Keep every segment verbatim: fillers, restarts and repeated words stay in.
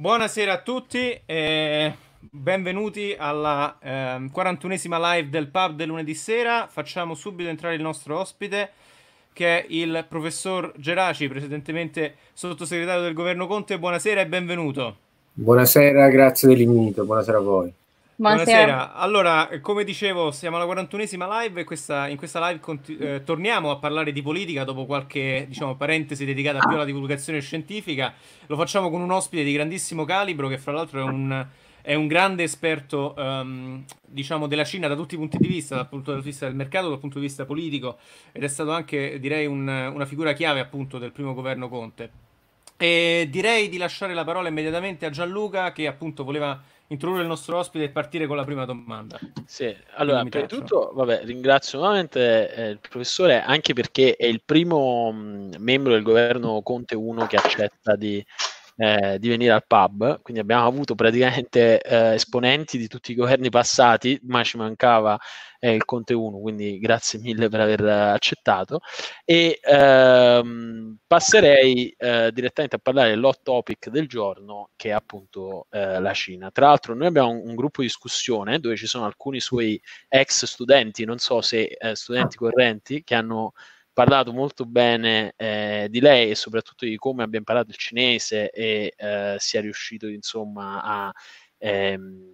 Buonasera a tutti e benvenuti alla ehm, quarantunesima live del pub del lunedì sera. Facciamo subito entrare il nostro ospite, che è il professor Geraci, precedentemente sottosegretario del governo Conte. Buonasera e benvenuto. Buonasera, grazie dell'invito, buonasera a voi. Buonasera. Buonasera. Allora, eh, come dicevo, siamo alla quarantunesima live e questa- in questa live conti- eh, torniamo a parlare di politica dopo qualche, diciamo, parentesi dedicata più alla divulgazione scientifica. Lo facciamo con un ospite di grandissimo calibro che fra l'altro è un, è un grande esperto, ehm, diciamo, della Cina da tutti i punti di vista, dal punto di vista del mercato, dal punto di vista politico, ed è stato anche, direi, un- una figura chiave appunto del primo governo Conte. E direi di lasciare la parola immediatamente a Gianluca, che appunto voleva introdurre il nostro ospite e partire con la prima domanda. Sì, allora, mi prima di taccio. tutto, vabbè, ringrazio nuovamente eh, il professore, anche perché è il primo mh, membro del governo Conte uno che accetta di, eh, di venire al pub, quindi abbiamo avuto praticamente eh, esponenti di tutti i governi passati, ma ci mancava eh, il Conte uno, quindi grazie mille per aver accettato. E ehm, passerei eh, direttamente a parlare dell'hot topic del giorno, che è appunto eh, la Cina. Tra l'altro noi abbiamo un, un gruppo di discussione dove ci sono alcuni suoi ex studenti, non so se eh, studenti correnti, che hanno parlato molto bene eh, di lei e soprattutto di come abbia imparato il cinese e eh, sia riuscito insomma a ehm,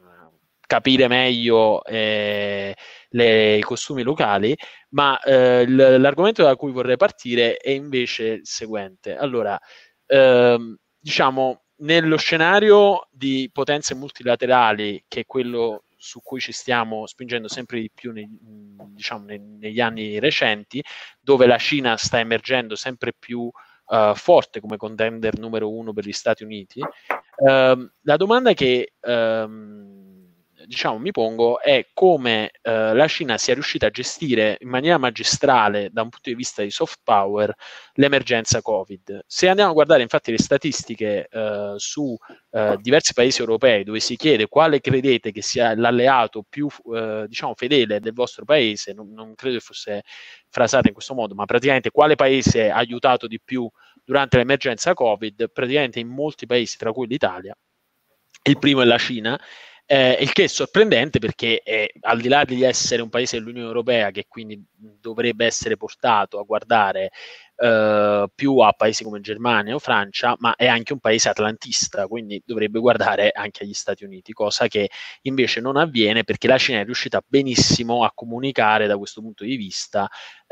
capire meglio eh, le, i costumi locali, ma eh, l- l'argomento da cui vorrei partire è invece il seguente. Allora, ehm, diciamo, nello scenario di potenze multilaterali, che è quello su cui ci stiamo spingendo sempre di più nei, diciamo, nei, negli anni recenti, dove la Cina sta emergendo sempre più uh, forte come contender numero uno per gli Stati Uniti, uh, la domanda che uh, diciamo mi pongo è come uh, la Cina sia riuscita a gestire in maniera magistrale, da un punto di vista di soft power, l'emergenza Covid. Se andiamo a guardare infatti le statistiche uh, su uh, diversi paesi europei, dove si chiede quale credete che sia l'alleato più uh, diciamo fedele del vostro paese, non, non credo che fosse frasata in questo modo, ma praticamente quale paese ha aiutato di più durante l'emergenza Covid, praticamente in molti paesi, tra cui l'Italia, il primo è la Cina. Eh, il che è sorprendente perché eh, al di là di essere un paese dell'Unione Europea che quindi dovrebbe essere portato a guardare eh, più a paesi come Germania o Francia, ma è anche un paese atlantista, quindi dovrebbe guardare anche agli Stati Uniti, cosa che invece non avviene perché la Cina è riuscita benissimo a comunicare da questo punto di vista.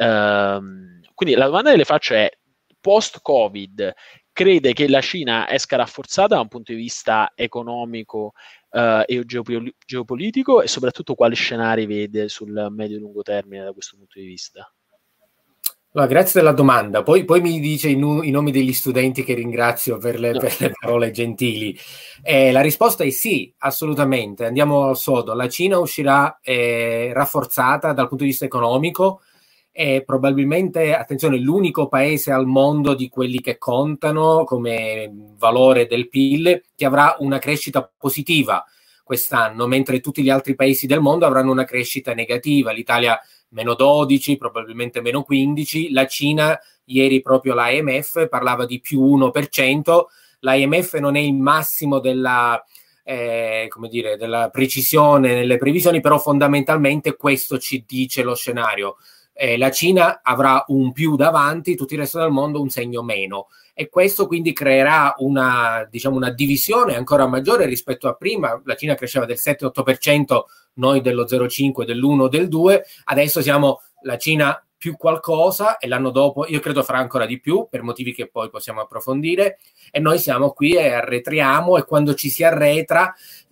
Ehm, quindi la domanda che le faccio è: post-Covid, crede che la Cina esca rafforzata da un punto di vista economico uh, e geopol- geopolitico, e soprattutto quali scenari vede sul medio-lungo termine da questo punto di vista? Allora, grazie della domanda. Poi, poi mi dice i, nu- i nomi degli studenti che ringrazio per le, No. per le parole gentili. Eh, la risposta è sì, assolutamente. Andiamo al sodo. La Cina uscirà eh, rafforzata dal punto di vista economico. È probabilmente, attenzione, l'unico paese al mondo di quelli che contano come valore del P I L che avrà una crescita positiva quest'anno, mentre tutti gli altri paesi del mondo avranno una crescita negativa. L'Italia meno dodici, probabilmente meno quindici. La Cina, ieri proprio l'I M F parlava di più uno per cento. L'I M F non è il massimo della, eh, come dire, della precisione nelle previsioni, però fondamentalmente questo ci dice lo scenario. Eh, la Cina avrà un più davanti, tutto il resto del mondo un segno meno, e questo quindi creerà una, diciamo, una divisione ancora maggiore rispetto a prima. La Cina cresceva del sette otto per cento, noi dello zero virgola cinque, dell'uno, del due, adesso siamo la Cina più qualcosa, e l'anno dopo io credo farà ancora di più per motivi che poi possiamo approfondire, e noi siamo qui e arretriamo, e quando ci si arretra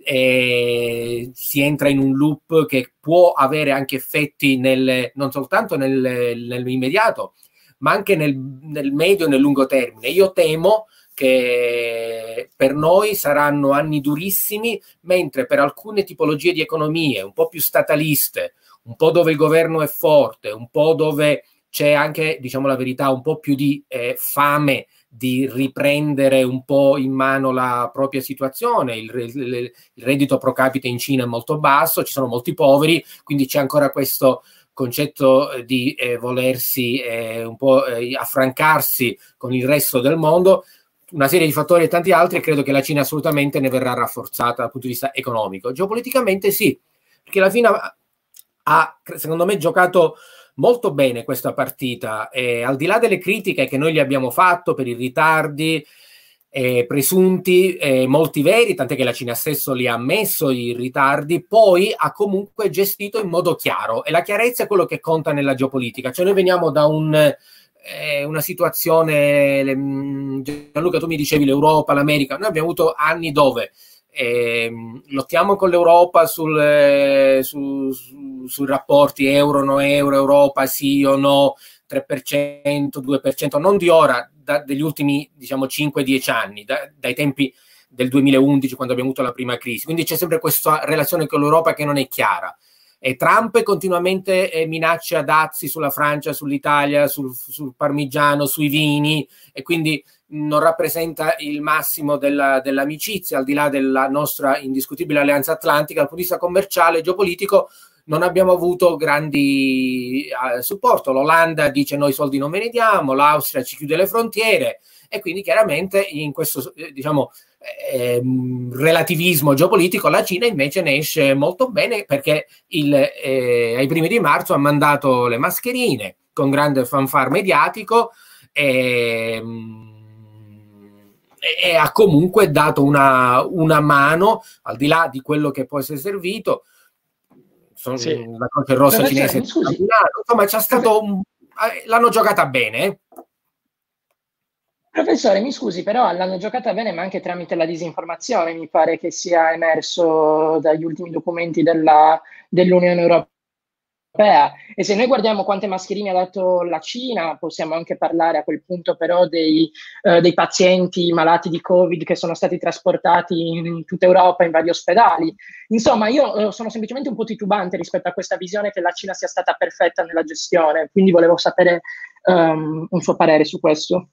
eh, si entra in un loop che può avere anche effetti nel, non soltanto nel, nell'immediato, ma anche nel, nel medio e nel lungo termine. Io temo che per noi saranno anni durissimi, mentre per alcune tipologie di economie un po' più stataliste, un po' dove il governo è forte, un po' dove c'è anche, diciamo la verità, un po' più di eh, fame di riprendere un po' in mano la propria situazione. Il, il, il reddito pro capite in Cina è molto basso, ci sono molti poveri, quindi c'è ancora questo concetto di eh, volersi eh, un po' eh, affrancarsi con il resto del mondo. una serie di fattori e tanti altri, e credo che la Cina assolutamente ne verrà rafforzata dal punto di vista economico. Geopoliticamente sì, perché la Cina ha, secondo me, giocato molto bene questa partita, e al di là delle critiche che noi gli abbiamo fatto per i ritardi eh, presunti, eh, molti veri, tant'è che la Cina stesso li ha ammesso i ritardi, poi ha comunque gestito in modo chiaro, e la chiarezza è quello che conta nella geopolitica. Cioè noi veniamo da un eh, una situazione, Gianluca, tu mi dicevi l'Europa, l'America, noi abbiamo avuto anni dove eh, lottiamo con l'Europa sul, eh, su, su, sui rapporti euro, no euro, Europa sì o no, tre per cento, due per cento, non di ora, da, degli ultimi diciamo cinque dieci anni, da, dai tempi del duemilaundici, quando abbiamo avuto la prima crisi. Quindi c'è sempre questa relazione con l'Europa che non è chiara. E Trump continuamente eh, minaccia dazi sulla Francia, sull'Italia, sul, sul parmigiano, sui vini, e quindi non rappresenta il massimo della, dell'amicizia, al di là della nostra indiscutibile alleanza atlantica. Dal punto di vista commerciale e geopolitico non abbiamo avuto grandi eh, supporto. L'Olanda dice noi soldi non ve ne diamo, l'Austria ci chiude le frontiere, e quindi chiaramente in questo eh, diciamo Eh, relativismo geopolitico la Cina invece ne esce molto bene, perché il, eh, ai primi di marzo ha mandato le mascherine con grande fanfare mediatico e, e, e ha comunque dato una, una mano, al di là di quello che può essere servito. Sono, sì. La Croce Rossa cinese, insomma c'è stato un, l'hanno giocata bene. eh. Professore, mi scusi, però l'hanno giocata bene, ma anche tramite la disinformazione, mi pare che sia emerso dagli ultimi documenti della, dell'Unione Europea. E se noi guardiamo quante mascherine ha dato la Cina, possiamo anche parlare a quel punto però dei, eh, dei pazienti malati di Covid che sono stati trasportati in tutta Europa, in vari ospedali. Insomma, io eh, sono semplicemente un po' titubante rispetto a questa visione che la Cina sia stata perfetta nella gestione, quindi volevo sapere um, un suo parere su questo.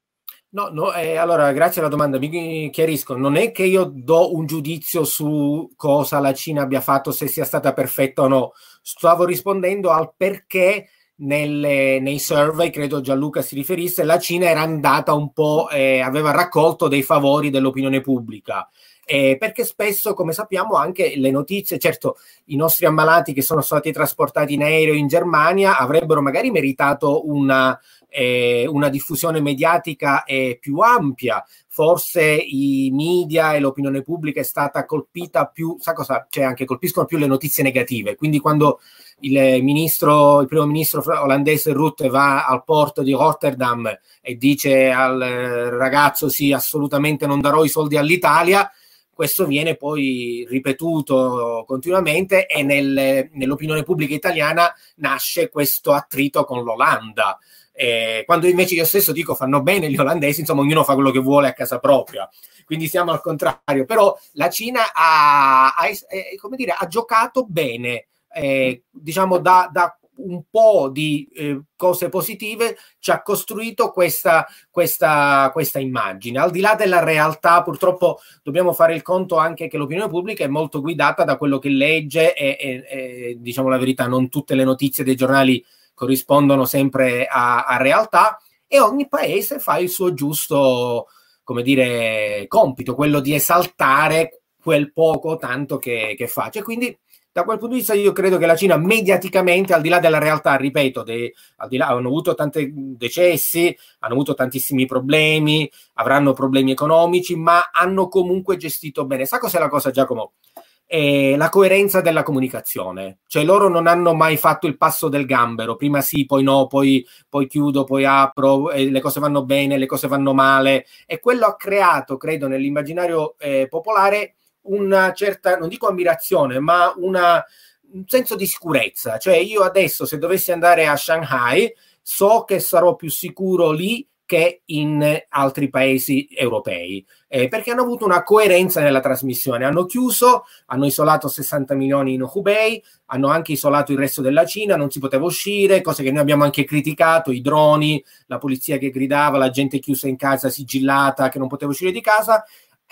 No, no, eh, allora grazie alla domanda, mi chiarisco, non è che io do un giudizio su cosa la Cina abbia fatto, se sia stata perfetta o no, stavo rispondendo al perché nelle, nei survey, credo Gianluca si riferisse, la Cina era andata un po', eh, aveva raccolto dei favori dell'opinione pubblica. Eh, perché spesso, come sappiamo, anche le notizie, certo, i nostri ammalati che sono stati trasportati in aereo in Germania avrebbero magari meritato una, eh, una diffusione mediatica eh, più ampia, forse i media e l'opinione pubblica è stata colpita più, sa cosa, cioè anche colpiscono più le notizie negative, quindi quando il ministro, il primo ministro olandese Rutte va al porto di Rotterdam e dice al ragazzo sì, assolutamente non darò i soldi all'Italia, questo viene poi ripetuto continuamente, e nel, nell'opinione pubblica italiana nasce questo attrito con l'Olanda. Eh, quando invece io stesso dico fanno bene gli olandesi, insomma ognuno fa quello che vuole a casa propria, quindi siamo al contrario. Però la Cina ha, ha, eh, come dire, ha giocato bene, eh, diciamo da, da un po' di eh, cose positive ci ha costruito questa, questa, questa immagine. Al di là della realtà, purtroppo dobbiamo fare il conto anche che l'opinione pubblica è molto guidata da quello che legge e, e, e diciamo la verità, non tutte le notizie dei giornali corrispondono sempre a, a realtà, e ogni paese fa il suo giusto, come dire, compito, quello di esaltare quel poco o tanto che, che fa. Cioè, quindi da quel punto di vista io credo che la Cina mediaticamente, al di là della realtà, ripeto, de, al di là, hanno avuto tanti decessi, hanno avuto tantissimi problemi, avranno problemi economici, ma hanno comunque gestito bene. Sa cos'è la cosa, Giacomo? Eh, la coerenza della comunicazione. Cioè loro non hanno mai fatto il passo del gambero, prima sì, poi no, poi, poi chiudo, poi apro, eh, le cose vanno bene, le cose vanno male, e quello ha creato, credo, nell'immaginario eh, popolare una certa, non dico ammirazione, ma una, un senso di sicurezza. Cioè io adesso, se dovessi andare a Shanghai, so che sarò più sicuro lì che in altri paesi europei, eh, perché hanno avuto una coerenza nella trasmissione. Hanno chiuso, hanno isolato sessanta milioni in Hubei, hanno anche isolato il resto della Cina, non si poteva uscire, cose che noi abbiamo anche criticato, i droni, la polizia che gridava, la gente chiusa in casa, sigillata, che non poteva uscire di casa,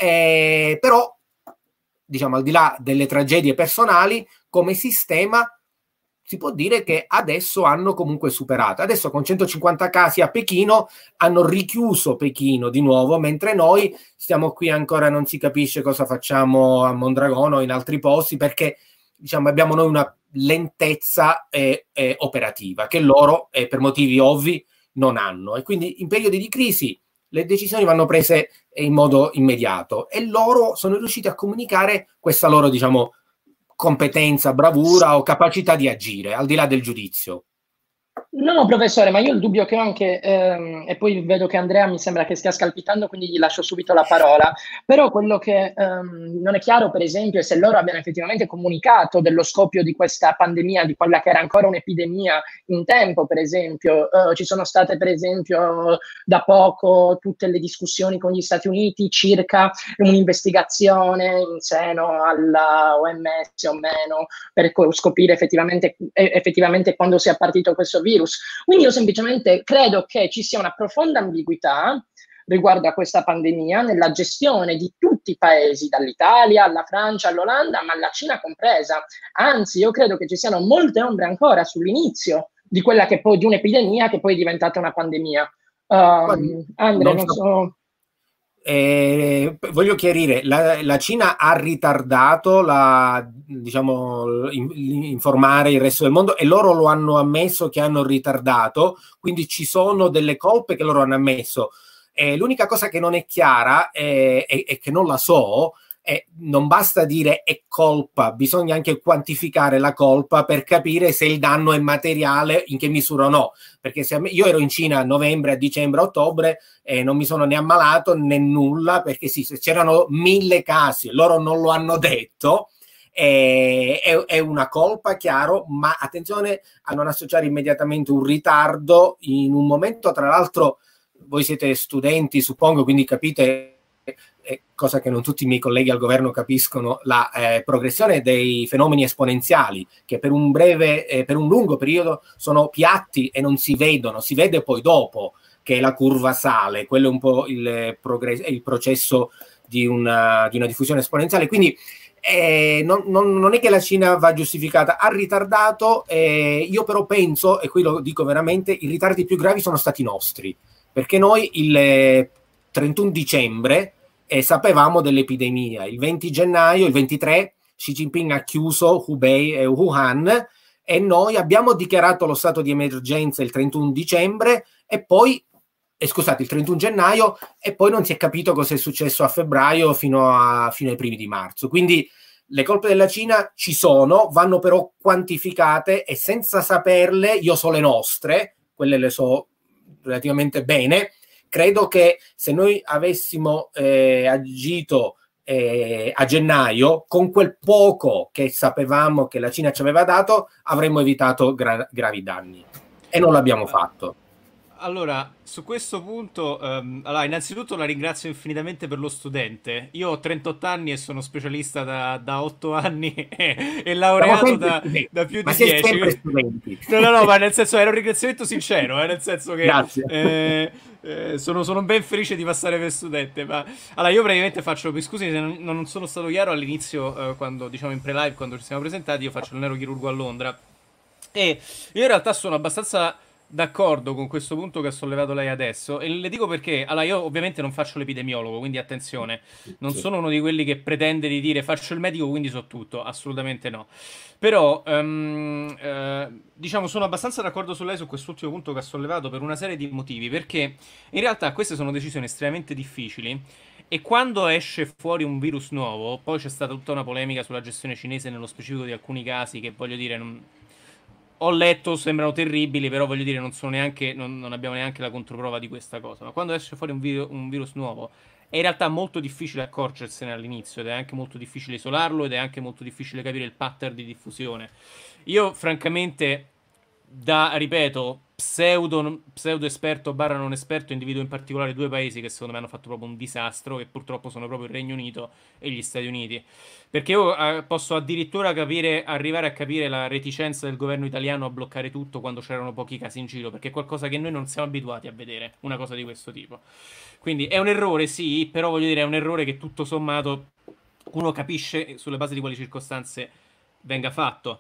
eh, però diciamo al di là delle tragedie personali, come sistema si può dire che adesso hanno comunque superato. Adesso con centocinquanta casi a Pechino hanno richiuso Pechino di nuovo, mentre noi stiamo qui ancora, non si capisce cosa facciamo a Mondragone o in altri posti, perché diciamo abbiamo noi una lentezza eh, eh, operativa che loro eh, per motivi ovvi non hanno, e quindi in periodi di crisi le decisioni vanno prese in modo immediato e loro sono riusciti a comunicare questa loro, diciamo, competenza, bravura o capacità di agire, al di là del giudizio. No, professore, ma io il dubbio che ho anche, ehm, e poi vedo che Andrea mi sembra che stia scalpitando, quindi gli lascio subito la parola, però quello che ehm, non è chiaro, per esempio, è se loro abbiano effettivamente comunicato dello scoppio di questa pandemia, di quella che era ancora un'epidemia in tempo, per esempio. Eh, ci sono state, per esempio, da poco tutte le discussioni con gli Stati Uniti circa un'investigazione in seno alla O M S o meno, per scoprire effettivamente, effettivamente quando sia partito questo virus. Quindi io semplicemente credo che ci sia una profonda ambiguità riguardo a questa pandemia nella gestione di tutti i paesi, dall'Italia alla Francia all'Olanda, ma la Cina compresa. Anzi, io credo che ci siano molte ombre ancora sull'inizio di quella che poi di un'epidemia che poi è diventata una pandemia. Um, Andrea, non so... so... Eh, voglio chiarire, la, la Cina ha ritardato la, diciamo, in, informare il resto del mondo, e loro lo hanno ammesso che hanno ritardato, quindi ci sono delle colpe che loro hanno ammesso. Eh, l'unica cosa che non è chiara e eh, che non la so, eh, non basta dire è colpa, bisogna anche quantificare la colpa per capire se il danno è materiale, in che misura o no, perché se io ero in Cina a novembre, a dicembre, a ottobre e eh, non mi sono né ammalato né nulla, perché sì, se c'erano mille casi, loro non lo hanno detto, eh, è, è una colpa, chiaro, ma attenzione a non associare immediatamente un ritardo in un momento, tra l'altro voi siete studenti, suppongo, quindi capite, eh, cosa che non tutti i miei colleghi al governo capiscono, la eh, progressione dei fenomeni esponenziali, che per un breve, eh, per un lungo periodo sono piatti e non si vedono, si vede poi dopo che la curva sale, quello è un po' il, progress- il processo di una, di una diffusione esponenziale, quindi eh, non, non, non è che la Cina va giustificata, ha ritardato, eh, io però penso, e qui lo dico veramente, i ritardi più gravi sono stati nostri, perché noi il trentuno dicembre eh, sapevamo dell'epidemia, il venti gennaio, il ventitré Xi Jinping ha chiuso Hubei e Wuhan e noi abbiamo dichiarato lo stato di emergenza il trentuno dicembre e poi, eh, scusate, il trentuno gennaio, e poi non si è capito cosa è successo a febbraio fino, a, fino ai primi di marzo. Quindi le colpe della Cina ci sono, vanno però quantificate, e senza saperle, io so le nostre, quelle le so relativamente bene. Credo che se noi avessimo eh, agito eh, a gennaio, con quel poco che sapevamo che la Cina ci aveva dato, avremmo evitato gra- gravi danni, e non l'abbiamo fatto. Allora, su questo punto, um, allora, innanzitutto la ringrazio infinitamente per lo studente. Io ho trentotto anni e sono specialista da, da otto anni e, e laureato da, da più ma di dieci. No, no, no, ma nel senso era un ringraziamento sincero, eh, nel senso che eh, eh, sono, sono ben felice di passare per studente. Ma allora, io praticamente faccio, mi scusi se non, non sono stato chiaro all'inizio, eh, quando diciamo in pre-live, quando ci siamo presentati, io faccio il neurochirurgo a Londra. E io in realtà sono abbastanza d'accordo con questo punto che ha sollevato lei adesso, e le dico perché, allora, io ovviamente non faccio l'epidemiologo, quindi attenzione, non sono uno di quelli che pretende di dire faccio il medico quindi so tutto, assolutamente no. Però um, eh, diciamo sono abbastanza d'accordo su lei su quest'ultimo punto che ha sollevato per una serie di motivi, perché in realtà queste sono decisioni estremamente difficili. E quando esce fuori un virus nuovo, poi c'è stata tutta una polemica sulla gestione cinese nello specifico di alcuni casi che, voglio dire, non... ho letto, sembrano terribili, però voglio dire, non sono neanche, non, non abbiamo neanche la controprova di questa cosa. Ma quando esce fuori un, video, un virus nuovo, è in realtà molto difficile accorgersene all'inizio, ed è anche molto difficile isolarlo, ed è anche molto difficile capire il pattern di diffusione. Io, francamente, da, ripeto, pseudo, pseudo esperto barra non esperto, individuo in particolare due paesi che secondo me hanno fatto proprio un disastro, che purtroppo sono proprio il Regno Unito e gli Stati Uniti. Perché io eh, posso addirittura capire, arrivare a capire la reticenza del governo italiano a bloccare tutto quando c'erano pochi casi in giro, perché è qualcosa che noi non siamo abituati a vedere, una cosa di questo tipo. Quindi è un errore, sì, però voglio dire, è un errore che tutto sommato uno capisce sulle basi di quali circostanze venga fatto.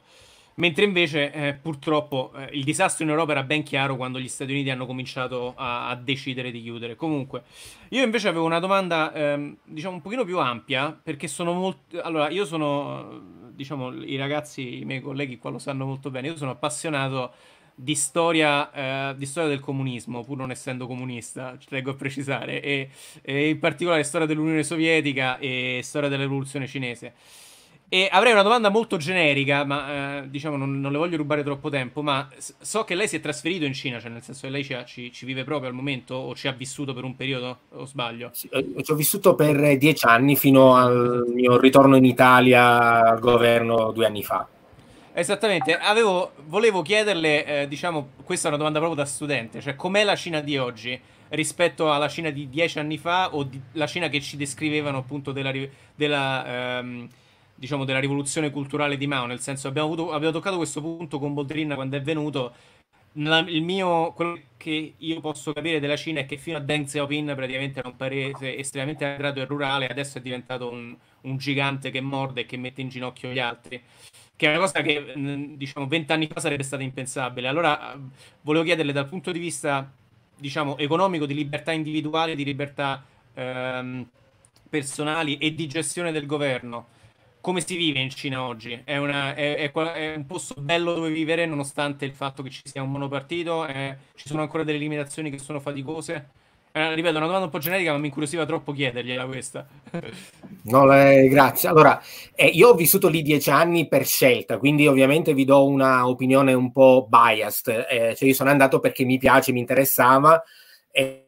Mentre invece eh, purtroppo eh, il disastro in Europa era ben chiaro quando gli Stati Uniti hanno cominciato a, a decidere di chiudere. Comunque, io invece avevo una domanda, ehm, diciamo, un pochino più ampia, perché sono molto... Allora, io sono, diciamo, i ragazzi, i miei colleghi qua lo sanno molto bene, io sono appassionato di storia, eh, di storia del comunismo, pur non essendo comunista, ci tengo a precisare, e, e in particolare storia dell'Unione Sovietica e storia della rivoluzione cinese. E avrei una domanda molto generica, ma eh, diciamo non, non le voglio rubare troppo tempo, ma s- so che lei si è trasferito in Cina, cioè nel senso che lei ci, ha- ci- ci vive proprio al momento o ci ha vissuto per un periodo, o sbaglio? Sì, eh, ci ho vissuto per dieci anni fino al mio ritorno in Italia al governo due anni fa. Esattamente, avevo, volevo chiederle, eh, diciamo, questa è una domanda proprio da studente, cioè com'è la Cina di oggi rispetto alla Cina di dieci anni fa o di- la Cina che ci descrivevano appunto della, ri- della, ehm, diciamo, della rivoluzione culturale di Mao, nel senso abbiamo, avuto, abbiamo toccato questo punto con Boldrin quando è venuto. La- il mio, quello che io posso capire della Cina è che fino a Deng Xiaoping praticamente era un paese estremamente arretrato e rurale, adesso è diventato un, un gigante che morde e che mette in ginocchio gli altri, che è una cosa che mh, diciamo vent'anni fa sarebbe stata impensabile. Allora, eh, volevo chiederle dal punto di vista, diciamo, economico, di libertà individuali, di libertà ehm, personali e di gestione del governo. Come si vive in Cina oggi? È, una- è- è qua- è un posto bello dove vivere, nonostante il fatto che ci sia un monopartito? È- ci sono ancora delle limitazioni che sono faticose? Eh, ripeto, è una domanda un po' generica, ma mi incuriosiva troppo chiedergliela questa. No, eh, grazie. Allora, eh, io ho vissuto lì dieci anni per scelta, quindi ovviamente vi do una opinione un po' biased. Eh, cioè io sono andato perché mi piace, mi interessava, e,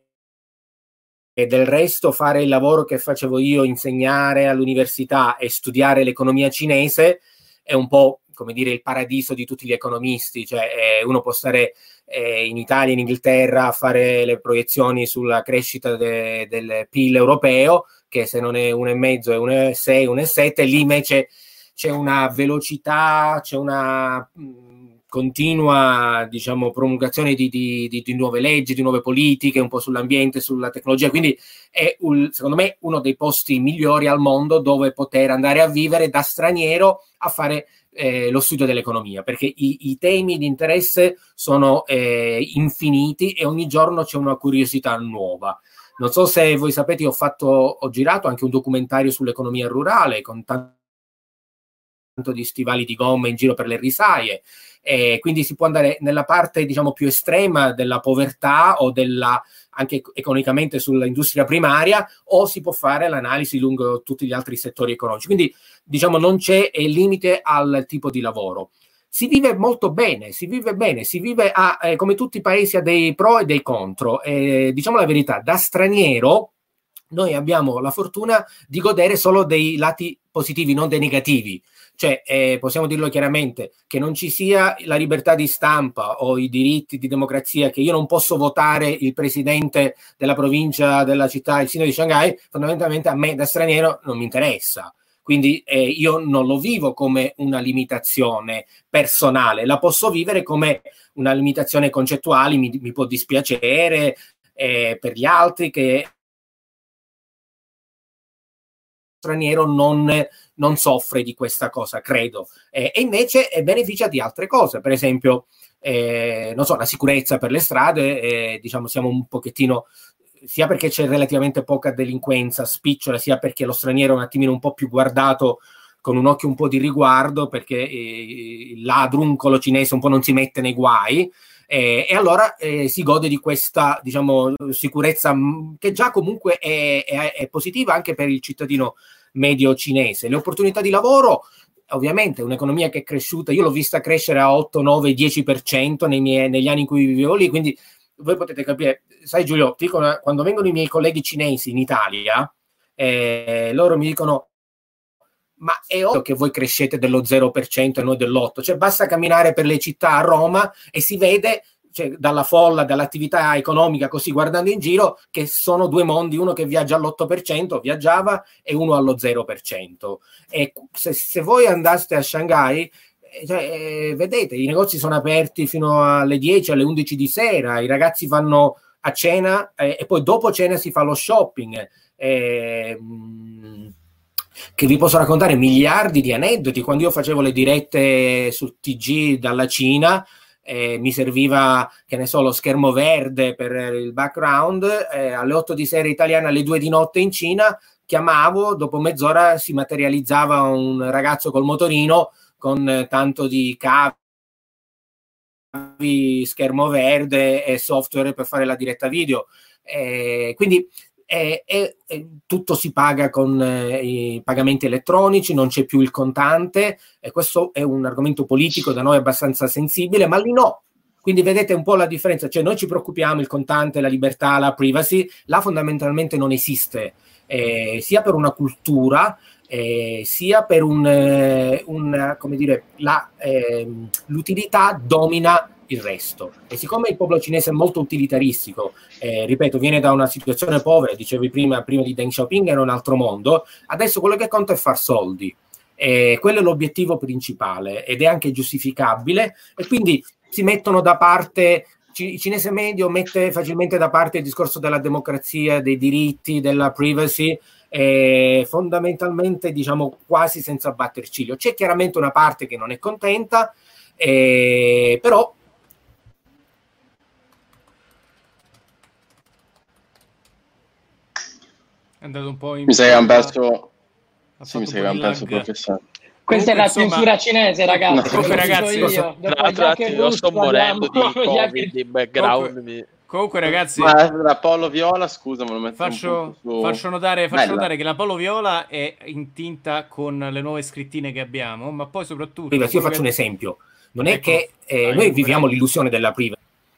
e del resto fare il lavoro che facevo io, insegnare all'università e studiare l'economia cinese, è un po', come dire, il paradiso di tutti gli economisti. Cioè eh, uno può stare eh, in Italia, in Inghilterra, a fare le proiezioni sulla crescita de, del P I L europeo, che se non è uno virgola cinque è uno virgola sei, uno virgola sette, lì invece c'è una velocità, c'è una mh, continua, diciamo, promulgazione di, di, di, di nuove leggi, di nuove politiche, un po' sull'ambiente, sulla tecnologia, quindi è un, secondo me uno dei posti migliori al mondo dove poter andare a vivere da straniero a fare eh, lo studio dell'economia, perché i, i temi di interesse sono eh, infiniti e ogni giorno c'è una curiosità nuova. Non so se voi sapete, ho fatto, ho girato anche un documentario sull'economia rurale con tanto di stivali di gomma in giro per le risaie, e quindi si può andare nella parte, diciamo, più estrema della povertà o della, anche economicamente sull'industria primaria, o si può fare l'analisi lungo tutti gli altri settori economici. Quindi, diciamo, non c'è limite al tipo di lavoro. Si vive molto bene, si vive bene, si vive a, eh, come tutti i paesi, ha dei pro e dei contro. Eh, diciamo la verità, da straniero noi abbiamo la fortuna di godere solo dei lati positivi, non dei negativi. Cioè, eh, possiamo dirlo chiaramente, che non ci sia la libertà di stampa o i diritti di democrazia, che io non posso votare il presidente della provincia, della città, il sindaco di Shanghai, fondamentalmente a me da straniero non mi interessa. Quindi eh, io non lo vivo come una limitazione personale, la posso vivere come una limitazione concettuale, mi, mi può dispiacere eh, per gli altri che straniero non, non soffre di questa cosa, credo, eh, e invece beneficia di altre cose, per esempio, eh, non so, la sicurezza per le strade, eh, diciamo siamo un pochettino, sia perché c'è relativamente poca delinquenza spicciola, sia perché lo straniero è un attimino un po' più guardato con un occhio un po' di riguardo, perché eh, il ladruncolo cinese un po' non si mette nei guai, eh, e allora eh, si gode di questa, diciamo, sicurezza mh, che già comunque è, è, è positiva anche per il cittadino medio cinese. Le opportunità di lavoro, ovviamente un'economia che è cresciuta, io l'ho vista crescere a otto, nove, dieci per cento nei miei, negli anni in cui vivevo lì, quindi voi potete capire, sai Giulio, dicono, quando vengono i miei colleghi cinesi in Italia, eh, loro mi dicono: ma è ovvio che voi crescete dello zero per cento e noi dell'otto per cento, cioè basta camminare per le città a Roma e si vede, cioè, dalla folla, dall'attività economica, così guardando in giro, che sono due mondi, uno che viaggia all'otto per cento, viaggiava, e uno allo zero per cento. E se, se voi andaste a Shanghai, cioè, eh, vedete, i negozi sono aperti fino alle dieci, alle undici di sera, i ragazzi vanno a cena eh, e poi dopo cena si fa lo shopping. Eh, mh, che vi posso raccontare miliardi di aneddoti. Quando io facevo le dirette sul T G dalla Cina, eh, mi serviva, che ne so, lo schermo verde per il background, eh, alle otto di sera italiana, alle due di notte in Cina, chiamavo, dopo mezz'ora si materializzava un ragazzo col motorino con eh, tanto di cavi, schermo verde e software per fare la diretta video. Eh, quindi E, e, e tutto si paga con eh, i pagamenti elettronici, non c'è più il contante, e questo è un argomento politico da noi abbastanza sensibile, ma lì no. Quindi vedete un po' la differenza, cioè noi ci preoccupiamo il contante, la libertà, la privacy, là fondamentalmente non esiste, eh, sia per una cultura, eh, sia per un, eh, un come dire, la, eh, l'utilità domina il resto. E siccome il popolo cinese è molto utilitaristico, eh, ripeto, viene da una situazione povera, dicevi prima, prima di Deng Xiaoping era un altro mondo, adesso quello che conta è far soldi. Eh, quello è l'obiettivo principale ed è anche giustificabile, e quindi si mettono da parte, il cinese medio mette facilmente da parte il discorso della democrazia, dei diritti, della privacy, eh, fondamentalmente diciamo quasi senza batter ciglio. C'è chiaramente una parte che non è contenta, eh, però è andato un po' in mi sa che abbiamo perso, ha sì, mi sa fatto che un po' abbiamo di perso il lag. professore. Questa è Comunque, la insomma- censura cinese, ragazzi. No. Comunque, Lo dico ragazzi, io. io- Dopo Tra l'altro, gli un hacker attimo, io sto russo morendo abbiamo di gli Covid, hacker- di background. Comunque- mi- Comunque, ragazzi, Ma la Polo Viola, scusa, me lo metto faccio, un punto su... faccio notare, faccio Bella. notare che la Polo Viola è in tinta con le nuove scrittine che abbiamo, ma poi soprattutto... privacy. Io quello faccio che- un esempio, non è Ecco, che eh, vai, noi recuperiamo. viviamo l'illusione della privacy.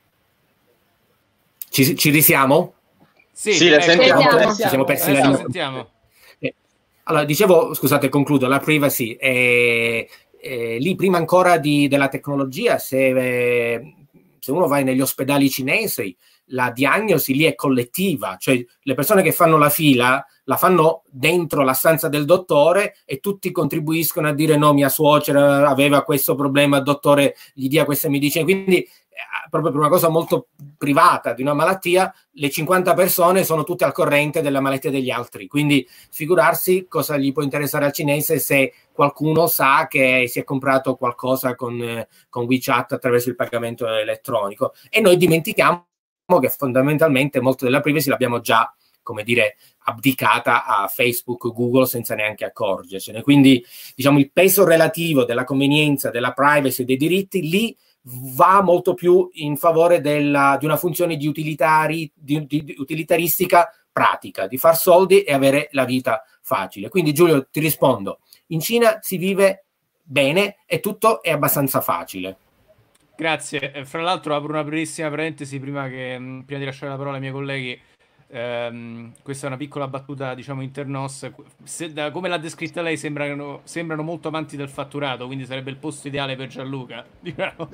Ci, ci risiamo? Sì, Sì, le ecco, sentiamo. Sentiamo, Ci siamo persi adesso la lo linea. sentiamo. Eh, Allora, dicevo, scusate, concludo, la privacy, eh, eh, lì prima ancora di, della tecnologia, se, eh, se uno va negli ospedali cinesi, la diagnosi lì è collettiva, cioè le persone che fanno la fila la fanno dentro la stanza del dottore e tutti contribuiscono a dire no, mia suocera aveva questo problema, il dottore gli dia queste medicine, quindi eh, proprio per una cosa molto privata di una malattia, le cinquanta persone sono tutte al corrente della malattia degli altri, quindi figurarsi cosa gli può interessare al cinese se qualcuno sa che si è comprato qualcosa con, eh, con WeChat attraverso il pagamento elettronico, e noi dimentichiamo che fondamentalmente molto della privacy l'abbiamo già, come dire, abdicata a Facebook, Google senza neanche accorgercene. Quindi, diciamo, il peso relativo della convenienza, della privacy e dei diritti lì va molto più in favore della, di una funzione di, utilitari, di, di, di utilitaristica pratica, di far soldi e avere la vita facile. Quindi, Giulio, ti rispondo, in Cina si vive bene e tutto è abbastanza facile. Grazie. Eh, Fra l'altro apro una brevissima parentesi prima, che, mh, prima di lasciare la parola ai miei colleghi. Ehm, questa è una piccola battuta, diciamo, internos. Se, da come l'ha descritta lei, sembrano, sembrano molto amanti del fatturato, quindi sarebbe il posto ideale per Gianluca. Diciamo.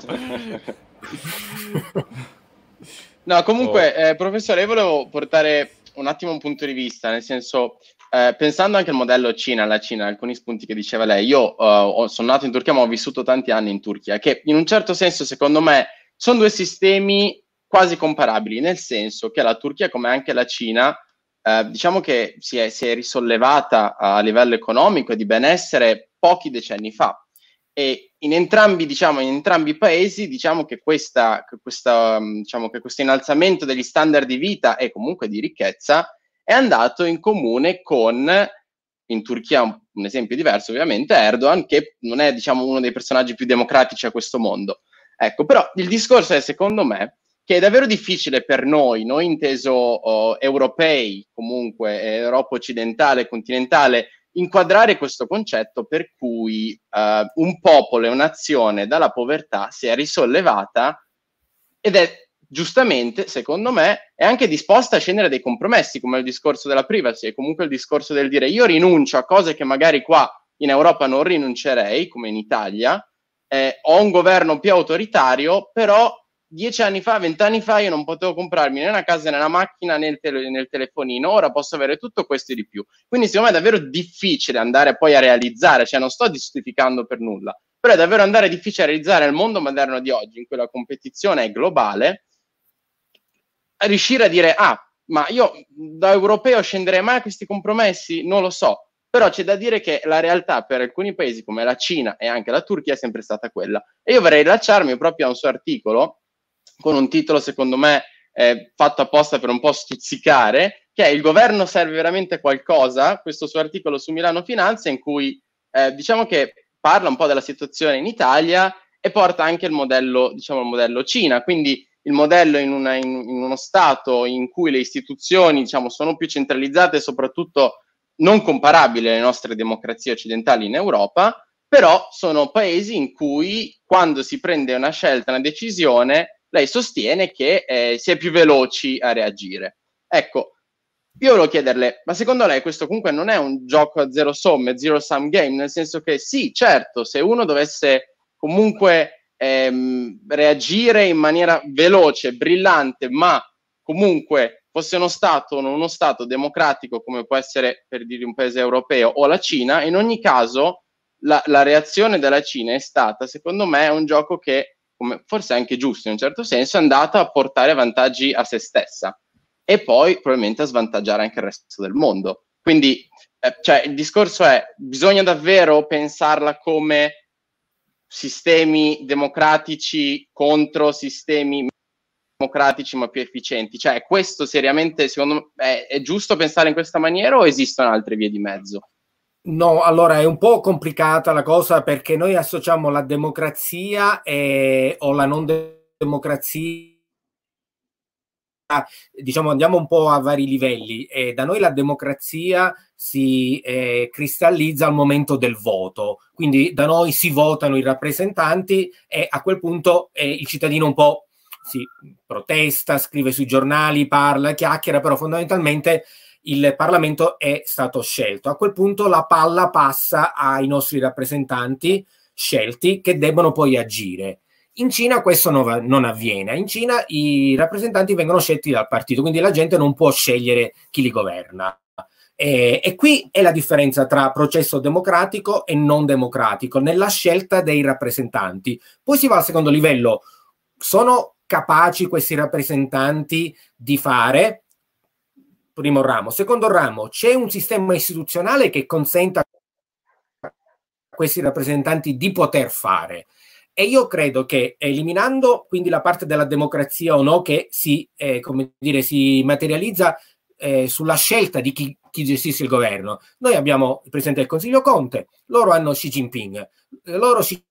No, comunque, eh, professore, io volevo portare un attimo un punto di vista, nel senso, eh, pensando anche al modello Cina, la Cina, alcuni spunti che diceva lei. Io uh, ho, sono nato in Turchia, ma ho vissuto tanti anni in Turchia, che in un certo senso, secondo me, sono due sistemi quasi comparabili, nel senso che la Turchia, come anche la Cina, eh, diciamo che si è, si è risollevata a livello economico e di benessere pochi decenni fa. E in entrambi, diciamo, in entrambi i paesi, diciamo che, questa, che, questa, diciamo che questo innalzamento degli standard di vita e comunque di ricchezza è andato in comune con, in Turchia un, un esempio diverso ovviamente, Erdogan, che non è, diciamo, uno dei personaggi più democratici a questo mondo. Ecco, però il discorso è, secondo me, che è davvero difficile per noi, noi inteso oh, europei, comunque Europa occidentale, continentale, inquadrare questo concetto per cui uh, un popolo e un'azione dalla povertà si è risollevata ed è giustamente, secondo me, è anche disposta a scendere dei compromessi, come il discorso della privacy e comunque il discorso del dire io rinuncio a cose che magari qua in Europa non rinuncerei, come in Italia, eh, ho un governo più autoritario, però dieci anni fa, vent'anni fa io non potevo comprarmi né una casa né una macchina né il, tele, né il telefonino, ora posso avere tutto questo e di più. Quindi secondo me è davvero difficile andare poi a realizzare, cioè non sto giustificando per nulla, però è davvero andare difficile a realizzare il mondo moderno di oggi, in cui la competizione è globale, a riuscire a dire, ah, ma io da europeo scenderei mai a questi compromessi? Non lo so. però c'è da dire che la realtà per alcuni paesi come la Cina e anche la Turchia è sempre stata quella. E io vorrei rilacciarmi proprio a un suo articolo, con un titolo secondo me eh, fatto apposta per un po' stuzzicare, che è "Il governo serve veramente qualcosa?", questo suo articolo su Milano Finanza, in cui eh, diciamo che parla un po' della situazione in Italia e porta anche il modello, diciamo, il modello Cina, quindi il modello in, una, in, in uno stato in cui le istituzioni, diciamo, sono più centralizzate e soprattutto non comparabili alle nostre democrazie occidentali in Europa, però sono paesi in cui quando si prende una scelta, una decisione, lei sostiene che eh, si è più veloci a reagire. Ecco, io volevo chiederle, ma secondo lei questo comunque non è un gioco a zero somme, zero sum game, nel senso che sì, certo, se uno dovesse comunque ehm, reagire in maniera veloce, brillante, ma comunque fosse uno Stato, non uno Stato democratico come può essere, per dire, un paese europeo o la Cina, in ogni caso la, la reazione della Cina è stata, secondo me, un gioco che, come forse anche giusto in un certo senso, è andata a portare vantaggi a se stessa e poi probabilmente a svantaggiare anche il resto del mondo. Quindi eh, cioè, il discorso è, bisogna davvero pensarla come sistemi democratici contro sistemi democratici ma più efficienti? Cioè, questo seriamente, secondo me, è, è giusto pensare in questa maniera o esistono altre vie di mezzo? No, allora è un po' complicata la cosa, perché noi associamo la democrazia e, o la non democrazia, diciamo, andiamo un po' a vari livelli. E da noi la democrazia si eh, cristallizza al momento del voto, quindi da noi si votano i rappresentanti e a quel punto eh, il cittadino un po' si protesta, scrive sui giornali, parla, chiacchiera, però fondamentalmente il Parlamento è stato scelto. A quel punto la palla passa ai nostri rappresentanti scelti, che debbono poi agire. In Cina questo non, va, non avviene. In Cina i rappresentanti vengono scelti dal partito, quindi la gente non può scegliere chi li governa. E, e qui è la differenza tra processo democratico e non democratico, nella scelta dei rappresentanti. Poi si va al secondo livello. Sono capaci questi rappresentanti di fare? Primo ramo. Secondo ramo, c'è un sistema istituzionale che consenta a questi rappresentanti di poter fare. E io credo che eliminando quindi la parte della democrazia o no, che si, eh, come dire, si materializza eh, sulla scelta di chi, chi gestisce il governo. Noi abbiamo il Presidente del Consiglio Conte, loro hanno Xi Jinping. Loro Xi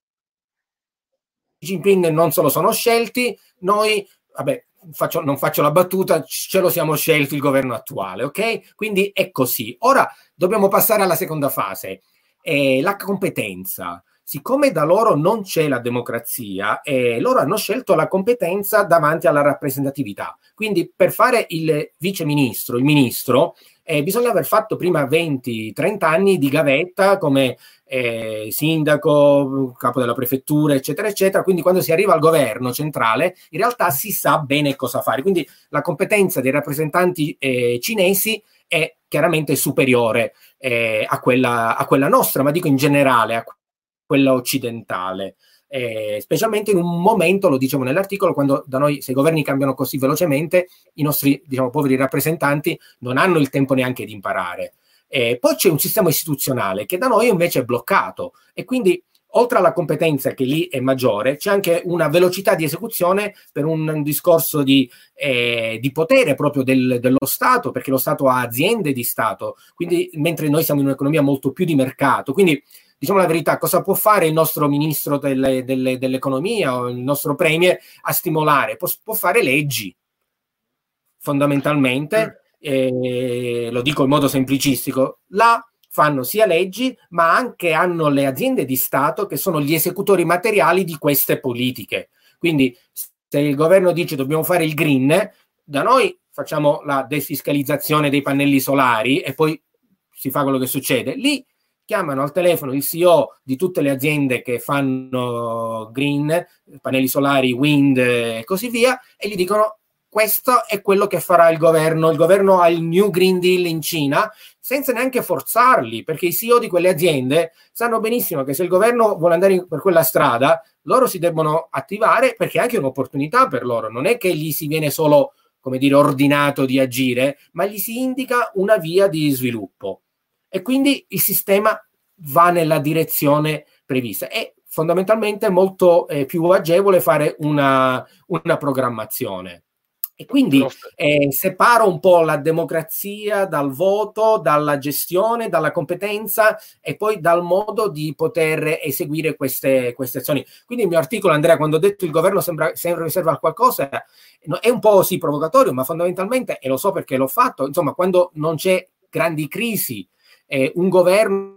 Jinping non solo sono scelti, noi, vabbè, faccio, non faccio la battuta, ce lo siamo scelti il governo attuale, ok? Quindi è così. Ora dobbiamo passare alla seconda fase, eh, la competenza. Siccome da loro non c'è la democrazia, eh, loro hanno scelto la competenza davanti alla rappresentatività. Quindi per fare il vice ministro, il ministro, eh, bisogna aver fatto prima venti trenta anni di gavetta come eh, sindaco, capo della prefettura, eccetera, eccetera. Quindi quando si arriva al governo centrale, in realtà si sa bene cosa fare. Quindi la competenza dei rappresentanti eh, cinesi è chiaramente superiore eh, a, quella, a quella nostra, ma dico in generale, a quella occidentale. Eh, specialmente in un momento, lo dicevo nell'articolo, quando da noi, se i governi cambiano così velocemente, i nostri, diciamo, poveri rappresentanti non hanno il tempo neanche di imparare. Eh, poi c'è un sistema istituzionale che da noi invece è bloccato, e quindi oltre alla competenza che lì è maggiore, c'è anche una velocità di esecuzione per un, un discorso di, eh, di potere proprio del, dello Stato, perché lo Stato ha aziende di Stato, quindi mentre noi siamo in un'economia molto più di mercato. Quindi diciamo la verità, cosa può fare il nostro ministro delle, delle, dell'economia o il nostro premier a stimolare? Può, può fare leggi, fondamentalmente, eh, lo dico in modo semplicistico, là fanno sia leggi, ma anche hanno le aziende di Stato che sono gli esecutori materiali di queste politiche. Quindi se il governo dice dobbiamo fare il green, da noi facciamo la defiscalizzazione dei pannelli solari e poi si fa quello che succede. Lì chiamano al telefono il C E O di tutte le aziende che fanno green, pannelli solari, wind e così via, e gli dicono questo è quello che farà il governo. Il governo ha il New Green Deal in Cina, senza neanche forzarli, perché i C E O di quelle aziende sanno benissimo che se il governo vuole andare per quella strada, loro si debbono attivare, perché è anche un'opportunità per loro. Non è che gli si viene solo, come dire, ordinato di agire, ma gli si indica una via di sviluppo. e quindi il sistema va nella direzione prevista. È fondamentalmente molto eh, più agevole fare una, una programmazione. E quindi eh, separo un po' la democrazia dal voto, dalla gestione, dalla competenza e poi dal modo di poter eseguire queste, queste azioni. Quindi il mio articolo, Andrea, quando ho detto il governo sembra, sembra riserva a qualcosa, è un po' sì provocatorio, ma fondamentalmente, e lo so perché l'ho fatto, insomma, quando non c'è grandi crisi, eh, un governo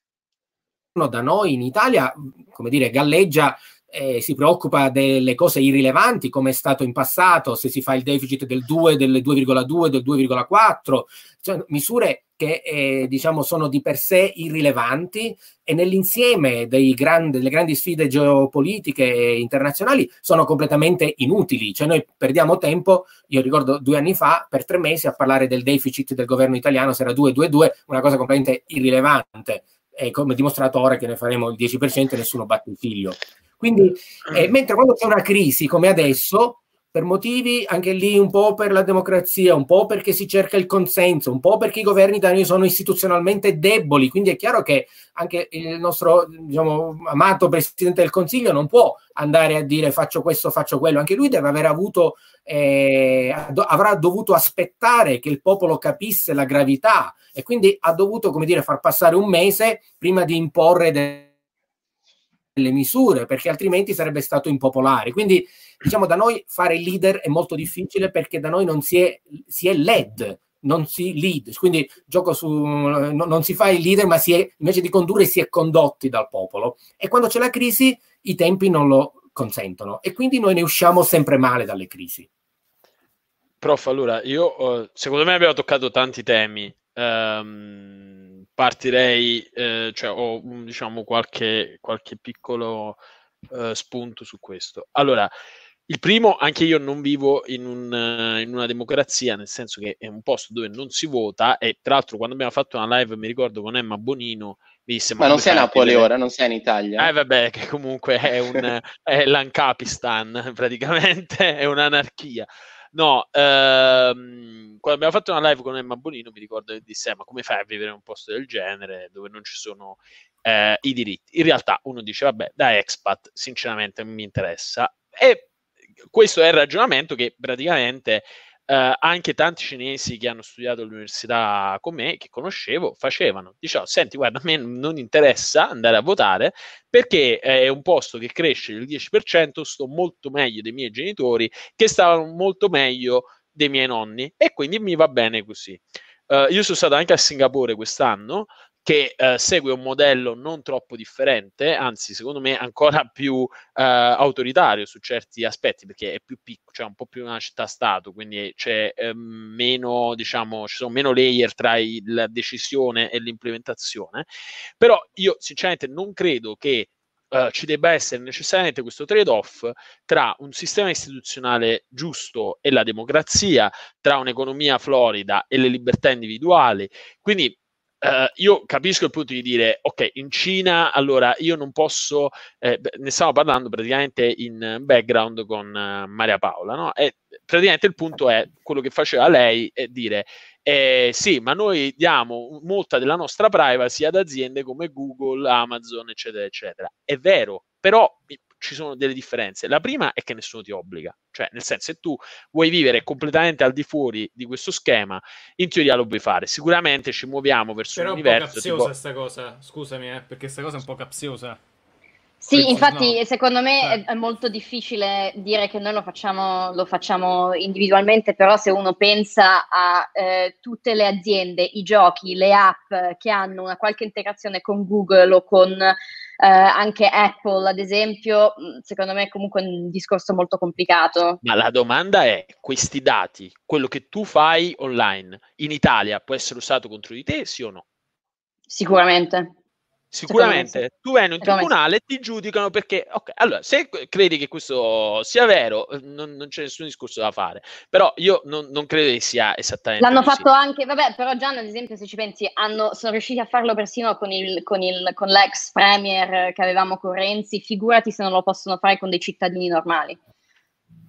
da noi in Italia, come dire, galleggia, eh, si preoccupa delle cose irrilevanti, come è stato in passato, se si fa il deficit del due, del due virgola due, del due virgola quattro, cioè misure che eh, diciamo sono di per sé irrilevanti e nell'insieme dei grandi, delle grandi sfide geopolitiche internazionali sono completamente inutili. Cioè noi perdiamo tempo, io ricordo due anni fa, per tre mesi a parlare del deficit del governo italiano, se era due virgola due, una cosa completamente irrilevante. E come dimostrato ora che ne faremo il dieci per cento e nessuno batte il figlio. Quindi, eh, mentre quando c'è una crisi come adesso, per motivi anche lì un po' per la democrazia, un po' perché si cerca il consenso, un po' perché i governi italiani sono istituzionalmente deboli, quindi è chiaro che anche il nostro, diciamo, amato Presidente del Consiglio non può andare a dire faccio questo, faccio quello, anche lui deve aver avuto, eh, do- avrà dovuto aspettare che il popolo capisse la gravità e quindi ha dovuto, come dire, far passare un mese prima di imporre de- delle misure, perché altrimenti sarebbe stato impopolare. Quindi, diciamo, da noi fare il leader è molto difficile perché da noi non si è, si è led, non si lead, quindi gioco su, no, non si fa il leader, ma si è, invece di condurre si è condotti dal popolo. E quando c'è la crisi i tempi non lo consentono e quindi noi ne usciamo sempre male dalle crisi. Prof, allora, io secondo me abbiamo toccato tanti temi. Um, partirei, eh, cioè ho diciamo qualche, qualche piccolo uh, spunto su questo. Allora, il primo, anche io non vivo in, un, uh, in una democrazia, nel senso che è un posto dove non si vota e tra l'altro quando abbiamo fatto una live, mi ricordo con Emma Bonino, mi disse ma, ma non sei a Napoli vivere... ora, non sei in Italia? Eh vabbè, che comunque è un è l'Ancapistan, praticamente, è un'anarchia. No, ehm, quando abbiamo fatto una live con Emma Bonino mi ricordo che disse: ma come fai a vivere in un posto del genere dove non ci sono eh, i diritti? In realtà uno dice: vabbè, da expat sinceramente non mi interessa. E questo è il ragionamento che praticamente eh, anche tanti cinesi che hanno studiato all'università con me, che conoscevo, facevano. Dicevano: senti, guarda, a me non interessa andare a votare perché è un posto che cresce del dieci per cento, sto molto meglio dei miei genitori che stavano molto meglio dei miei nonni e quindi mi va bene così. Uh, io sono stato anche a Singapore quest'anno, che uh, segue un modello non troppo differente, anzi secondo me ancora più uh, autoritario su certi aspetti, perché è più piccolo, cioè un po' più una città-stato, quindi c'è um, meno, diciamo, ci sono meno layer tra il, la decisione e l'implementazione. Però io sinceramente non credo che Uh, ci debba essere necessariamente questo trade-off tra un sistema istituzionale giusto e la democrazia, tra un'economia florida e le libertà individuali. Quindi uh, io capisco il punto di dire: ok, in Cina allora io non posso, eh, ne stavo parlando praticamente in background con uh, Maria Paola, no? E praticamente il punto è quello che faceva lei, è dire Eh, sì, ma noi diamo molta della nostra privacy ad aziende come Google, Amazon, eccetera, eccetera. È vero, però ci sono delle differenze. La prima è che nessuno ti obbliga, cioè nel senso, se tu vuoi vivere completamente al di fuori di questo schema, in teoria lo puoi fare. Sicuramente ci muoviamo verso però un universo. Però è un po' capziosa tipo... sta cosa, scusami, eh, perché sta cosa è un po' capziosa. Sì, sì, infatti no. Secondo me è, è molto difficile dire che noi lo facciamo, lo facciamo individualmente, però se uno pensa a eh, tutte le aziende, i giochi, le app che hanno una qualche integrazione con Google o con eh, anche Apple, ad esempio, secondo me è comunque un discorso molto complicato. Ma la domanda è: questi dati, quello che tu fai online, in Italia può essere usato contro di te, sì o no? Sicuramente. Sicuramente sì. Tu vai in un tribunale e ti giudicano perché, ok, allora se credi che questo sia vero, non, non c'è nessun discorso da fare, però io non, non credo che sia esattamente l'hanno così. fatto anche, vabbè, però già ad esempio se ci pensi hanno, sono riusciti a farlo persino con, il, con, il, con l'ex premier che avevamo con Renzi, figurati se non lo possono fare con dei cittadini normali.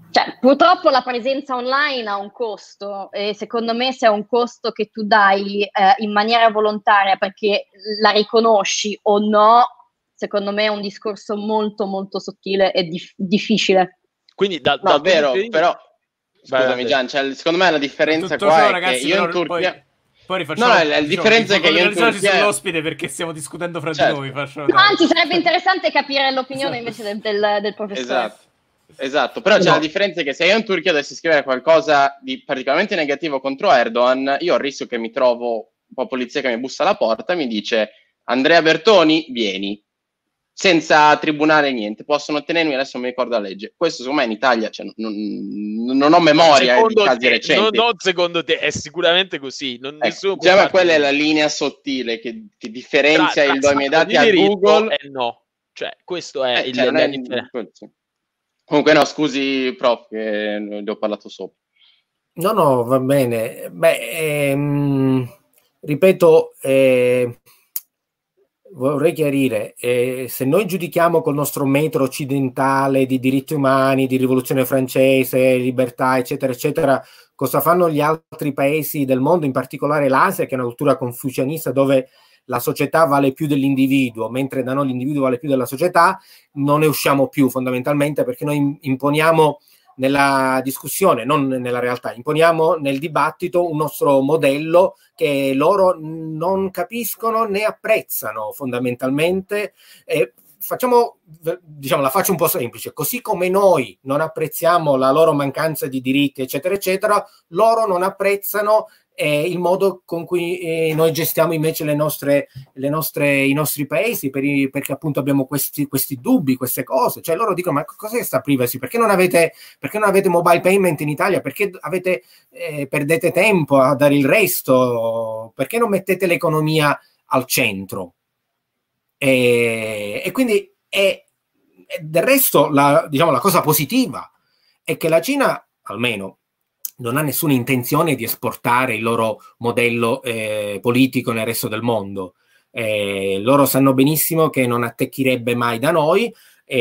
Cioè, purtroppo la presenza online ha un costo e secondo me se è un costo che tu dai eh, in maniera volontaria perché la riconosci o no, secondo me è un discorso molto molto sottile e dif- difficile. Quindi da, no, da vero, però scusami Gian, cioè, secondo me la differenza tutto qua ciò, è ragazzi, che io in Turchia poi, poi rifacciamo, no, no, la diciamo, differenza è che io in Turchia sull'ospite perché stiamo discutendo fra certo. di noi. Faccio... No, anzi sarebbe interessante capire l'opinione invece del, del, del professore. Esatto. Esatto, però no. C'è la differenza che se io in Turchia dovessi scrivere qualcosa di particolarmente negativo contro Erdogan, io ho il rischio che mi trovo un po' polizia che mi bussa alla porta e mi dice Andrea Bertoni, vieni, senza tribunale niente, possono tenermi, adesso non mi ricordo la legge. Questo secondo me in Italia, cioè, non, non ho memoria eh, di casi te, recenti. Non, non secondo te, è sicuramente così. Non, ecco, nessuno diciamo che quella è la linea sottile che, che differenzia tra, il do i miei dati a Google e no, cioè questo è eh, il, cioè, la è... differenza. Comunque no, scusi prof, che ne ho parlato sopra. No, no, va bene. Beh, ehm, ripeto, eh, vorrei chiarire, eh, se noi giudichiamo col nostro metro occidentale di diritti umani, di rivoluzione francese, libertà, eccetera, eccetera, cosa fanno gli altri paesi del mondo, in particolare l'Asia, che è una cultura confucianista dove la società vale più dell'individuo, mentre da noi l'individuo vale più della società, non ne usciamo più fondamentalmente perché noi imponiamo nella discussione, non nella realtà, imponiamo nel dibattito un nostro modello che loro non capiscono né apprezzano fondamentalmente. Eh, facciamo, diciamo, la faccio un po' semplice, così come noi non apprezziamo la loro mancanza di diritti, eccetera, eccetera, loro non apprezzano eh, il modo con cui eh, noi gestiamo invece le nostre, le nostre, i nostri paesi, per i, perché appunto abbiamo questi, questi dubbi, queste cose. Cioè loro dicono, ma cos'è sta privacy? Perché non avete, perché non avete mobile payment in Italia? Perché avete, eh, perdete tempo a dare il resto? Perché non mettete l'economia al centro? E, e quindi è, del resto la, diciamo, la cosa positiva è che la Cina, almeno, non ha nessuna intenzione di esportare il loro modello eh, politico nel resto del mondo. Eh, loro sanno benissimo che non attecchirebbe mai da noi,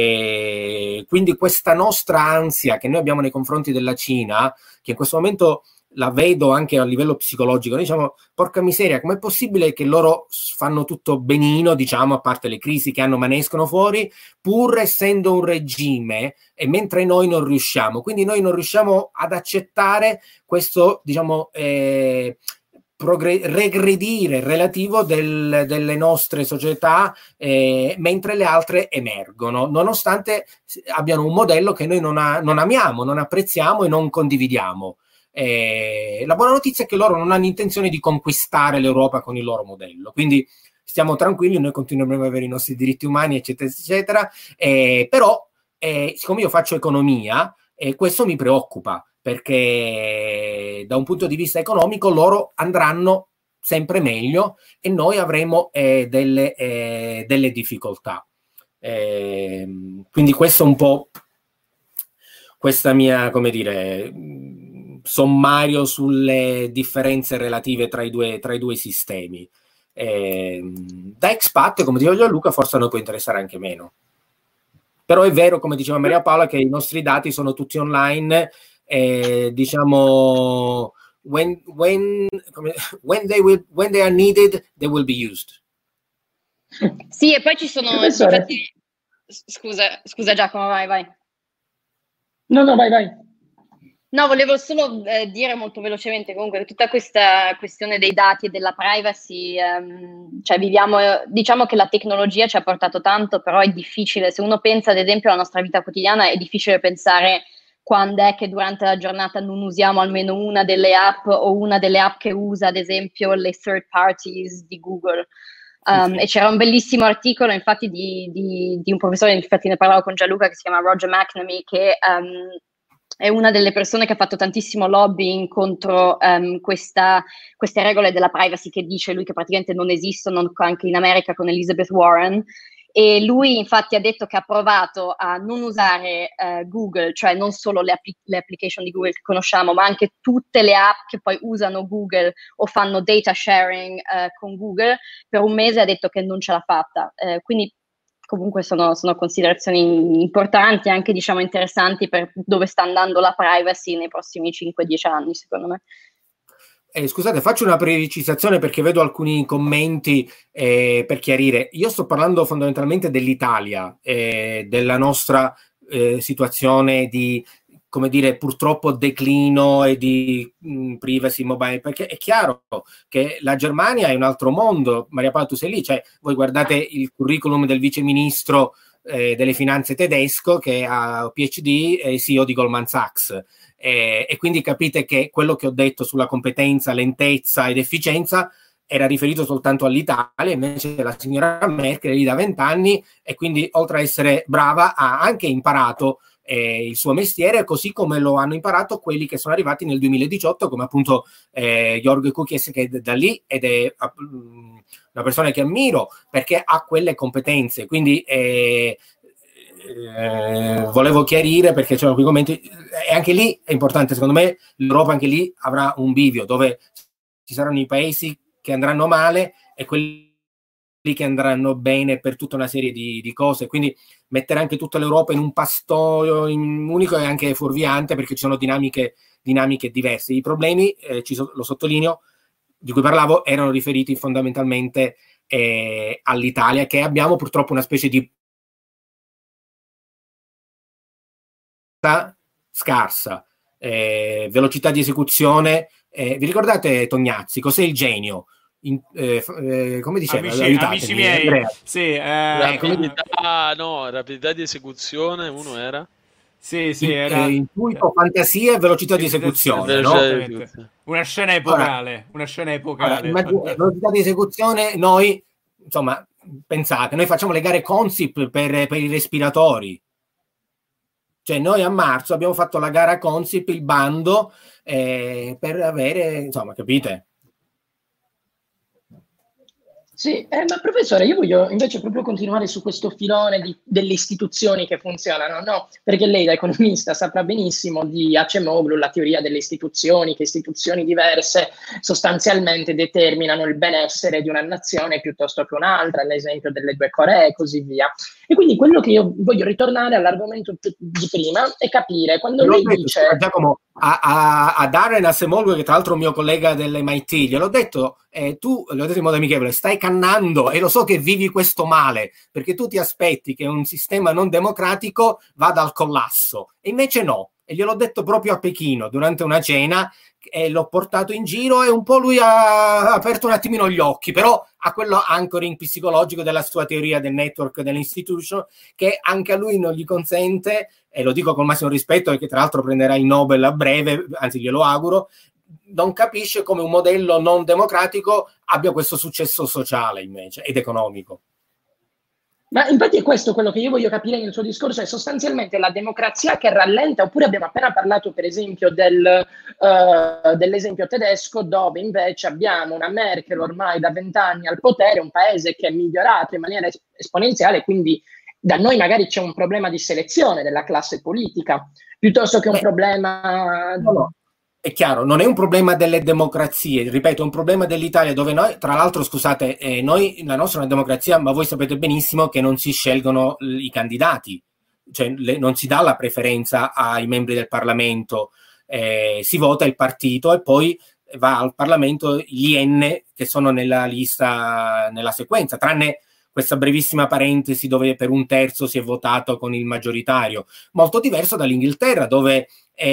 e quindi questa nostra ansia che noi abbiamo nei confronti della Cina, che in questo momento la vedo anche a livello psicologico, noi diciamo, porca miseria, com'è possibile che loro fanno tutto benino, diciamo, a parte le crisi che hanno ma ne escono fuori, pur essendo un regime, e mentre noi non riusciamo, quindi noi non riusciamo ad accettare questo, diciamo, eh, progre- regredire relativo del, delle nostre società, eh, mentre le altre emergono, nonostante abbiano un modello che noi non, ha, non amiamo, non apprezziamo e non condividiamo. Eh, la buona notizia è che loro non hanno intenzione di conquistare l'Europa con il loro modello, quindi stiamo tranquilli, noi continueremo ad avere i nostri diritti umani, eccetera, eccetera, eh, però eh, siccome io faccio economia, eh, questo mi preoccupa, perché da un punto di vista economico loro andranno sempre meglio e noi avremo eh, delle, eh, delle difficoltà. Eh, quindi questo è un po' questa mia, come dire, sommario sulle differenze relative tra i due, tra i due sistemi. Eh, da expat, come diceva Gianluca, forse a noi può interessare anche meno. Però è vero, come diceva Maria Paola, che i nostri dati sono tutti online, eh, diciamo, when, when, when, they will, when they are needed, they will be used. Sì, e poi ci sono... Infatti, scusa, scusa Giacomo, vai, vai. No, no, vai, vai. No, volevo solo eh, dire molto velocemente comunque che tutta questa questione dei dati e della privacy, ehm, cioè viviamo, diciamo che la tecnologia ci ha portato tanto, però è difficile, se uno pensa ad esempio alla nostra vita quotidiana, è difficile pensare quando è che durante la giornata non usiamo almeno una delle app o una delle app che usa ad esempio le third parties di Google. Um, sì. E c'era un bellissimo articolo infatti di, di, di un professore, infatti ne parlavo con Gianluca, che si chiama Roger McNamee, che um, è una delle persone che ha fatto tantissimo lobbying contro um, questa, queste regole della privacy, che dice lui che praticamente non esistono anche in America con Elizabeth Warren. E lui infatti ha detto che ha provato a non usare uh, Google, cioè non solo le, appli- le application di Google che conosciamo, ma anche tutte le app che poi usano Google o fanno data sharing uh, con Google. Per un mese ha detto che non ce l'ha fatta. Uh, quindi comunque sono, sono considerazioni importanti, anche diciamo interessanti per dove sta andando la privacy nei prossimi cinque dieci anni, secondo me. Eh, scusate, faccio una precisazione perché vedo alcuni commenti eh, per chiarire. Io sto parlando fondamentalmente dell'Italia, eh, della nostra eh, situazione di, come dire, purtroppo declino e di mh, privacy mobile, perché è chiaro che la Germania è un altro mondo. Maria Paola, tu sei lì, cioè voi guardate il curriculum del viceministro eh, delle finanze tedesco che ha P H D e C E O di Goldman Sachs. Eh, e quindi capite che quello che ho detto sulla competenza, lentezza ed efficienza era riferito soltanto all'Italia, invece la signora Merkel è lì da vent'anni e quindi oltre a essere brava ha anche imparato eh, il suo mestiere, così come lo hanno imparato quelli che sono arrivati nel duemiladiciotto, come appunto eh, Jörg Kukies, che è da lì ed è uh, una persona che ammiro perché ha quelle competenze. Quindi eh, Eh, volevo chiarire perché c'erano quei commenti e anche lì è importante, secondo me l'Europa anche lì avrà un bivio dove ci saranno i paesi che andranno male e quelli che andranno bene per tutta una serie di, di cose, quindi mettere anche tutta l'Europa in un pastoio in unico è anche fuorviante perché ci sono dinamiche, dinamiche diverse. I problemi, eh, ci so, lo sottolineo, di cui parlavo erano riferiti fondamentalmente eh, all'Italia, che abbiamo purtroppo una specie di scarsa, eh, velocità di esecuzione. Eh, vi ricordate Tognazzi? Cos'è il genio? In, eh, eh, come diceva? Amici, amici miei, sì, eh, rapidità, no, rapidità di esecuzione, uno era? Sì, sì, in, era eh, intuito, fantasia e velocità di esecuzione, no? Una scena epocale, ora, una scena epocale. Ora, velocità di esecuzione, noi, insomma, pensate, noi facciamo le gare Consip per, per i respiratori. Cioè noi a marzo abbiamo fatto la gara Consip, il bando, eh, per avere, insomma, capite? Sì, eh, ma professore, io voglio invece proprio continuare su questo filone di, delle istituzioni che funzionano, no? Perché lei da economista saprà benissimo di Acemoglu, la teoria delle istituzioni, che istituzioni diverse sostanzialmente determinano il benessere di una nazione piuttosto che un'altra, l'esempio delle due Coree e così via. E quindi quello che io voglio ritornare all'argomento di prima è capire, quando lei detto, dice... Giacomo, a, a, a Darren Acemoglu, che tra l'altro è un mio collega dell'M I T, gliel'ho detto, eh, tu, l'ho detto in modo amichevole, stai cannando e lo so che vivi questo male, perché tu ti aspetti che un sistema non democratico vada al collasso, e invece no. E gliel'ho detto proprio a Pechino durante una cena e l'ho portato in giro e un po' lui ha aperto un attimino gli occhi, però a quello anchoring psicologico della sua teoria del network dell'institution, che anche a lui non gli consente, e lo dico con massimo rispetto perché tra l'altro prenderà il Nobel a breve, anzi glielo auguro, non capisce come un modello non democratico abbia questo successo sociale invece ed economico. Ma infatti è questo quello che io voglio capire nel suo discorso, è sostanzialmente la democrazia che rallenta, oppure abbiamo appena parlato per esempio del, uh, dell'esempio tedesco, dove invece abbiamo una Merkel ormai da vent'anni al potere, un paese che è migliorato in maniera es- esponenziale, quindi da noi magari c'è un problema di selezione della classe politica, piuttosto che un Beh, problema... No, no. È chiaro, non è un problema delle democrazie, ripeto, è un problema dell'Italia, dove noi, tra l'altro, scusate, eh, noi, la nostra è una democrazia, ma voi sapete benissimo che non si scelgono i candidati, cioè le, non si dà la preferenza ai membri del Parlamento, eh, si vota il partito e poi va al Parlamento gli N che sono nella lista, nella sequenza, tranne questa brevissima parentesi dove per un terzo si è votato con il maggioritario, molto diverso dall'Inghilterra, dove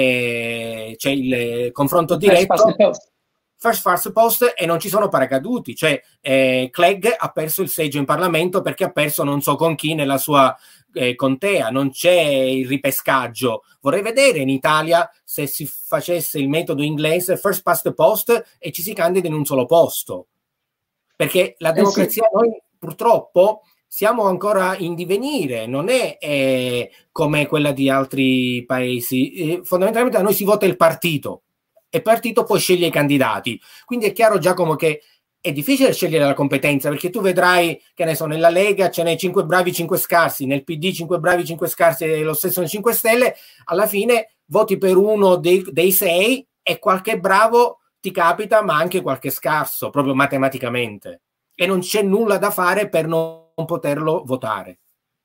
eh, c'è il confronto diretto, first past the post, e non ci sono paracaduti, cioè eh, Clegg ha perso il seggio in Parlamento perché ha perso non so con chi nella sua eh, contea, non c'è il ripescaggio. Vorrei vedere in Italia se si facesse il metodo inglese first past the post e ci si candida in un solo posto, perché la democrazia eh sì. noi purtroppo siamo ancora in divenire, non è eh, come quella di altri paesi. Eh, fondamentalmente da noi si vota il partito e il partito poi sceglie i candidati. Quindi è chiaro, Giacomo, che è difficile scegliere la competenza, perché tu vedrai che ne so, nella Lega ce n'è cinque bravi, cinque scarsi, nel P D cinque bravi, cinque scarsi e lo stesso nei cinque Stelle, alla fine voti per uno dei, dei sei e qualche bravo ti capita, ma anche qualche scarso, proprio matematicamente. E non c'è nulla da fare per non poterlo votare.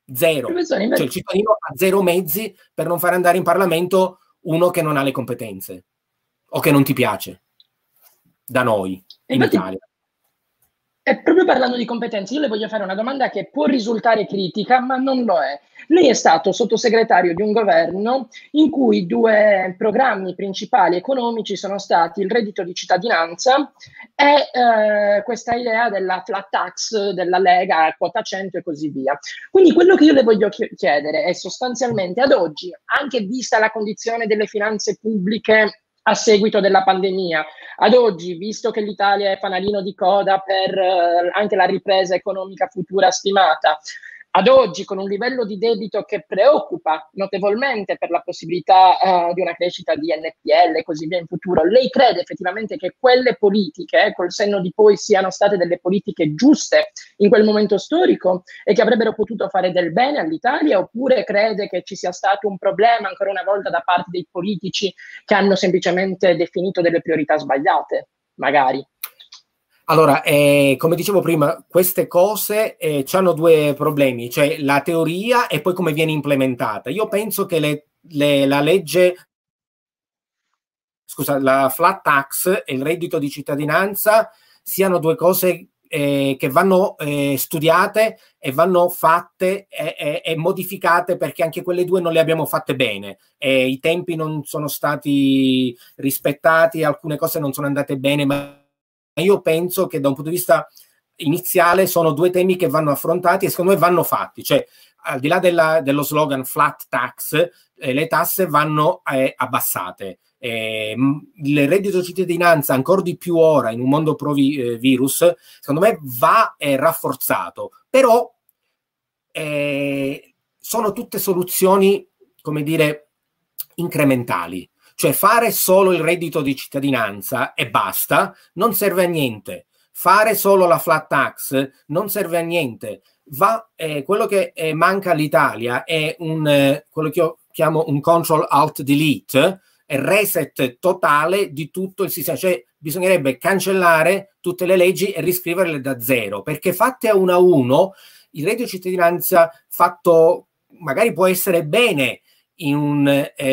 Zero. Cioè il cittadino ha zero mezzi per non far andare in Parlamento uno che non ha le competenze o che non ti piace da noi in Infatti, Italia. E proprio parlando di competenze, io le voglio fare una domanda che può risultare critica, ma non lo è. Lei è stato sottosegretario di un governo in cui due programmi principali economici sono stati il reddito di cittadinanza e eh, questa idea della flat tax della Lega, quota cento e così via. Quindi quello che io le voglio chiedere è sostanzialmente ad oggi, anche vista la condizione delle finanze pubbliche a seguito della pandemia, ad oggi, visto che l'Italia è fanalino di coda per eh, anche la ripresa economica futura stimata, ad oggi con un livello di debito che preoccupa notevolmente per la possibilità uh, di una crescita di N P L e così via in futuro, lei crede effettivamente che quelle politiche, eh, col senno di poi, siano state delle politiche giuste in quel momento storico e che avrebbero potuto fare del bene all'Italia, oppure crede che ci sia stato un problema ancora una volta da parte dei politici che hanno semplicemente definito delle priorità sbagliate, magari? Allora, eh, come dicevo prima, queste cose eh, hanno due problemi, cioè la teoria e poi come viene implementata. Io penso che le, le, la legge, scusa, la flat tax e il reddito di cittadinanza siano due cose eh, che vanno eh, studiate e vanno fatte e, e, e modificate, perché anche quelle due non le abbiamo fatte bene. Eh, I tempi non sono stati rispettati, alcune cose non sono andate bene, ma io penso che da un punto di vista iniziale sono due temi che vanno affrontati e secondo me vanno fatti, cioè al di là della, dello slogan flat tax, eh, le tasse vanno eh, abbassate. Eh, il reddito di cittadinanza, ancora di più ora in un mondo pro vi, eh, virus, secondo me va eh, rafforzato, però eh, sono tutte soluzioni, come dire, incrementali. Cioè fare solo il reddito di cittadinanza e basta non serve a niente. Fare solo la flat tax non serve a niente. Va, eh, quello che eh, manca all'Italia è un, eh, quello che io chiamo un control alt delete, è reset totale di tutto il sistema. Cioè bisognerebbe cancellare tutte le leggi e riscriverle da zero, perché fatte a uno a uno il reddito di cittadinanza fatto magari può essere bene in un,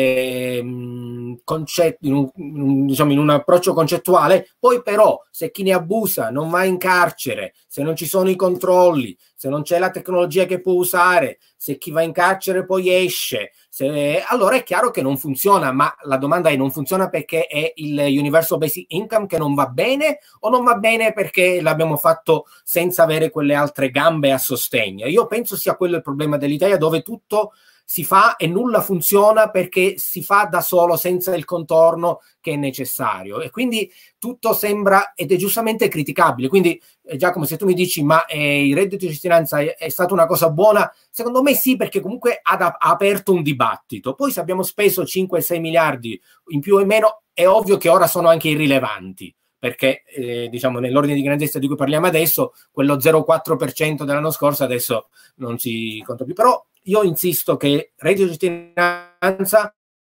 eh, concetto, in un, in un, diciamo, in un approccio concettuale, poi però se chi ne abusa non va in carcere, se non ci sono i controlli, se non c'è la tecnologia che può usare, se chi va in carcere poi esce, se, allora è chiaro che non funziona. Ma la domanda è: non funziona perché è il Universal Basic Income che non va bene, o non va bene perché l'abbiamo fatto senza avere quelle altre gambe a sostegno? Io penso sia quello il problema dell'Italia, dove tutto si fa e nulla funziona perché si fa da solo senza il contorno che è necessario, e quindi tutto sembra, ed è giustamente criticabile. Quindi eh, Giacomo, se tu mi dici ma eh, il reddito di cittadinanza è, è stata una cosa buona, secondo me sì, perché comunque ha, da, ha aperto un dibattito. Poi se abbiamo speso cinque sei miliardi in più o in meno, è ovvio che ora sono anche irrilevanti, perché eh, diciamo nell'ordine di grandezza di cui parliamo adesso, quello zero virgola quattro per cento dell'anno scorso adesso non si conta più. Però io insisto che reddito di cittadinanza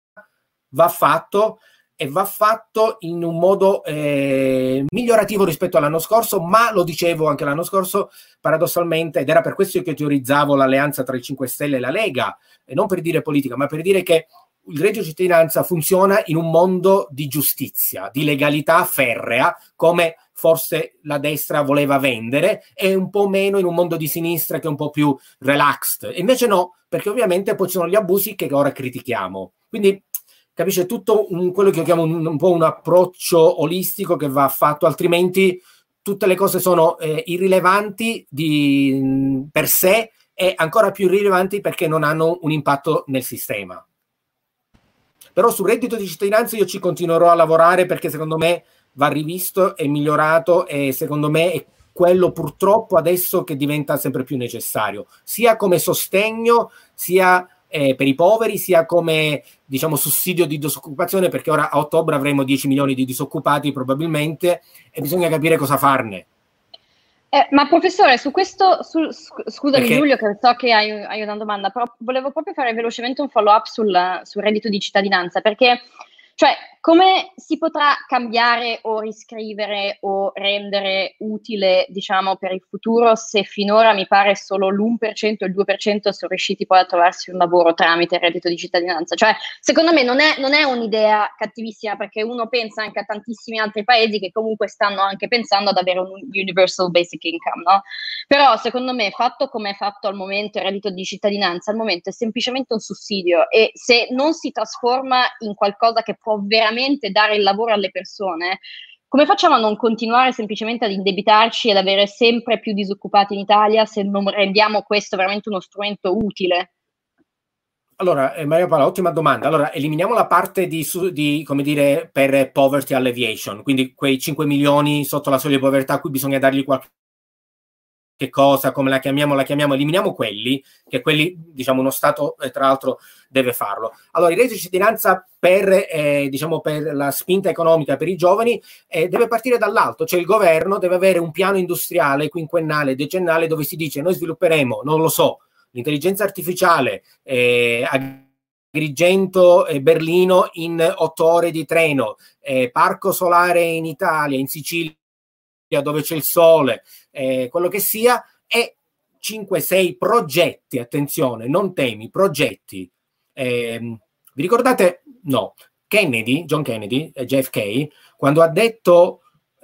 va fatto, e va fatto in un modo eh, migliorativo rispetto all'anno scorso, ma lo dicevo anche l'anno scorso, paradossalmente, ed era per questo che teorizzavo l'alleanza tra i cinque Stelle e la Lega, e non per dire politica, ma per dire che il reddito di cittadinanza funziona in un mondo di giustizia, di legalità ferrea, come forse la destra voleva vendere, e un po' meno in un mondo di sinistra che è un po' più relaxed. E invece no, perché ovviamente poi ci sono gli abusi che ora critichiamo. Quindi capisce, tutto un, quello che io chiamo un, un po' un approccio olistico che va fatto, altrimenti tutte le cose sono eh, irrilevanti di, per sé, e ancora più irrilevanti perché non hanno un impatto nel sistema. Però sul reddito di cittadinanza io ci continuerò a lavorare, perché secondo me va rivisto e migliorato, e secondo me è quello purtroppo adesso che diventa sempre più necessario, sia come sostegno, sia eh, per i poveri, sia come, diciamo, sussidio di disoccupazione, perché ora a ottobre avremo dieci milioni di disoccupati probabilmente, e bisogna capire cosa farne. Eh, ma professore, su questo, su, scusami Perché? Giulio, che so che hai, hai una domanda, però volevo proprio fare velocemente un follow up sul, sul reddito di cittadinanza, perché cioè come si potrà cambiare o riscrivere o rendere utile, diciamo, per il futuro, se finora mi pare solo l'uno per cento e il due per cento sono riusciti poi a trovarsi un lavoro tramite il reddito di cittadinanza? Cioè, secondo me non è, non è un'idea cattivissima, perché uno pensa anche a tantissimi altri paesi che comunque stanno anche pensando ad avere un universal basic income, no? Però secondo me, fatto come è fatto al momento il reddito di cittadinanza, al momento è semplicemente un sussidio, e se non si trasforma in qualcosa che può veramente dare il lavoro alle persone, come facciamo a non continuare semplicemente ad indebitarci ed avere sempre più disoccupati in Italia se non rendiamo questo veramente uno strumento utile? Allora, eh, Maria Paola, ottima domanda. Allora, eliminiamo la parte di, di, come dire, per poverty alleviation, quindi quei cinque milioni sotto la soglia di povertà a cui bisogna dargli qualche che cosa, come la chiamiamo, la chiamiamo, eliminiamo quelli, che quelli, diciamo, uno Stato, eh, tra l'altro, deve farlo. Allora, il reddito di cittadinanza per, eh, diciamo, per la spinta economica per i giovani eh, deve partire dall'alto, cioè il governo deve avere un piano industriale quinquennale, decennale, dove si dice noi svilupperemo, non lo so, l'intelligenza artificiale, eh, Agrigento e Berlino in otto ore di treno, eh, parco solare in Italia, in Sicilia, dove c'è il sole, eh, quello che sia, e cinque sei progetti, attenzione, non temi, progetti. Eh, vi ricordate? No. Kennedy, John Kennedy, eh, J F K, quando ha detto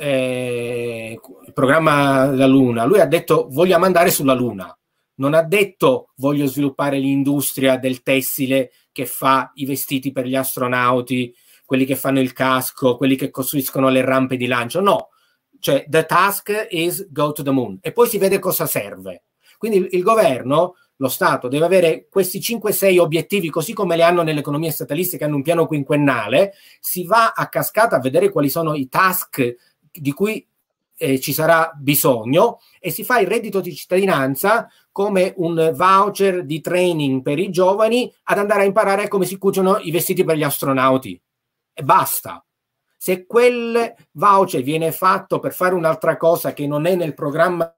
eh, il programma della Luna, lui ha detto vogliamo andare sulla Luna. Non ha detto voglio sviluppare l'industria del tessile che fa i vestiti per gli astronauti, quelli che fanno il casco, quelli che costruiscono le rampe di lancio. No. Cioè, the task is go to the moon. E poi si vede cosa serve. Quindi il, il governo, lo Stato, deve avere questi cinque sei obiettivi, così come li hanno nelle economie stataliste, che hanno un piano quinquennale, si va a cascata a vedere quali sono i task di cui eh, ci sarà bisogno, e si fa il reddito di cittadinanza come un voucher di training per i giovani ad andare a imparare come si cuciono i vestiti per gli astronauti. E basta. Se quel voucher viene fatto per fare un'altra cosa che non è nel programma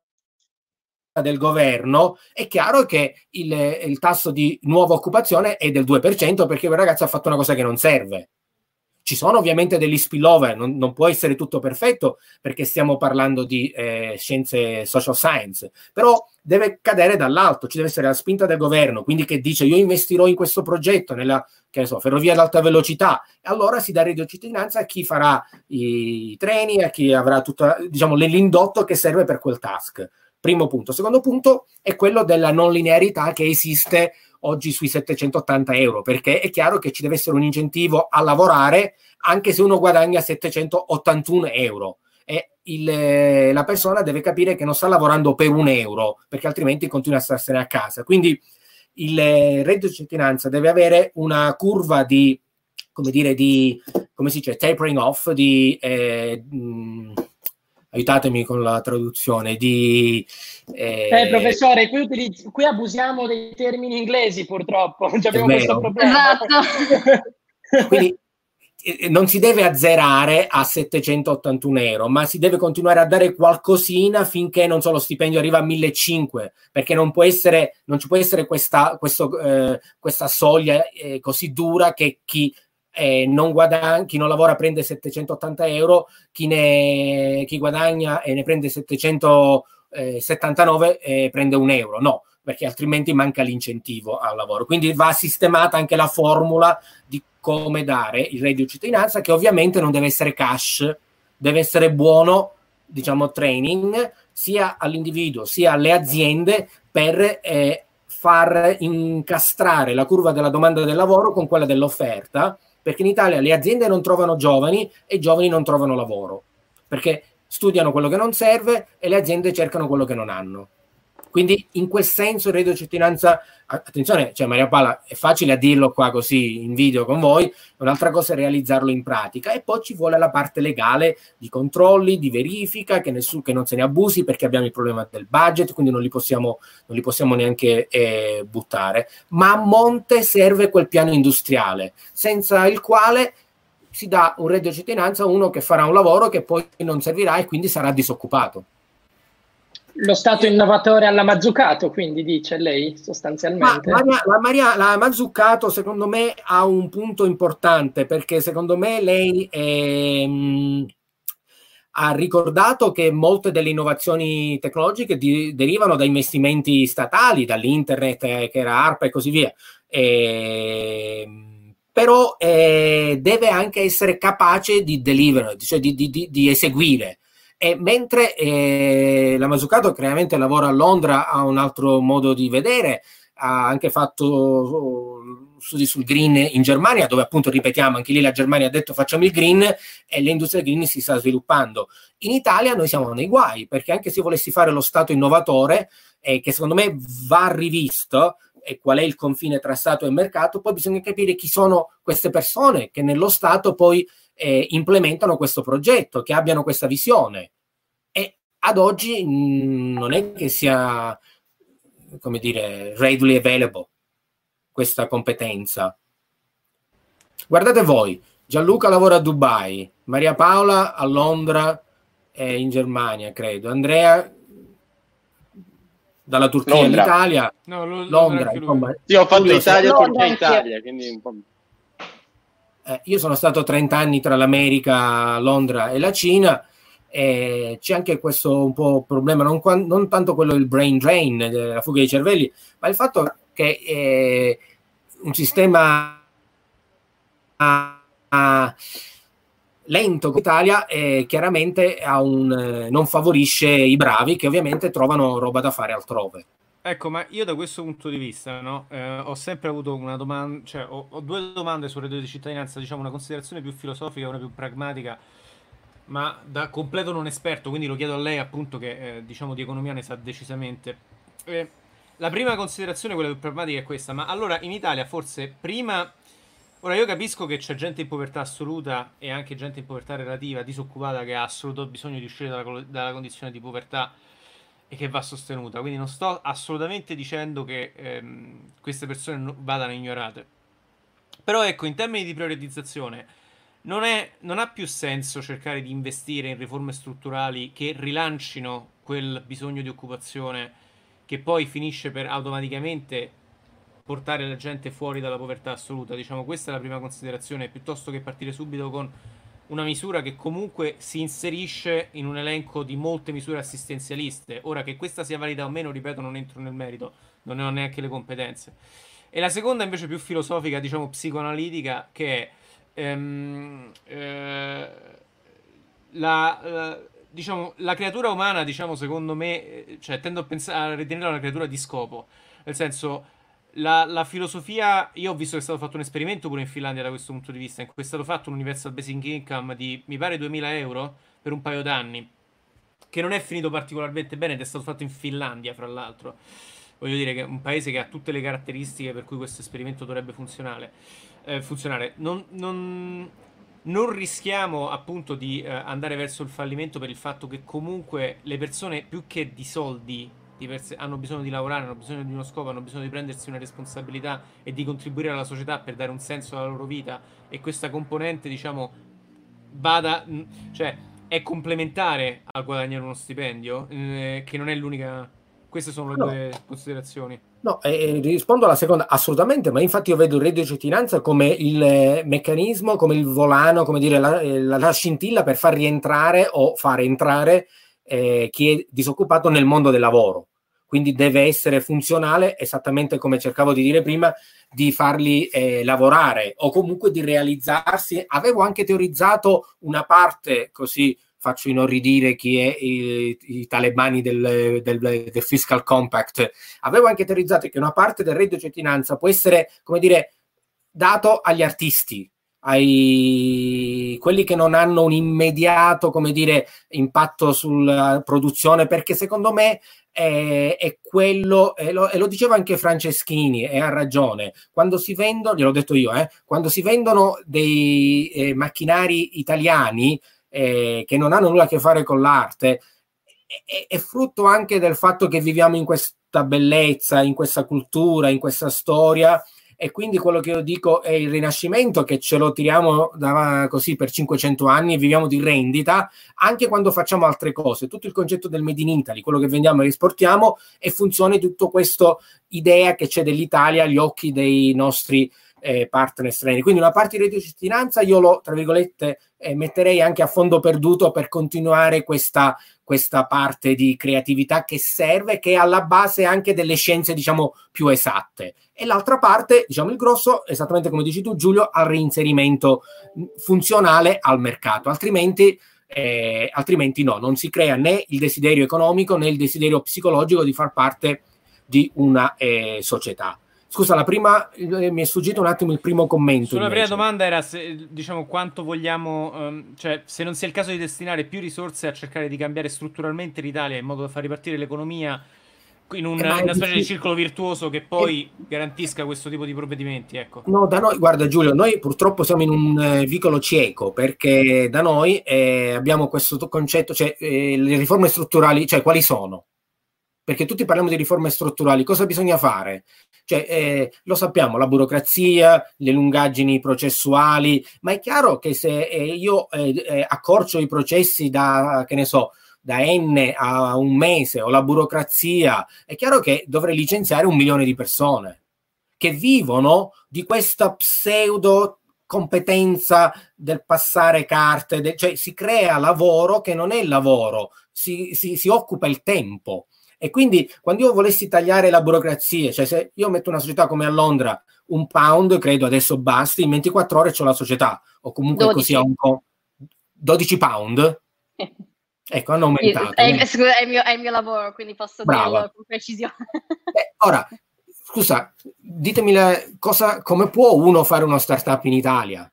del governo, è chiaro che il, il tasso di nuova occupazione è del due per cento, perché quel ragazzo ha fatto una cosa che non serve. Ci sono ovviamente degli spillover, non, non può essere tutto perfetto perché stiamo parlando di eh, scienze social science, però deve cadere dall'alto, ci deve essere la spinta del governo, quindi che dice io investirò in questo progetto, nella che ne so, ferrovia ad alta velocità, e allora si dà reddito di cittadinanza a chi farà i treni, a chi avrà tutta, diciamo, l'indotto che serve per quel task. Primo punto. Secondo punto è quello della non linearità che esiste oggi sui settecentottanta euro, perché è chiaro che ci deve essere un incentivo a lavorare anche se uno guadagna settecentottantuno euro, e il, la persona deve capire che non sta lavorando per un euro, perché altrimenti continua a starsene a casa. Quindi il reddito di cittadinanza deve avere una curva di, come dire, di, come si dice, tapering off, di eh, mh, aiutatemi con la traduzione, di... Eh, eh professore, qui, utilizz- qui abusiamo dei termini inglesi, purtroppo, non abbiamo questo problema. Esatto. Quindi eh, non si deve azzerare a settecentottantuno euro, ma si deve continuare a dare qualcosina finché, non so, lo stipendio arriva a millecinquecento, perché non può essere, non ci può essere questa, questo, eh, questa soglia eh, così dura che chi... Eh, non guadagna, chi non lavora prende settecentottanta euro, chi, ne, chi guadagna e ne prende settecentosettantanove eh, prende un euro. No, perché altrimenti manca l'incentivo al lavoro. Quindi va sistemata anche la formula di come dare il reddito di cittadinanza, che ovviamente non deve essere cash, deve essere buono, diciamo, training sia all'individuo sia alle aziende per eh, far incastrare la curva della domanda del lavoro con quella dell'offerta, perché in Italia le aziende non trovano giovani e i giovani non trovano lavoro, perché studiano quello che non serve e le aziende cercano quello che non hanno. Quindi in quel senso il reddito di cittadinanza, attenzione, cioè Maria Paola, è facile a dirlo qua così in video con voi, un'altra cosa è realizzarlo in pratica, e poi ci vuole la parte legale di controlli, di verifica, che, nessuno, che non se ne abusi, perché abbiamo il problema del budget, quindi non li possiamo, non li possiamo neanche eh, buttare. Ma a monte serve quel piano industriale, senza il quale si dà un reddito di cittadinanza a uno che farà un lavoro che poi non servirà e quindi sarà disoccupato. Lo Stato innovatore alla Mazzucato, quindi dice lei sostanzialmente. Ma Maria, la, Maria, la Mazzucato secondo me ha un punto importante, perché secondo me lei ehm, ha ricordato che molte delle innovazioni tecnologiche di, derivano da investimenti statali, dall'internet eh, che era ARPA e così via. E, però eh, deve anche essere capace di deliver, cioè di, di, di, di eseguire. E mentre eh, la Mazzucato chiaramente lavora a Londra, ha un altro modo di vedere, ha anche fatto studi sul green in Germania, dove appunto ripetiamo, anche lì la Germania ha detto facciamo il green e l'industria green si sta sviluppando. In Italia noi siamo nei guai, perché anche se volessi fare lo Stato innovatore, eh, che secondo me va rivisto, e qual è il confine tra Stato e mercato, poi bisogna capire chi sono queste persone che nello Stato poi eh, implementano questo progetto, che abbiano questa visione. E ad oggi mh, non è che sia, come dire, readily available questa competenza. Guardate voi, Gianluca lavora a Dubai, Maria Paola a Londra e in Germania, credo. Andrea dalla Turchia Londra. all'Italia, No, lo, Londra. Insomma, sì, ho fatto io Italia, sono... Turchia, Italia, quindi un po'... eh, io sono stato trenta anni tra l'America, Londra e la Cina. E c'è anche questo un po' problema, non, non tanto quello del brain drain, della fuga dei cervelli, ma il fatto che eh, un sistema uh, lento come l'Italia eh, chiaramente ha un, eh, non favorisce i bravi, che ovviamente trovano roba da fare altrove. Ecco, ma io da questo punto di vista, no, eh, ho sempre avuto una domanda, cioè ho, ho due domande sul reddito di cittadinanza, diciamo una considerazione più filosofica e una più pragmatica, ma da completo non esperto, quindi lo chiedo a lei appunto che eh, diciamo di economia ne sa decisamente. Eh, la prima considerazione, quella più pragmatica, è questa, ma allora in Italia forse prima... Ora io capisco che c'è gente in povertà assoluta e anche gente in povertà relativa, disoccupata, che ha assoluto bisogno di uscire dalla, dalla condizione di povertà e che va sostenuta, quindi non sto assolutamente dicendo che ehm, queste persone no, vadano ignorate. Però ecco, in termini di prioritizzazione non, è, non ha più senso cercare di investire in riforme strutturali che rilancino quel bisogno di occupazione che poi finisce per automaticamente portare la gente fuori dalla povertà assoluta. Diciamo, questa è la prima considerazione, piuttosto che partire subito con una misura che comunque si inserisce in un elenco di molte misure assistenzialiste. Ora, che questa sia valida o meno, ripeto, non entro nel merito, non ne ho neanche le competenze. E la seconda invece più filosofica, diciamo psicoanalitica, che è ehm, eh, la, la, diciamo, la creatura umana, diciamo, secondo me, cioè tendo a pensare, a ritenerla una creatura di scopo, nel senso... La, la filosofia, io ho visto che è stato fatto un esperimento pure in Finlandia da questo punto di vista, in cui è stato fatto un universal basic income di, mi pare, duemila euro per un paio d'anni, che non è finito particolarmente bene ed è stato fatto in Finlandia, fra l'altro. Voglio dire che è un paese che ha tutte le caratteristiche per cui questo esperimento dovrebbe funzionare. Eh, funzionare. Non, non, non rischiamo appunto di eh, andare verso il fallimento per il fatto che comunque le persone, più che di soldi, hanno bisogno di lavorare, hanno bisogno di uno scopo, hanno bisogno di prendersi una responsabilità e di contribuire alla società per dare un senso alla loro vita, e questa componente, diciamo, vada, cioè è complementare al guadagnare uno stipendio, eh, che non è l'unica. Queste sono le no. due considerazioni. No, eh, rispondo alla seconda, assolutamente, ma infatti io vedo il reddito di cittadinanza come il eh, meccanismo, come il volano, come dire, la, la, la scintilla per far rientrare o far entrare eh, chi è disoccupato nel mondo del lavoro. Quindi deve essere funzionale, esattamente come cercavo di dire prima, di farli eh, lavorare o comunque di realizzarsi. Avevo anche teorizzato una parte, così faccio inorridire chi è i, i talebani del, del, del Fiscal Compact, avevo anche teorizzato che una parte del reddito di cittadinanza può essere, come dire, dato agli artisti, ai quelli che non hanno un immediato, come dire, impatto sulla produzione, perché secondo me è, è quello, e lo, e lo diceva anche Franceschini e ha ragione, quando si vendono, gliel'ho detto io, eh, quando si vendono dei eh, macchinari italiani eh, che non hanno nulla a che fare con l'arte, è, è frutto anche del fatto che viviamo in questa bellezza, in questa cultura, in questa storia, e quindi quello che io dico è il rinascimento, che ce lo tiriamo da, così per cinquecento anni, viviamo di rendita anche quando facciamo altre cose. Tutto il concetto del Made in Italy, quello che vendiamo e esportiamo, è funzione di tutto questo idea che c'è dell'Italia agli occhi dei nostri eh, partner stranieri. Quindi una parte di reddito di cittadinanza io lo, tra virgolette, eh, metterei anche a fondo perduto per continuare questa, questa parte di creatività che serve, che è alla base anche delle scienze, diciamo, più esatte. E l'altra parte, diciamo il grosso, esattamente come dici tu Giulio, al reinserimento funzionale al mercato, altrimenti, eh, altrimenti no, non si crea né il desiderio economico né il desiderio psicologico di far parte di una eh, società. Scusa, la prima eh, mi è sfuggito un attimo il primo commento. Sulla invece. prima domanda era se, diciamo, quanto vogliamo, um, cioè se non sia il caso di destinare più risorse a cercare di cambiare strutturalmente l'Italia in modo da far ripartire l'economia in un, eh, una specie di circolo virtuoso che poi eh, garantisca questo tipo di provvedimenti, ecco. No, da noi, guarda Giulio, noi purtroppo siamo in un eh, vicolo cieco, perché da noi eh, abbiamo questo concetto, cioè eh, le riforme strutturali, cioè quali sono? Perché tutti parliamo di riforme strutturali, cosa bisogna fare? Cioè, eh, lo sappiamo, la burocrazia, le lungaggini processuali, ma è chiaro che se eh, io eh, eh, accorcio i processi da, che ne so, da N a un mese, o la burocrazia, è chiaro che dovrei licenziare un milione di persone che vivono di questa pseudo competenza del passare carte, de- cioè si crea lavoro che non è lavoro, si, si, si occupa il tempo. E quindi quando io volessi tagliare la burocrazia, cioè se io metto una società come a Londra, un pound credo adesso basti, in ventiquattro ore c'ho la società, o comunque dodici. così a un po' dodici pound. Ecco, hanno aumentato. È, è, scusa, è, il mio, è il mio lavoro, quindi posso Brava. dirlo con precisione. Eh, ora, scusa, ditemi la, cosa, come può uno fare uno startup in Italia?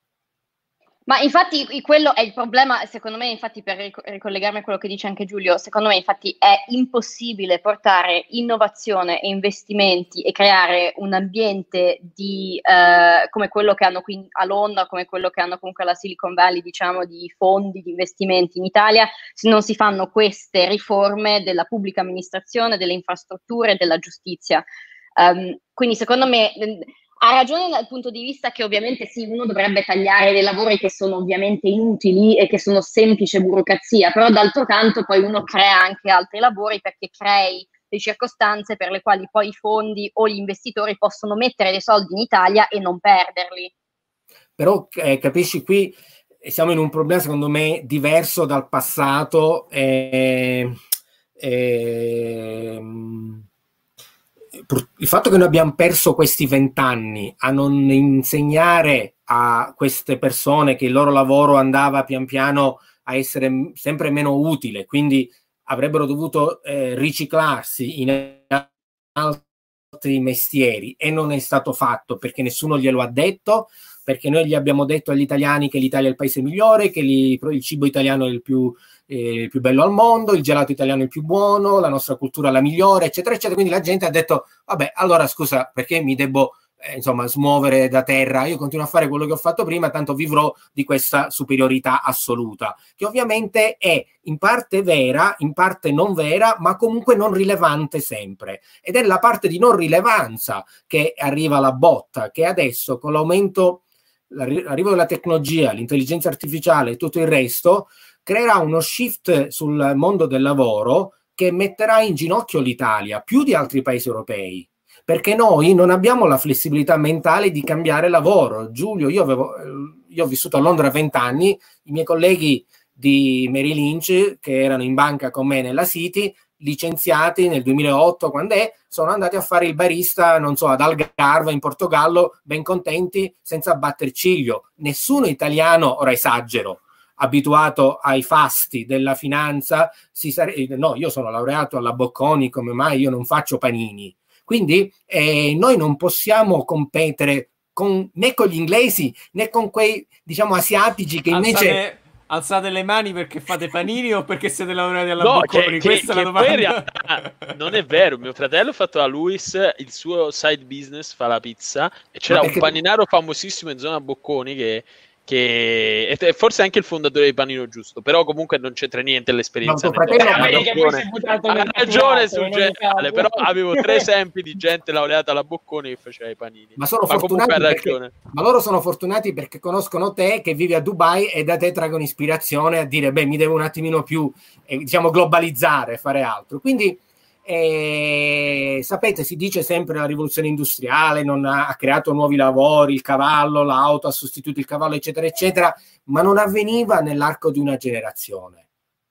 Ma infatti quello è il problema, secondo me, infatti per ricollegarmi a quello che dice anche Giulio, secondo me infatti è impossibile portare innovazione e investimenti e creare un ambiente di eh, come quello che hanno qui a Londra, come quello che hanno comunque alla Silicon Valley, diciamo, di fondi di investimenti in Italia, se non si fanno queste riforme della pubblica amministrazione, delle infrastrutture, della giustizia. Um, quindi secondo me ha ragione dal punto di vista che ovviamente sì, uno dovrebbe tagliare dei lavori che sono ovviamente inutili e che sono semplice burocrazia, però d'altro canto poi uno crea anche altri lavori perché crei le circostanze per le quali poi i fondi o gli investitori possono mettere dei soldi in Italia e non perderli. Però eh, capisci, qui siamo in un problema secondo me diverso dal passato. Eh, eh, il fatto che noi abbiamo perso questi vent'anni a non insegnare a queste persone che il loro lavoro andava pian piano a essere sempre meno utile, quindi avrebbero dovuto eh, riciclarsi in altri mestieri, e non è stato fatto perché nessuno glielo ha detto, perché noi gli abbiamo detto agli italiani che l'Italia è il paese migliore, che li, il cibo italiano è il più, eh, il più bello al mondo, il gelato italiano è il più buono, la nostra cultura è la migliore, eccetera, eccetera. Quindi la gente ha detto, vabbè, allora scusa, perché mi devo eh, insomma smuovere da terra? Io continuo a fare quello che ho fatto prima, tanto vivrò di questa superiorità assoluta, che ovviamente è in parte vera, in parte non vera, ma comunque non rilevante sempre. Ed è la parte di non rilevanza che arriva la botta, che adesso con l'aumento, l'arrivo della tecnologia, l'intelligenza artificiale e tutto il resto, creerà uno shift sul mondo del lavoro che metterà in ginocchio l'Italia più di altri paesi europei, perché noi non abbiamo la flessibilità mentale di cambiare lavoro. Giulio, io, avevo, io ho vissuto a Londra vent'anni, i miei colleghi di Merrill Lynch che erano in banca con me nella City, licenziati nel duemilaotto, quando è, sono andati a fare il barista, non so, ad Algarve in Portogallo, ben contenti, senza batter ciglio. Nessuno italiano, ora esagero, abituato ai fasti della finanza, si sare... no, io sono laureato alla Bocconi, come mai io non faccio panini? Quindi eh, noi non possiamo competere con, né con gli inglesi né con quei, diciamo, asiatici che invece... Alzate... Alzate le mani perché fate panini o perché siete laureati alla no, Bocconi? Che, Questa che, è la domanda. in realtà non è vero. Mio fratello ha fatto a Luis il suo side business, fa la pizza, e c'era perché... un paninaro famosissimo in zona Bocconi che, che è forse anche il fondatore di Panino Giusto, però comunque non c'entra niente l'esperienza. No, fratello, ha ragione, ragione su generale, però avevo tre esempi di gente laureata alla Bocconi che faceva i panini. Ma sono ma fortunati comunque ha perché, ragione. ma loro sono fortunati perché conoscono te che vivi a Dubai e da te traggono ispirazione a dire beh mi devo un attimino più eh, diciamo globalizzare, fare altro. Quindi eh, sapete, si dice sempre la rivoluzione industriale non ha, ha creato nuovi lavori, il cavallo, l'auto ha sostituito il cavallo eccetera eccetera, ma non avveniva nell'arco di una generazione.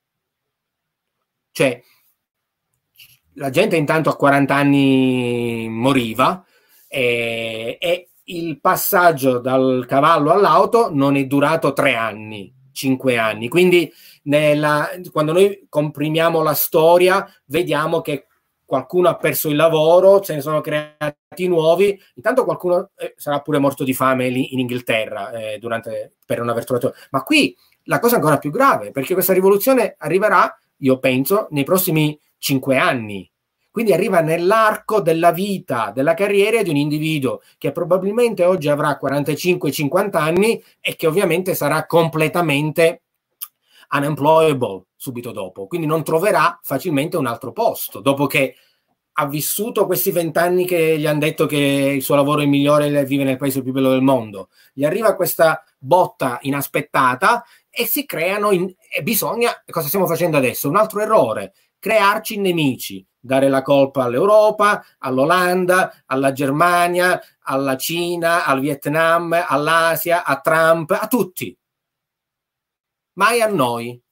Cioè la gente intanto a quaranta anni moriva e, e il passaggio dal cavallo all'auto non è durato tre anni, cinque anni. Quindi nella, quando noi comprimiamo la storia vediamo che qualcuno ha perso il lavoro, se ne sono creati nuovi, intanto qualcuno eh, sarà pure morto di fame lì in Inghilterra eh, durante, per non aver trovato. Ma qui la cosa è ancora più grave, perché questa rivoluzione arriverà, io penso, nei prossimi cinque anni. Quindi arriva nell'arco della vita, della carriera di un individuo che probabilmente oggi avrà quarantacinque cinquanta anni e che ovviamente sarà completamente unemployable subito dopo. Quindi non troverà facilmente un altro posto, dopo che ha vissuto questi vent'anni che gli hanno detto che il suo lavoro è migliore e vive nel paese più bello del mondo. Gli arriva questa botta inaspettata e si creano, in, e bisogna, cosa stiamo facendo adesso? Un altro errore, crearci nemici, dare la colpa all'Europa, all'Olanda, alla Germania, alla Cina, al Vietnam, all'Asia, a Trump, a tutti. Mai a noi.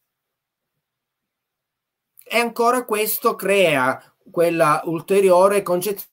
E ancora questo crea quella ulteriore concezione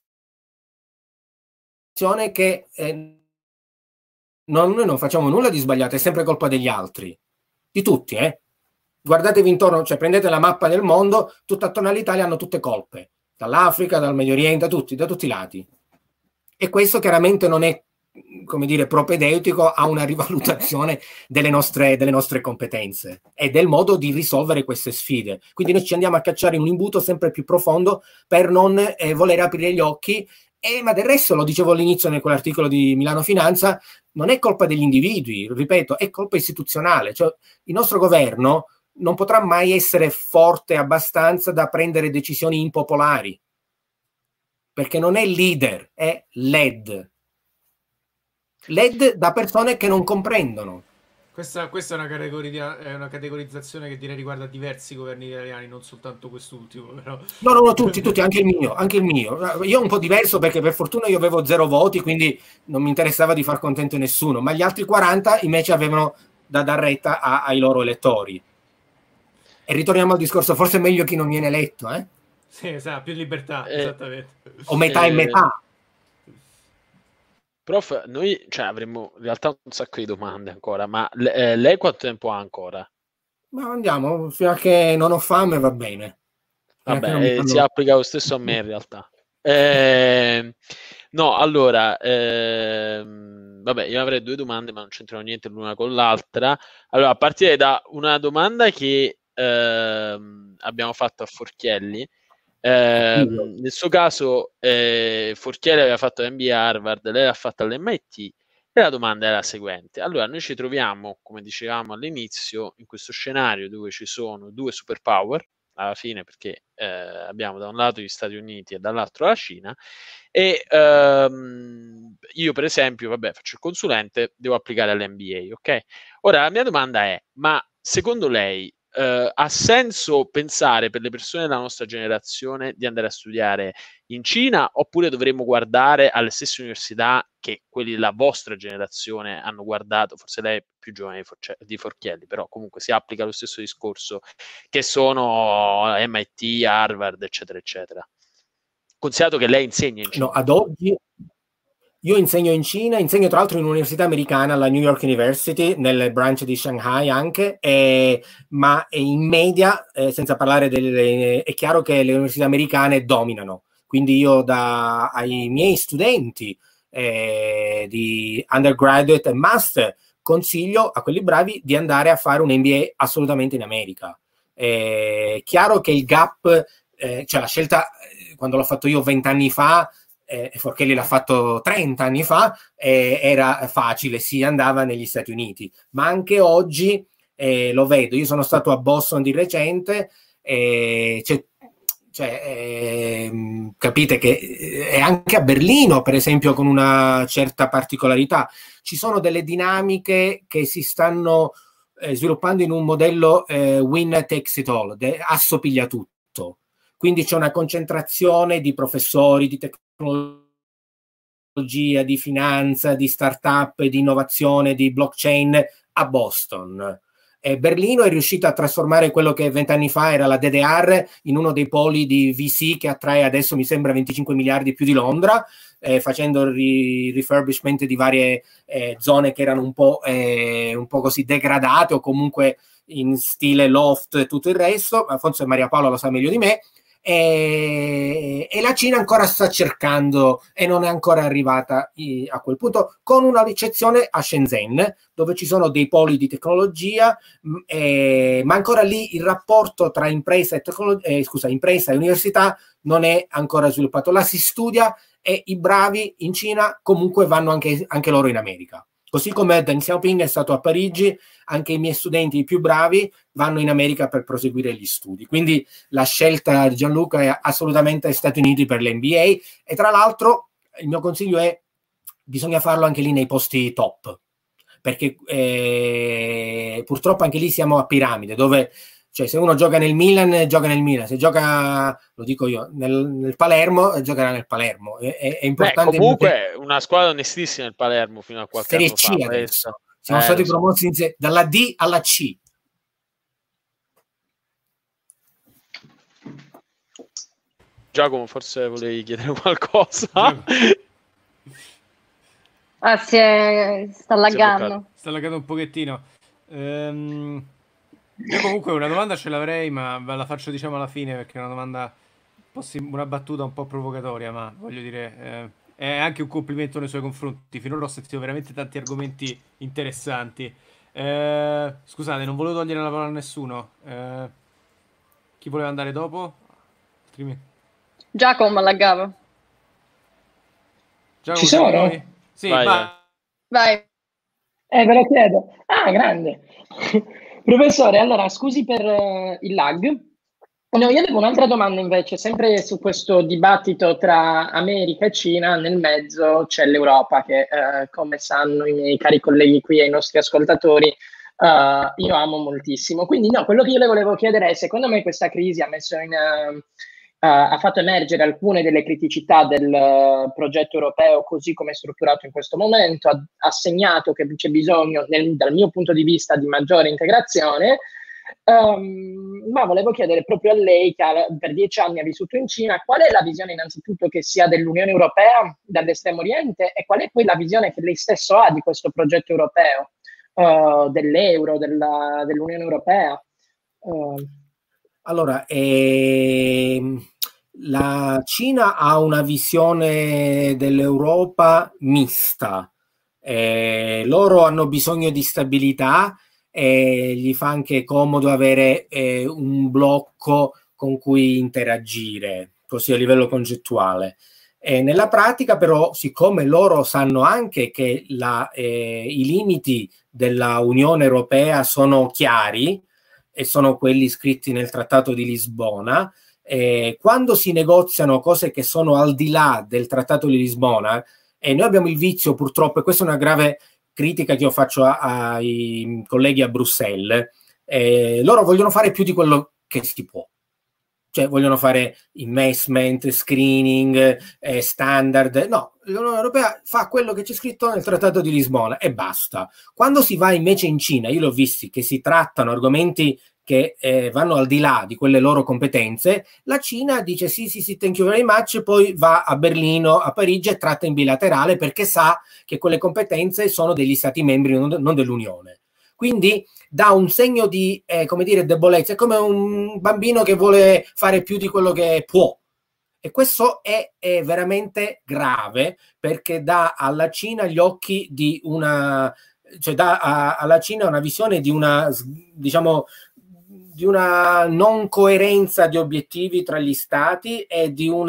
che eh, non, noi non facciamo nulla di sbagliato, è sempre colpa degli altri, di tutti, eh. Guardatevi intorno, cioè prendete la mappa del mondo, tutta attorno all'Italia hanno tutte colpe, dall'Africa, dal Medio Oriente, da tutti, da tutti i lati. E questo chiaramente non è, come dire, propedeutico a una rivalutazione delle nostre, delle nostre competenze e del modo di risolvere queste sfide. Quindi noi ci andiamo a cacciare in un imbuto sempre più profondo per non eh, voler aprire gli occhi. E, ma del resto, lo dicevo all'inizio in quell'articolo di Milano Finanza, non è colpa degli individui, ripeto, è colpa istituzionale. Cioè, il nostro governo non potrà mai essere forte abbastanza da prendere decisioni impopolari, perché non è leader, è led. Led da persone che non comprendono. Questa, questa è, una categoria, è una categorizzazione che direi riguarda diversi governi italiani, non soltanto quest'ultimo. Però. No, no, no, tutti, tutti, anche il mio, anche il mio. Io un po' diverso perché per fortuna io avevo zero voti, quindi non mi interessava di far contento nessuno, ma gli altri quaranta invece avevano da dar retta a, ai loro elettori. E ritorniamo al discorso, forse è meglio chi non viene eletto, eh? Sì, esatto, più libertà, eh, esattamente. O metà eh, e metà. Prof, noi cioè, avremmo in realtà un sacco di domande ancora, ma le, eh, lei quanto tempo ha ancora? Ma andiamo, fino a che non ho fame va bene. Vabbè, eh, fanno... si applica lo stesso a me in realtà. Eh, no, allora, eh, vabbè, io avrei due domande, ma non c'entrano niente l'una con l'altra. Allora, a partire da una domanda che eh, abbiamo fatto a Forchielli. Eh, nel suo caso eh, Forchielli aveva fatto l'M B A a Harvard, lei l'ha fatta all'M I T e la domanda è la seguente. Allora, noi ci troviamo, come dicevamo all'inizio, in questo scenario dove ci sono due superpower alla fine, perché eh, abbiamo da un lato gli Stati Uniti e dall'altro la Cina, e ehm, io per esempio, vabbè, faccio il consulente, devo applicare all'M B A, ok? Ora la mia domanda è, ma secondo lei Uh, ha senso pensare per le persone della nostra generazione di andare a studiare in Cina, oppure dovremmo guardare alle stesse università che quelli della vostra generazione hanno guardato? Forse lei è più giovane di, Force- di Forchielli, però comunque si applica lo stesso discorso, che sono M I T, Harvard, eccetera, eccetera. Considerato che lei insegna in Cina. No, ad oggi io insegno in Cina, insegno tra l'altro in un'università americana, la New York University, nel branch di Shanghai anche, eh, ma in media, eh, senza parlare delle... è chiaro che le università americane dominano. Quindi io da, ai miei studenti eh, di undergraduate e master consiglio a quelli bravi di andare a fare un M B A assolutamente in America. È chiaro che il gap, eh, cioè la scelta, quando l'ho fatto io vent'anni fa, eh, Forchelli l'ha fatto trenta anni fa, eh, era facile, si andava negli Stati Uniti, ma anche oggi eh, lo vedo. Io sono stato a Boston di recente, eh, c'è Cioè, eh, capite che è anche a Berlino, per esempio, con una certa particolarità, ci sono delle dinamiche che si stanno eh, sviluppando in un modello eh, win takes it all, de- assopiglia tutto. Quindi c'è una concentrazione di professori, di tecnologia, di finanza, di startup, di innovazione, di blockchain a Boston. E Berlino è riuscita a trasformare quello che vent'anni fa era la D D R in uno dei poli di V C che attrae adesso, mi sembra, venticinque miliardi più di Londra, eh, facendo il ri- refurbishment di varie eh, zone che erano un po', eh, un po' così degradate o comunque in stile loft e tutto il resto, ma forse Maria Paola lo sa meglio di me. E, e la Cina ancora sta cercando e non è ancora arrivata i, a quel punto, con una eccezione a Shenzhen, dove ci sono dei poli di tecnologia, mh, e, ma ancora lì il rapporto tra impresa e, tecnolo- eh, scusa, impresa e università non è ancora sviluppato. Là si studia e i bravi in Cina comunque vanno anche, anche loro in America. Così come Deng Xiaoping è stato a Parigi, anche i miei studenti più bravi vanno in America per proseguire gli studi. Quindi la scelta di Gianluca è assolutamente Stati Uniti per l'N B A, e tra l'altro il mio consiglio è bisogna farlo anche lì nei posti top, perché eh, purtroppo anche lì siamo a piramide, dove cioè se uno gioca nel Milan, gioca nel Milan, se gioca, lo dico io, nel, nel Palermo, giocherà nel Palermo. È, è, è importante. Beh, comunque mettere... una squadra onestissima il Palermo fino a qualche Serie anno C fa. adesso. Siamo eh, stati so. promossi in se- dalla D alla C. Giacomo, forse volevi chiedere qualcosa? Ah, si è... sta laggando. Sta laggando un pochettino. Ehm... Io comunque una domanda ce l'avrei, ma ve la faccio diciamo alla fine, perché è una domanda, una battuta un po' provocatoria, ma voglio dire, eh, è anche un complimento nei suoi confronti. Finora ho sentito veramente tanti argomenti interessanti. Eh, scusate, non volevo togliere la parola a nessuno. Eh, chi voleva andare dopo? Altrimenti... Giacomo laggava. Giacomo, ci sono? Sì, vai. Vai. vai. Eh, ve lo chiedo. Ah, grande. Professore, allora, scusi per uh, il lag. No, io avevo un'altra domanda invece, sempre su questo dibattito tra America e Cina. Nel mezzo c'è l'Europa che, uh, come sanno i miei cari colleghi qui e i nostri ascoltatori, uh, io amo moltissimo. Quindi no, quello che io le volevo chiedere è, secondo me questa crisi ha messo in... Uh, Uh, ha fatto emergere alcune delle criticità del uh, progetto europeo così come è strutturato in questo momento, ha, ha segnato che c'è bisogno, nel, dal mio punto di vista, di maggiore integrazione, um, ma volevo chiedere proprio a lei, che ha, per dieci anni ha vissuto in Cina, qual è la visione innanzitutto che sia dell'Unione Europea dall'estremo oriente, e qual è poi la visione che lei stesso ha di questo progetto europeo, uh, dell'euro, della, dell'Unione Europea? Uh, Allora, ehm, la Cina ha una visione dell'Europa mista. Eh, loro hanno bisogno di stabilità e gli fa anche comodo avere eh, un blocco con cui interagire, così a livello concettuale. E nella pratica, però, siccome loro sanno anche che la, eh, i limiti della Unione Europea sono chiari, e sono quelli scritti nel Trattato di Lisbona, eh, quando si negoziano cose che sono al di là del Trattato di Lisbona, e noi abbiamo il vizio purtroppo, e questa è una grave critica che io faccio a, ai colleghi a Bruxelles, eh, loro vogliono fare più di quello che si può. Cioè vogliono fare investment, screening, eh, standard. No, l'Unione Europea fa quello che c'è scritto nel Trattato di Lisbona e basta. Quando si va invece in Cina, io l'ho visto che si trattano argomenti che eh, vanno al di là di quelle loro competenze, la Cina dice sì, sì, sì, thank you very much, poi va a Berlino, a Parigi e tratta in bilaterale perché sa che quelle competenze sono degli stati membri, non, non dell'Unione. Quindi dà un segno di, eh, come dire, debolezza. È come un bambino che vuole fare più di quello che può. E questo è, è veramente grave, perché dà alla Cina gli occhi di una... cioè dà a, alla Cina una visione di una, diciamo, di una non coerenza di obiettivi tra gli stati e di una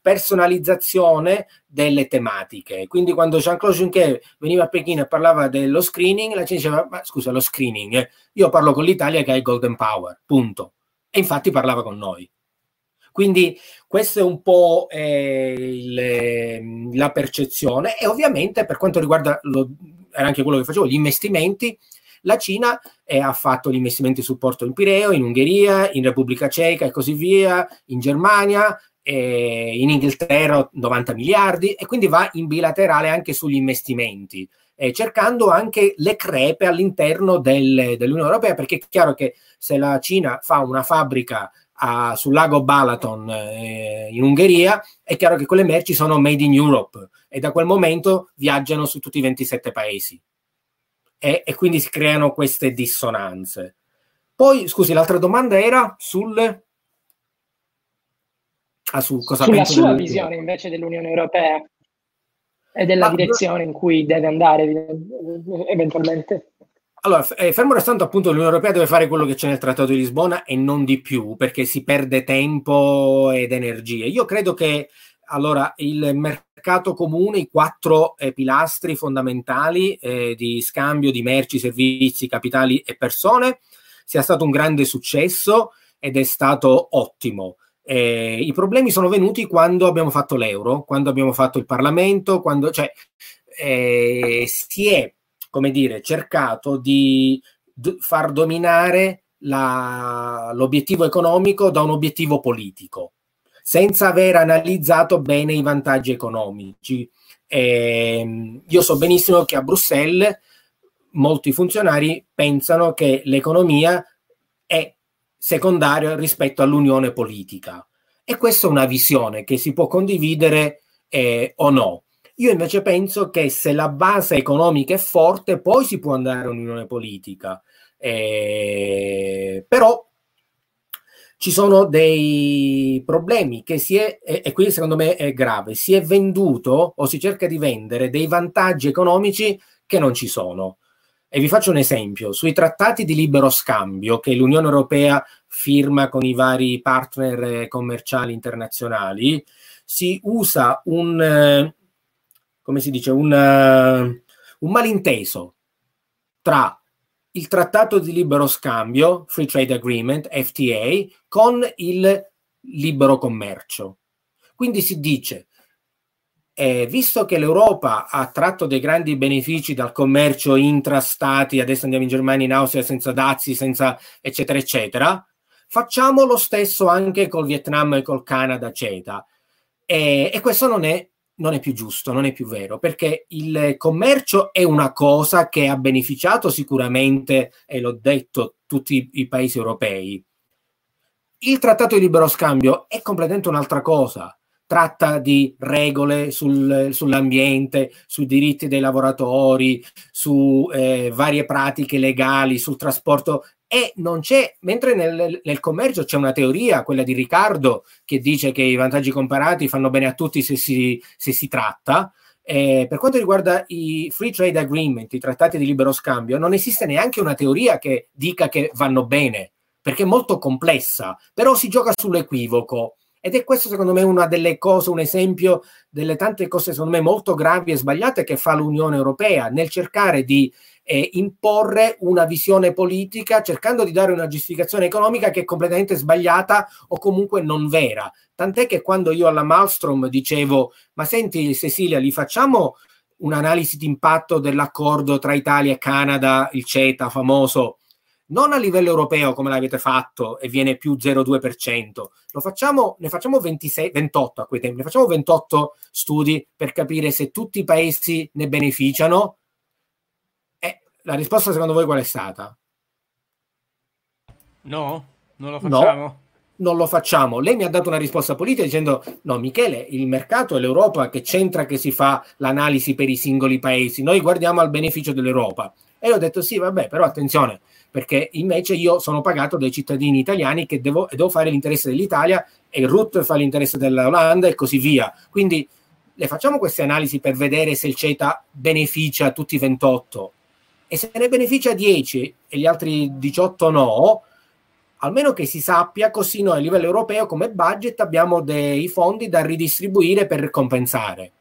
personalizzazione delle tematiche. Quindi quando Jean-Claude Juncker veniva a Pechino e parlava dello screening, la Cina diceva, ma scusa, lo screening, eh? Io parlo con l'Italia che ha il Golden Power, punto. E infatti parlava con noi. Quindi questa è un po' eh, il, la percezione, e ovviamente per quanto riguarda, lo, era anche quello che facevo, gli investimenti, la Cina eh, ha fatto gli investimenti su Porto in Pireo, in Ungheria, in Repubblica Ceca e così via, in Germania, eh, in Inghilterra novanta miliardi, e quindi va in bilaterale anche sugli investimenti, eh, cercando anche le crepe all'interno del, dell'Unione Europea, perché è chiaro che se la Cina fa una fabbrica a, sul lago Balaton eh, in Ungheria, è chiaro che quelle merci sono made in Europe e da quel momento viaggiano su tutti i ventisette paesi. E, e quindi si creano queste dissonanze. Poi, scusi, l'altra domanda era sul... Ah, su cosa sulla penso sua del... visione invece dell'Unione Europea e della Ma... direzione in cui deve andare eventualmente. Allora, eh, fermo restando appunto l'Unione Europea deve fare quello che c'è nel Trattato di Lisbona e non di più, perché si perde tempo ed energie. Io credo che allora il mercato comune, i quattro eh, pilastri fondamentali eh, di scambio di merci, servizi, capitali e persone, sia stato un grande successo ed è stato ottimo. Eh, I problemi sono venuti quando abbiamo fatto l'euro, quando abbiamo fatto il Parlamento, quando cioè, eh, si è, come dire, cercato di d- far dominare la, l'obiettivo economico da un obiettivo politico, senza aver analizzato bene i vantaggi economici. Eh, io so benissimo che a Bruxelles molti funzionari pensano che l'economia è secondaria rispetto all'unione politica, e questa è una visione che si può condividere eh, o no. Io invece penso che se la base economica è forte, poi si può andare a un'unione politica. Eh, però ci sono dei problemi che si è, e, e qui secondo me è grave, si è venduto o si cerca di vendere dei vantaggi economici che non ci sono. E vi faccio un esempio: sui trattati di libero scambio che l'Unione Europea firma con i vari partner commerciali internazionali, si usa un, eh, come si dice, un, uh, un malinteso tra il trattato di libero scambio, Free Trade Agreement, F T A, con il libero commercio. Quindi si dice, eh, visto che l'Europa ha tratto dei grandi benefici dal commercio intrastati, adesso andiamo in Germania, in Austria, senza dazi, senza eccetera, eccetera, facciamo lo stesso anche col Vietnam e col Canada, CETA. E, e questo non è non è più giusto, non è più vero, perché il commercio è una cosa che ha beneficiato sicuramente, e l'ho detto, tutti i paesi europei. Il trattato di libero scambio è completamente un'altra cosa. Tratta di regole sul, sull'ambiente, sui diritti dei lavoratori, su eh, varie pratiche legali, sul trasporto, e non c'è, mentre nel, nel commercio c'è una teoria, quella di Riccardo, che dice che i vantaggi comparati fanno bene a tutti se si, se si tratta. Eh, per quanto riguarda i Free Trade Agreement, i trattati di libero scambio, non esiste neanche una teoria che dica che vanno bene, perché è molto complessa, però si gioca sull'equivoco. Ed è questo secondo me una delle cose, un esempio delle tante cose secondo me molto gravi e sbagliate che fa l'Unione Europea nel cercare di eh, imporre una visione politica, cercando di dare una giustificazione economica che è completamente sbagliata o comunque non vera. Tant'è che quando io alla Malmström dicevo, ma senti Cecilia, li facciamo un'analisi di impatto dell'accordo tra Italia e Canada, il CETA famoso, non a livello europeo come l'avete fatto e viene più zero virgola due per cento, lo facciamo, ne facciamo ventisei, ventotto a quei tempi, ne facciamo ventotto studi per capire se tutti i paesi ne beneficiano. E la risposta secondo voi qual è stata? No, non lo facciamo. No, non lo facciamo. Lei mi ha dato una risposta politica dicendo no Michele, il mercato è l'Europa, che c'entra che si fa l'analisi per i singoli paesi, noi guardiamo al beneficio dell'Europa. E io ho detto sì vabbè, però attenzione, perché invece io sono pagato dai cittadini italiani che devo, devo fare l'interesse dell'Italia e il R U T fa l'interesse dell'Olanda e così via. Quindi le facciamo queste analisi per vedere se il CETA beneficia tutti i ventotto, e se ne beneficia dieci e gli altri diciotto no, almeno che si sappia, così noi a livello europeo come budget abbiamo dei fondi da ridistribuire per compensare.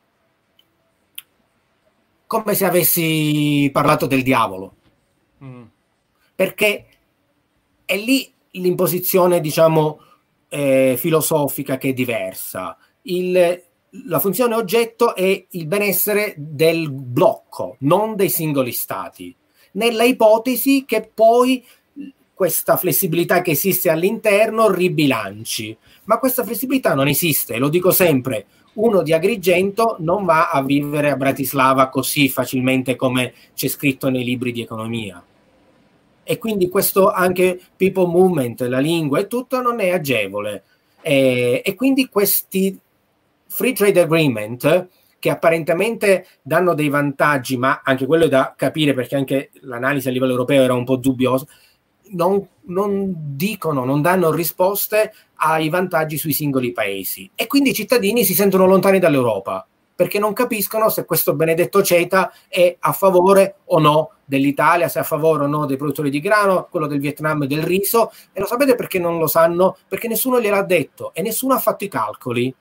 Come se avessi parlato del diavolo. Mm. Perché è lì l'imposizione, diciamo, eh, filosofica che è diversa. Il, la funzione oggetto è il benessere del blocco, non dei singoli stati. Nella ipotesi che poi questa flessibilità che esiste all'interno ribilanci. Ma questa flessibilità non esiste, lo dico sempre. Uno di Agrigento non va a vivere a Bratislava così facilmente come c'è scritto nei libri di economia. E quindi questo anche people movement, la lingua e tutto non è agevole. E, e quindi questi free trade agreement, che apparentemente danno dei vantaggi, ma anche quello è da capire perché anche l'analisi a livello europeo era un po' dubbiosa, non, non dicono, non danno risposte ai vantaggi sui singoli paesi. E quindi i cittadini si sentono lontani dall'Europa, perché non capiscono se questo benedetto CETA è a favore o no dell'Italia, se è a favore o no dei produttori di grano, quello del Vietnam e del riso. E lo sapete perché non lo sanno? Perché nessuno gliel'ha detto e nessuno ha fatto i calcoli.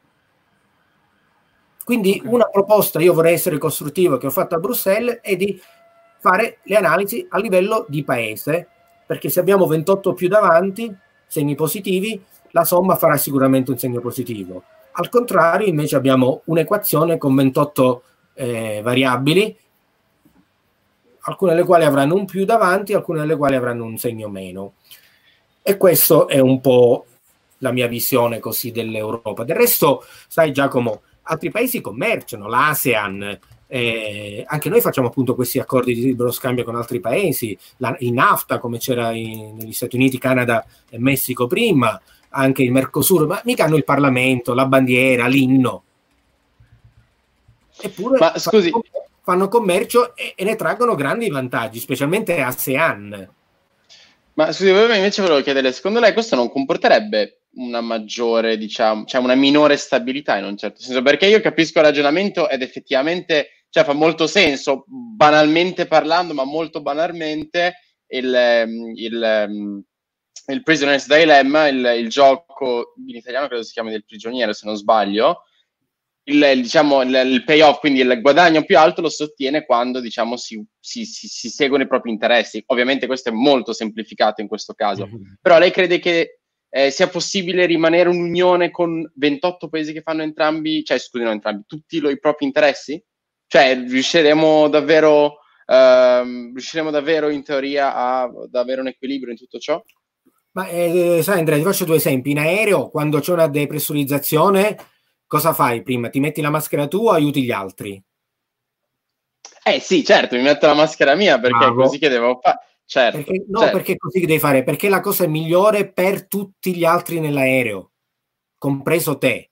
Quindi una proposta, io vorrei essere costruttivo, che ho fatto a Bruxelles, è di fare le analisi a livello di paese, perché se abbiamo ventotto più davanti, segni positivi, la somma farà sicuramente un segno positivo. Al contrario, invece abbiamo un'equazione con ventotto eh, variabili, alcune delle quali avranno un più davanti, alcune delle quali avranno un segno meno. E questo è un po' la mia visione così dell'Europa. Del resto, sai Giacomo, altri paesi commerciano, l'ASEAN, eh, anche noi facciamo appunto questi accordi di libero scambio con altri paesi, la, il NAFTA come c'era in, negli Stati Uniti, Canada e Messico prima, anche il Mercosur, ma mica hanno il Parlamento, la bandiera, l'inno. Eppure ma, scusi. fanno, fanno commercio e, e ne traggono grandi vantaggi, specialmente ASEAN. Ma scusi, invece volevo chiedere, secondo lei questo non comporterebbe una maggiore, diciamo, cioè una minore stabilità in un certo senso? Perché io capisco il ragionamento ed effettivamente, cioè fa molto senso, banalmente parlando, ma molto banalmente, il, il, il Prisoner's Dilemma, il, il gioco, in italiano credo si chiami del prigioniero, se non sbaglio, il, il, diciamo, il, il payoff, quindi il guadagno più alto lo si ottiene quando, diciamo, si, si, si, si seguono i propri interessi. Ovviamente questo è molto semplificato in questo caso, mm-hmm. Però lei crede che Eh, sia possibile rimanere un'unione con ventotto paesi che fanno entrambi, cioè scusi, no, entrambi, tutti lo, i propri interessi? Cioè riusciremo davvero, ehm, riusciremo davvero in teoria a, ad avere un equilibrio in tutto ciò? Ma eh, sai Andrea, ti faccio due esempi. In aereo, quando c'è una depressurizzazione, cosa fai prima? Ti metti la maschera tua o aiuti gli altri? Eh sì, certo, mi metto la maschera mia perché Bravo. È così che devo fare. Certo, perché, no, certo. perché è così che devi fare, perché è la cosa migliore per tutti gli altri nell'aereo, compreso te.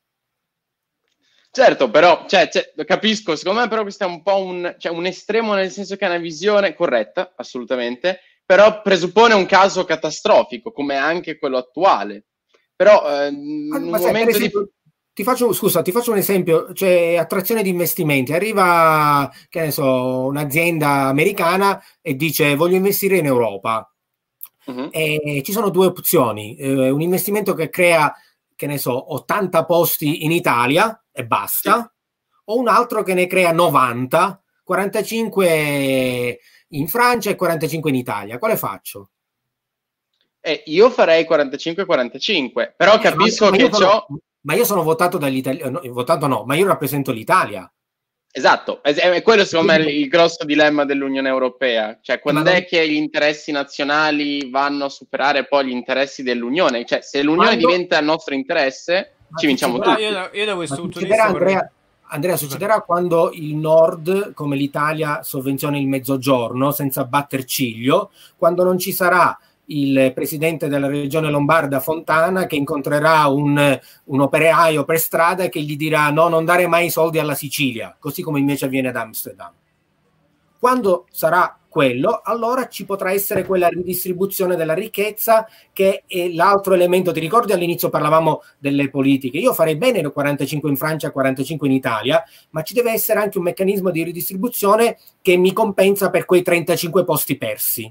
Certo, però, cioè, cioè, capisco, secondo me però questo è un po' un, cioè, un estremo, nel senso che è una visione corretta, assolutamente, però presuppone un caso catastrofico, come anche quello attuale. Però eh, in ah, un sai, momento esempio, di... Ti faccio, scusa, ti faccio un esempio, cioè attrazione di investimenti, arriva, che ne so, un'azienda americana e dice voglio investire in Europa, uh-huh. E ci sono due opzioni, eh, un investimento che crea, che ne so, ottanta posti in Italia e basta, sì. O un altro che ne crea novanta, quarantacinque in Francia e quarantacinque in Italia, quale faccio? Eh, io farei quarantacinque quarantacinque, però capisco ma che ciò... Ma io sono votato dagli italiani, no, votato no, ma io rappresento l'Italia. Esatto, è, è quello secondo me il, il grosso dilemma dell'Unione Europea, cioè quando non... è che gli interessi nazionali vanno a superare poi gli interessi dell'Unione, cioè se l'Unione quando... diventa il nostro interesse ma ci vinciamo tutti. Io da, io da questo punto di vista Andrea, Andrea, succederà quando il Nord, come l'Italia, sovvenziona il Mezzogiorno senza batter ciglio, quando non ci sarà il presidente della regione lombarda Fontana che incontrerà un, un operaio per strada e che gli dirà no, non dare mai i soldi alla Sicilia, così come invece avviene ad Amsterdam. Quando sarà quello, allora ci potrà essere quella ridistribuzione della ricchezza che è l'altro elemento. Ti ricordi all'inizio parlavamo delle politiche? Io farei bene quarantacinque in Francia, quarantacinque in Italia, ma ci deve essere anche un meccanismo di ridistribuzione che mi compensa per quei trentacinque posti persi.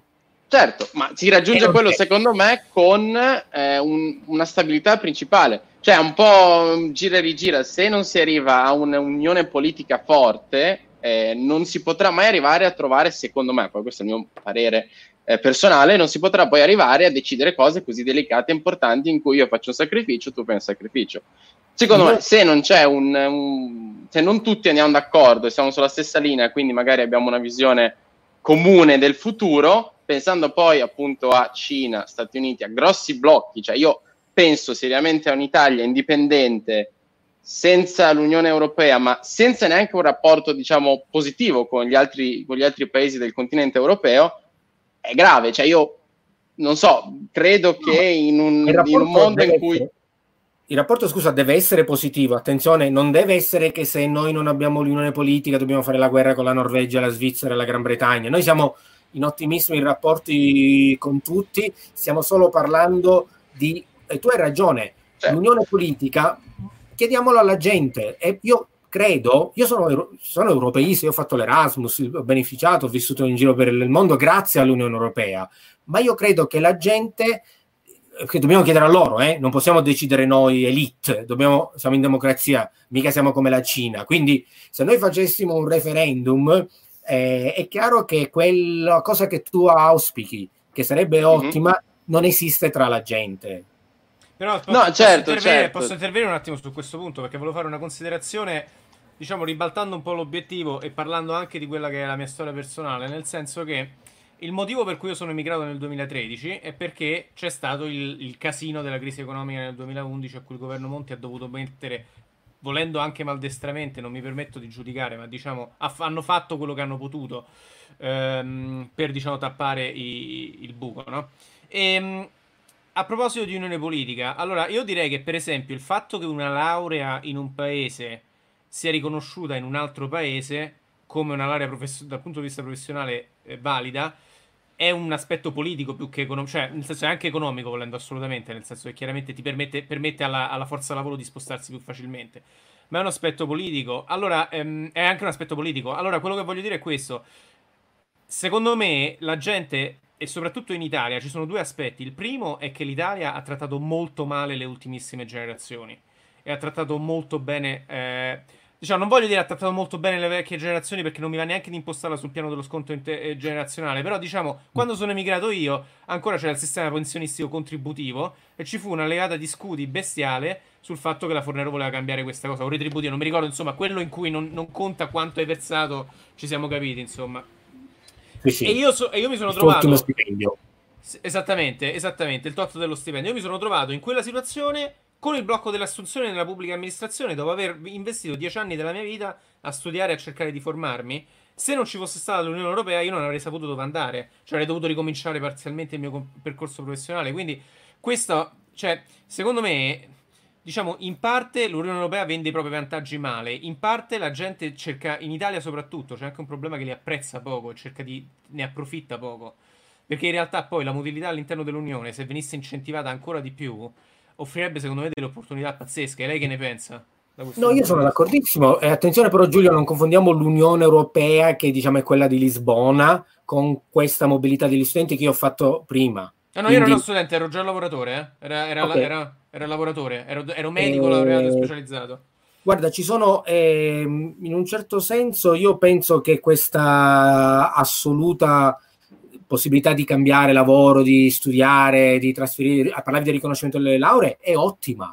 Certo, ma si raggiunge quello, secondo me, con eh, un, una stabilità principale. Cioè, un po' gira e rigira, se non si arriva a un'unione politica forte, eh, non si potrà mai arrivare a trovare, secondo me, poi questo è il mio parere eh, personale, non si potrà poi arrivare a decidere cose così delicate e importanti in cui io faccio un sacrificio, tu fai un sacrificio. Secondo me, se non c'è un, un... se non tutti andiamo d'accordo e siamo sulla stessa linea, quindi magari abbiamo una visione comune del futuro, pensando poi appunto a Cina, Stati Uniti, a grossi blocchi, cioè io penso seriamente a un'Italia indipendente, senza l'Unione Europea, ma senza neanche un rapporto, diciamo, positivo con gli altri, con gli altri paesi del continente europeo, è grave. Cioè io, non so, credo che in un, in un mondo in cui... Essere, il rapporto, scusa, deve essere positivo. Attenzione, non deve essere che se noi non abbiamo l'unione politica dobbiamo fare la guerra con la Norvegia, la Svizzera e la Gran Bretagna. Noi siamo in ottimismo in rapporti con tutti, stiamo solo parlando di... E tu hai ragione, certo. L'unione politica, chiediamolo alla gente. E io credo, io sono, sono europeista, io ho fatto l'Erasmus, ho beneficiato, ho vissuto in giro per il mondo grazie all'Unione Europea, ma io credo che la gente, che dobbiamo chiedere a loro, eh, non possiamo decidere noi elite, dobbiamo, siamo in democrazia, mica siamo come la Cina, quindi se noi facessimo un referendum, eh, è chiaro che quella cosa che tu auspichi, che sarebbe ottima, mm-hmm. non esiste tra la gente. Però posso, no, posso, certo, intervenire, certo. posso intervenire un attimo su questo punto, perché volevo fare una considerazione, diciamo, ribaltando un po' l'obiettivo e parlando anche di quella che è la mia storia personale, nel senso che il motivo per cui io sono emigrato nel duemilatredici è perché c'è stato il, il casino della crisi economica nel duemilaundici a cui il governo Monti ha dovuto mettere, volendo anche maldestramente, non mi permetto di giudicare, ma diciamo ha, hanno fatto quello che hanno potuto ehm, per, diciamo, tappare i, il buco, no? E a proposito di unione politica, allora io direi che per esempio il fatto che una laurea in un paese sia riconosciuta in un altro paese come una laurea profes- dal punto di vista professionale eh, valida è un aspetto politico più che economico, cioè nel senso è anche economico volendo assolutamente, nel senso che chiaramente ti permette, permette alla, alla forza lavoro di spostarsi più facilmente, ma è un aspetto politico. Allora ehm, è anche un aspetto politico. Allora quello che voglio dire è questo: secondo me la gente, e soprattutto in Italia, ci sono due aspetti. Il primo è che l'Italia ha trattato molto male le ultimissime generazioni e ha trattato molto bene eh, diciamo, non voglio dire ha trattato molto bene le vecchie generazioni, perché non mi va neanche di impostarla sul piano dello sconto inter- generazionale, però diciamo, quando sono emigrato io ancora c'era il sistema pensionistico contributivo e ci fu una levata di scudi bestiale sul fatto che la Fornero voleva cambiare questa cosa, o retributivo, non mi ricordo, insomma, quello in cui non, non conta quanto hai versato, ci siamo capiti, insomma. Sì, sì. E, io so, e io mi sono il trovato ultimo stipendio. Esattamente, esattamente, il tot dello stipendio. Io mi sono trovato in quella situazione con il blocco dell'assunzione nella pubblica amministrazione, dopo aver investito dieci anni della mia vita a studiare e a cercare di formarmi. Se non ci fosse stata l'Unione Europea io non avrei saputo dove andare, cioè avrei dovuto ricominciare parzialmente il mio percorso professionale. Quindi questo, cioè, secondo me, diciamo, in parte l'Unione Europea vende i propri vantaggi male, in parte la gente cerca, in Italia soprattutto, c'è anche un problema che li apprezza poco, cerca di, ne approfitta poco, perché in realtà poi la mobilità all'interno dell'Unione, se venisse incentivata ancora di più, offrirebbe secondo me delle opportunità pazzesche. Lei che ne pensa? No, io sono d'accordissimo. E attenzione però, Giulio, non confondiamo l'Unione Europea, che diciamo è quella di Lisbona, con questa mobilità degli studenti che io ho fatto prima. Ah, no, Quindi... io ero uno studente, ero già lavoratore, eh? era, era, okay. era, era lavoratore, ero, ero medico, eh... laureato e specializzato. Guarda, ci sono, eh, in un certo senso, io penso che questa assoluta possibilità di cambiare lavoro, di studiare, di trasferire, a parlare di riconoscimento delle lauree, è ottima,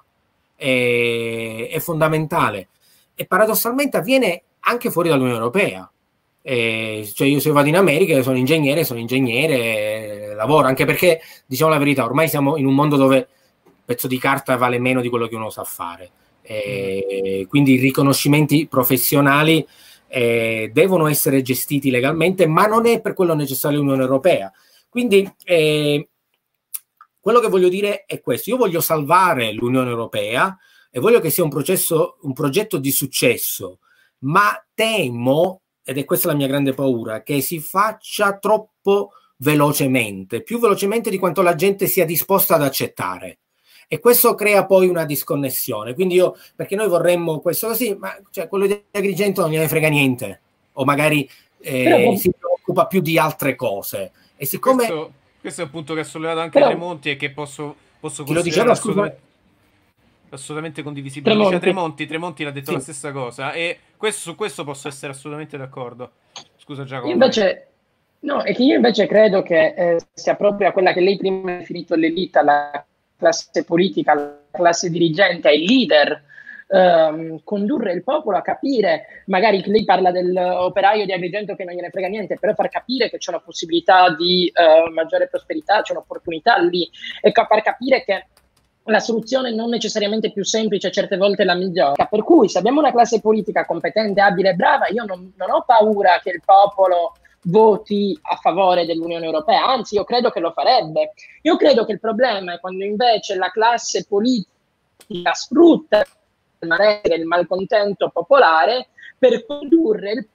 è, è fondamentale, e paradossalmente avviene anche fuori dall'Unione Europea. Eh, cioè io se vado in America sono ingegnere, sono ingegnere, eh, lavoro, anche perché, diciamo la verità, ormai siamo in un mondo dove un pezzo di carta vale meno di quello che uno sa fare, eh, quindi i riconoscimenti professionali Eh, devono essere gestiti legalmente, ma non è per quello necessaria l'Unione Europea. Quindi eh, quello che voglio dire è questo: io voglio salvare l'Unione Europea e voglio che sia un processo, un progetto di successo, ma temo, ed è questa la mia grande paura, che si faccia troppo velocemente, più velocemente di quanto la gente sia disposta ad accettare. E questo crea poi una disconnessione. Quindi io, perché noi vorremmo questo così, ma cioè, quello di Agrigento non gliene frega niente, o magari eh, Però... si preoccupa più di altre cose. E siccome questo... Questo è un punto che ha sollevato anche Però... Tremonti e che posso, posso Chi lo considerare diceva, assolutamente, assolutamente condivisibile. Tremonti. Dice Tremonti, Tremonti l'ha detto Sì. la stessa cosa e questo, su questo posso essere assolutamente d'accordo. Scusa Giacomo. Io invece, no, è che io invece credo che eh, sia proprio quella che lei prima ha definito l'elite, la classe politica, la classe dirigente, il leader, ehm, condurre il popolo a capire, magari lei parla dell'operaio di Agrigento che non gliene frega niente, però far capire che c'è una possibilità di eh, maggiore prosperità, c'è un'opportunità lì, e far capire che la soluzione non necessariamente più semplice, certe volte la migliore. Per cui se abbiamo una classe politica competente, abile e brava, io non, non ho paura che il popolo voti a favore dell'Unione Europea, anzi io credo che lo farebbe. Io credo che il problema è quando invece la classe politica sfrutta il malcontento popolare per condurre il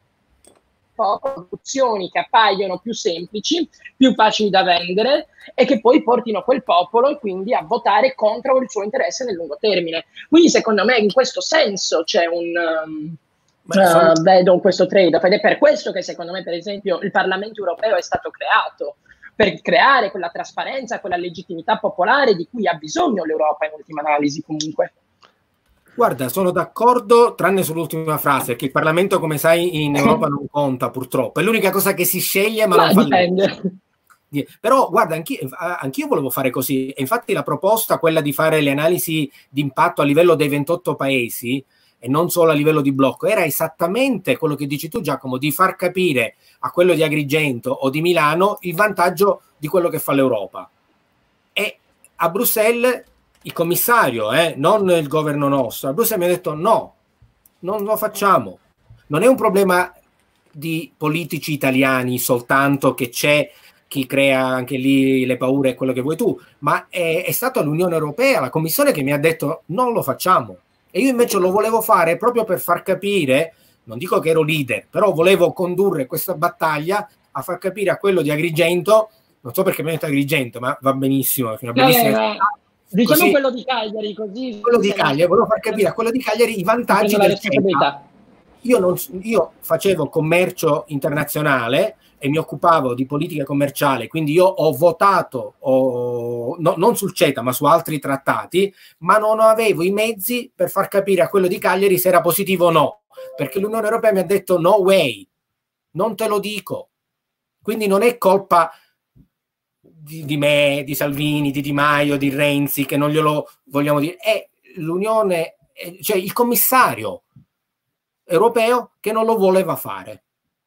soluzioni che appaiono più semplici, più facili da vendere e che poi portino quel popolo e quindi a votare contro il suo interesse nel lungo termine. Quindi secondo me in questo senso c'è un um, sono... uh, vedo questo trade-off ed è per questo che secondo me per esempio il Parlamento europeo è stato creato, per creare quella trasparenza, quella legittimità popolare di cui ha bisogno l'Europa in ultima analisi comunque. Guarda, sono d'accordo, tranne sull'ultima frase, che il Parlamento, come sai, in Europa non conta purtroppo. È l'unica cosa che si sceglie, ma, ma non fa dipende. Però, guarda, anch'io, anch'io volevo fare così. E infatti la proposta, quella di fare le analisi di impatto a livello dei ventotto paesi, e non solo a livello di blocco, era esattamente quello che dici tu, Giacomo, di far capire a quello di Agrigento o di Milano il vantaggio di quello che fa l'Europa. E a Bruxelles... il commissario, eh, non il governo nostro, a Bruxelles mi ha detto no, non lo facciamo. Non è un problema di politici italiani soltanto, che c'è chi crea anche lì le paure e quello che vuoi tu, ma è, è stata l'Unione Europea, la Commissione, che mi ha detto non lo facciamo. E io invece lo volevo fare proprio per far capire, non dico che ero leader, però volevo condurre questa battaglia a far capire a quello di Agrigento, non so perché mi ha detto Agrigento, ma va benissimo, è una bellissima no, no, no. Diciamo così, quello di Cagliari, così quello di Cagliari, volevo far capire a quello di Cagliari i vantaggi del CETA. Io, non, io facevo commercio internazionale e mi occupavo di politica commerciale, quindi io ho votato ho, no, non sul CETA ma su altri trattati, ma non avevo i mezzi per far capire a quello di Cagliari se era positivo o no, perché l'Unione Europea mi ha detto no way, non te lo dico. Quindi non è colpa Di, di me, di Salvini, di Di Maio, di Renzi, che non glielo vogliamo dire, è l'Unione, cioè il commissario europeo che non lo voleva fare.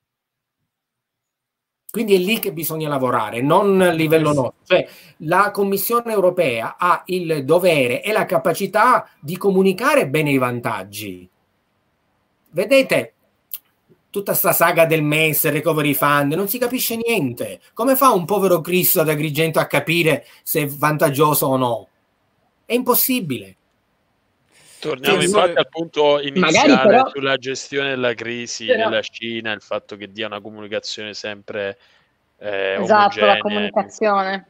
Quindi è lì che bisogna lavorare, non a livello nostro. Cioè, la Commissione europea ha il dovere e la capacità di comunicare bene i vantaggi. Vedete, tutta sta saga del M E S, Recovery Fund, non si capisce niente. Come fa un povero Cristo ad Agrigento a capire se è vantaggioso o no? È impossibile. Torniamo Sì, infatti sì. al punto iniziale però, sulla gestione della crisi però, nella Cina, il fatto che dia una comunicazione sempre eh, esatto, omogenea. la comunicazione.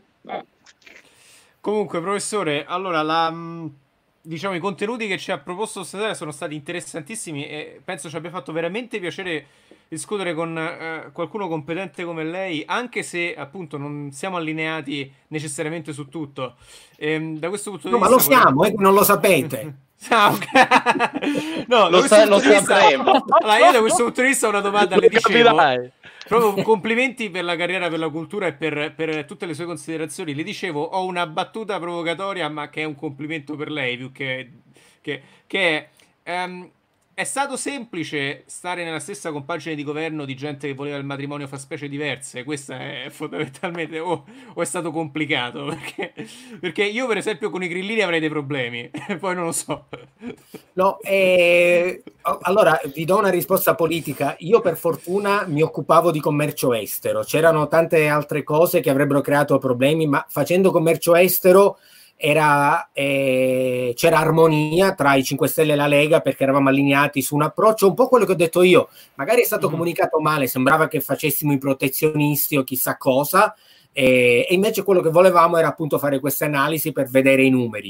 Comunque, professore, allora la... diciamo, i contenuti che ci ha proposto stasera sono stati interessantissimi e penso ci abbia fatto veramente piacere discutere con eh, qualcuno competente come lei, anche se appunto non siamo allineati necessariamente su tutto. E, da questo punto di no, vista... ma lo siamo, vorrei... eh, non lo sapete. Ah, okay. No, lo, sa- lo sapremo. Allora, io da questo punto di vista ho una domanda, le dicevo, Capirai. proprio complimenti per la carriera, per la cultura e per, per tutte le sue considerazioni. Le dicevo, ho una battuta provocatoria, ma che è un complimento per lei, più che... che, che è, um, è stato semplice stare nella stessa compagine di governo di gente che voleva il matrimonio fra specie diverse? Questa è fondamentalmente... O, o è stato complicato? Perché, perché io, per esempio, con i grillini avrei dei problemi. Poi non lo so. No, eh, allora vi do una risposta politica. Io per fortuna mi occupavo di commercio estero. C'erano tante altre cose che avrebbero creato problemi, ma facendo commercio estero era, eh, c'era armonia tra i cinque Stelle e la Lega, perché eravamo allineati su un approccio un po' quello che ho detto io. Magari è stato mm. comunicato male, sembrava che facessimo i protezionisti o chissà cosa, eh, e invece quello che volevamo era appunto fare queste analisi per vedere i numeri.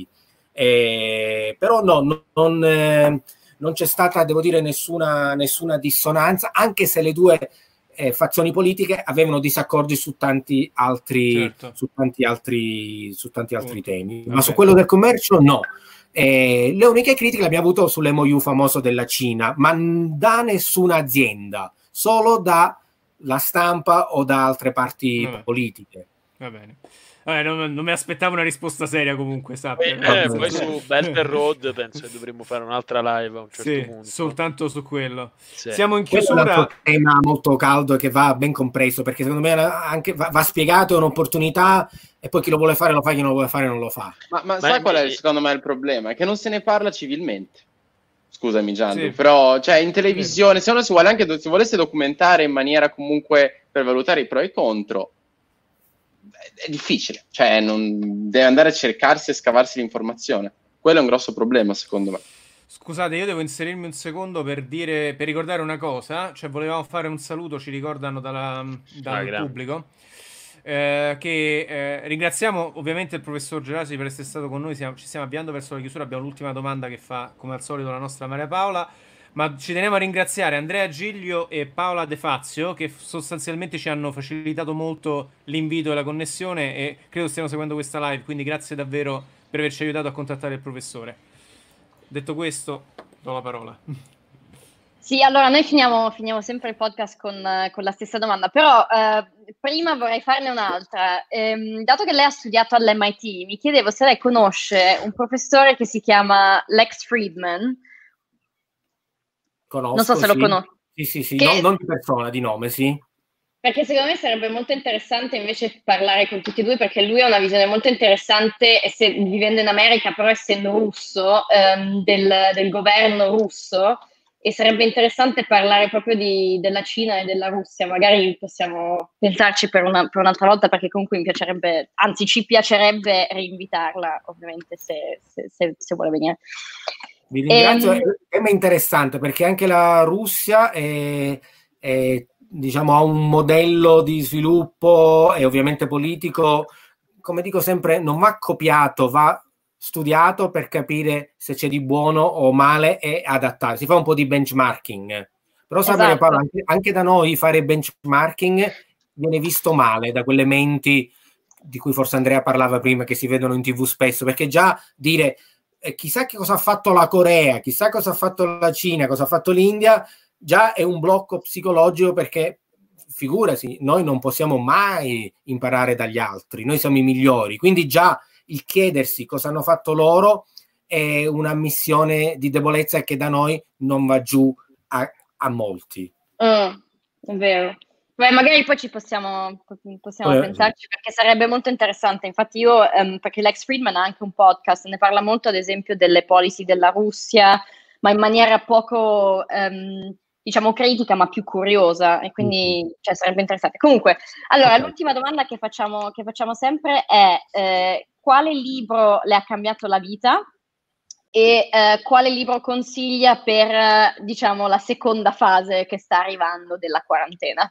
Eh, però no, non, eh, non c'è stata, devo dire, nessuna, nessuna dissonanza, anche se le due eh, fazioni politiche avevano disaccordi su tanti altri, certo. su tanti altri, su tanti altri temi, Vabbè. ma su quello del commercio no. Eh, le uniche critiche le abbiamo avuto sull'M O U famoso della Cina, ma da nessuna azienda, solo dalla stampa o da altre parti Vabbè. politiche. Va bene. Vabbè, non, non mi aspettavo una risposta seria comunque, sappia. Eh, eh, poi su Belt and Road penso che dovremmo fare un'altra live a un certo sì, punto. soltanto su quello. Sì. Siamo in Questo è un chiusura. altro tema molto caldo che va ben compreso, perché secondo me anche va, va spiegato, è un'opportunità, e poi chi lo vuole fare lo fa, chi non lo vuole fare non lo fa. Ma, ma, Ma sai qual è invece- secondo me il problema? È che non se ne parla civilmente. Scusami Gianlu, Sì. però cioè in televisione, se uno si vuole anche si volesse documentare in maniera comunque per valutare i pro e i contro, è, è difficile, cioè non deve andare a cercarsi e scavarsi l'informazione. Quello è un grosso problema secondo me. Scusate, io devo inserirmi un secondo per dire, per ricordare una cosa, cioè volevamo fare un saluto, ci ricordano dalla, dal Ah, grande. pubblico, eh, che eh, ringraziamo ovviamente il professor Gerasi per essere stato con noi, siamo- ci stiamo avviando verso la chiusura, abbiamo l'ultima domanda che fa come al solito la nostra Maria Paola, ma ci tenevo a ringraziare Andrea Giglio e Paola De Fazio che sostanzialmente ci hanno facilitato molto l'invito e la connessione e credo stiano seguendo questa live, quindi grazie davvero per averci aiutato a contattare il professore. Detto questo, do la parola. Sì, allora noi finiamo, finiamo sempre il podcast con, eh, con la stessa domanda, però eh, prima vorrei farne un'altra. Ehm, dato che lei ha studiato all'M I T, mi chiedevo se lei conosce un professore che si chiama Lex Friedman. Conosco, Non so se lo sì. conosco. Sì, sì, sì, Che- non, non di persona, di nome, sì. Perché secondo me sarebbe molto interessante invece parlare con tutti e due, perché lui ha una visione molto interessante, esse- vivendo in America, però essendo russo, ehm, del, del governo russo, e sarebbe interessante parlare proprio di- della Cina e della Russia. Magari possiamo pensarci per, una- per un'altra volta, perché comunque mi piacerebbe, anzi ci piacerebbe reinvitarla, ovviamente, se, se- se- se vuole venire. Vi ringrazio, Ehm, è un tema interessante perché anche la Russia è, è, diciamo, ha un modello di sviluppo e ovviamente politico, come dico sempre, non va copiato, va studiato per capire se c'è di buono o male e adattare. Si fa un po' di benchmarking. Però sa Maria Esatto. Paola, anche, anche da noi fare benchmarking viene visto male da quelle menti di cui forse Andrea parlava prima, che si vedono in tivù spesso, perché già dire eh, chissà che cosa ha fatto la Corea, chissà cosa ha fatto la Cina, cosa ha fatto l'India, già è un blocco psicologico, perché figurasi, noi non possiamo mai imparare dagli altri, noi siamo i migliori, quindi già il chiedersi cosa hanno fatto loro è una missione di debolezza che da noi non va giù a, a molti. Mm, è vero. Beh, magari poi ci possiamo, possiamo Eh, pensarci, perché sarebbe molto interessante. Infatti io, ehm, perché Lex Friedman ha anche un podcast, ne parla molto ad esempio delle policy della Russia, ma in maniera poco, ehm, diciamo, critica, ma più curiosa, e quindi cioè, sarebbe interessante. Comunque, allora, Ok. l'ultima domanda che facciamo, che facciamo sempre è eh, quale libro le ha cambiato la vita? E eh, quale libro consiglia per, eh, diciamo, la seconda fase che sta arrivando della quarantena?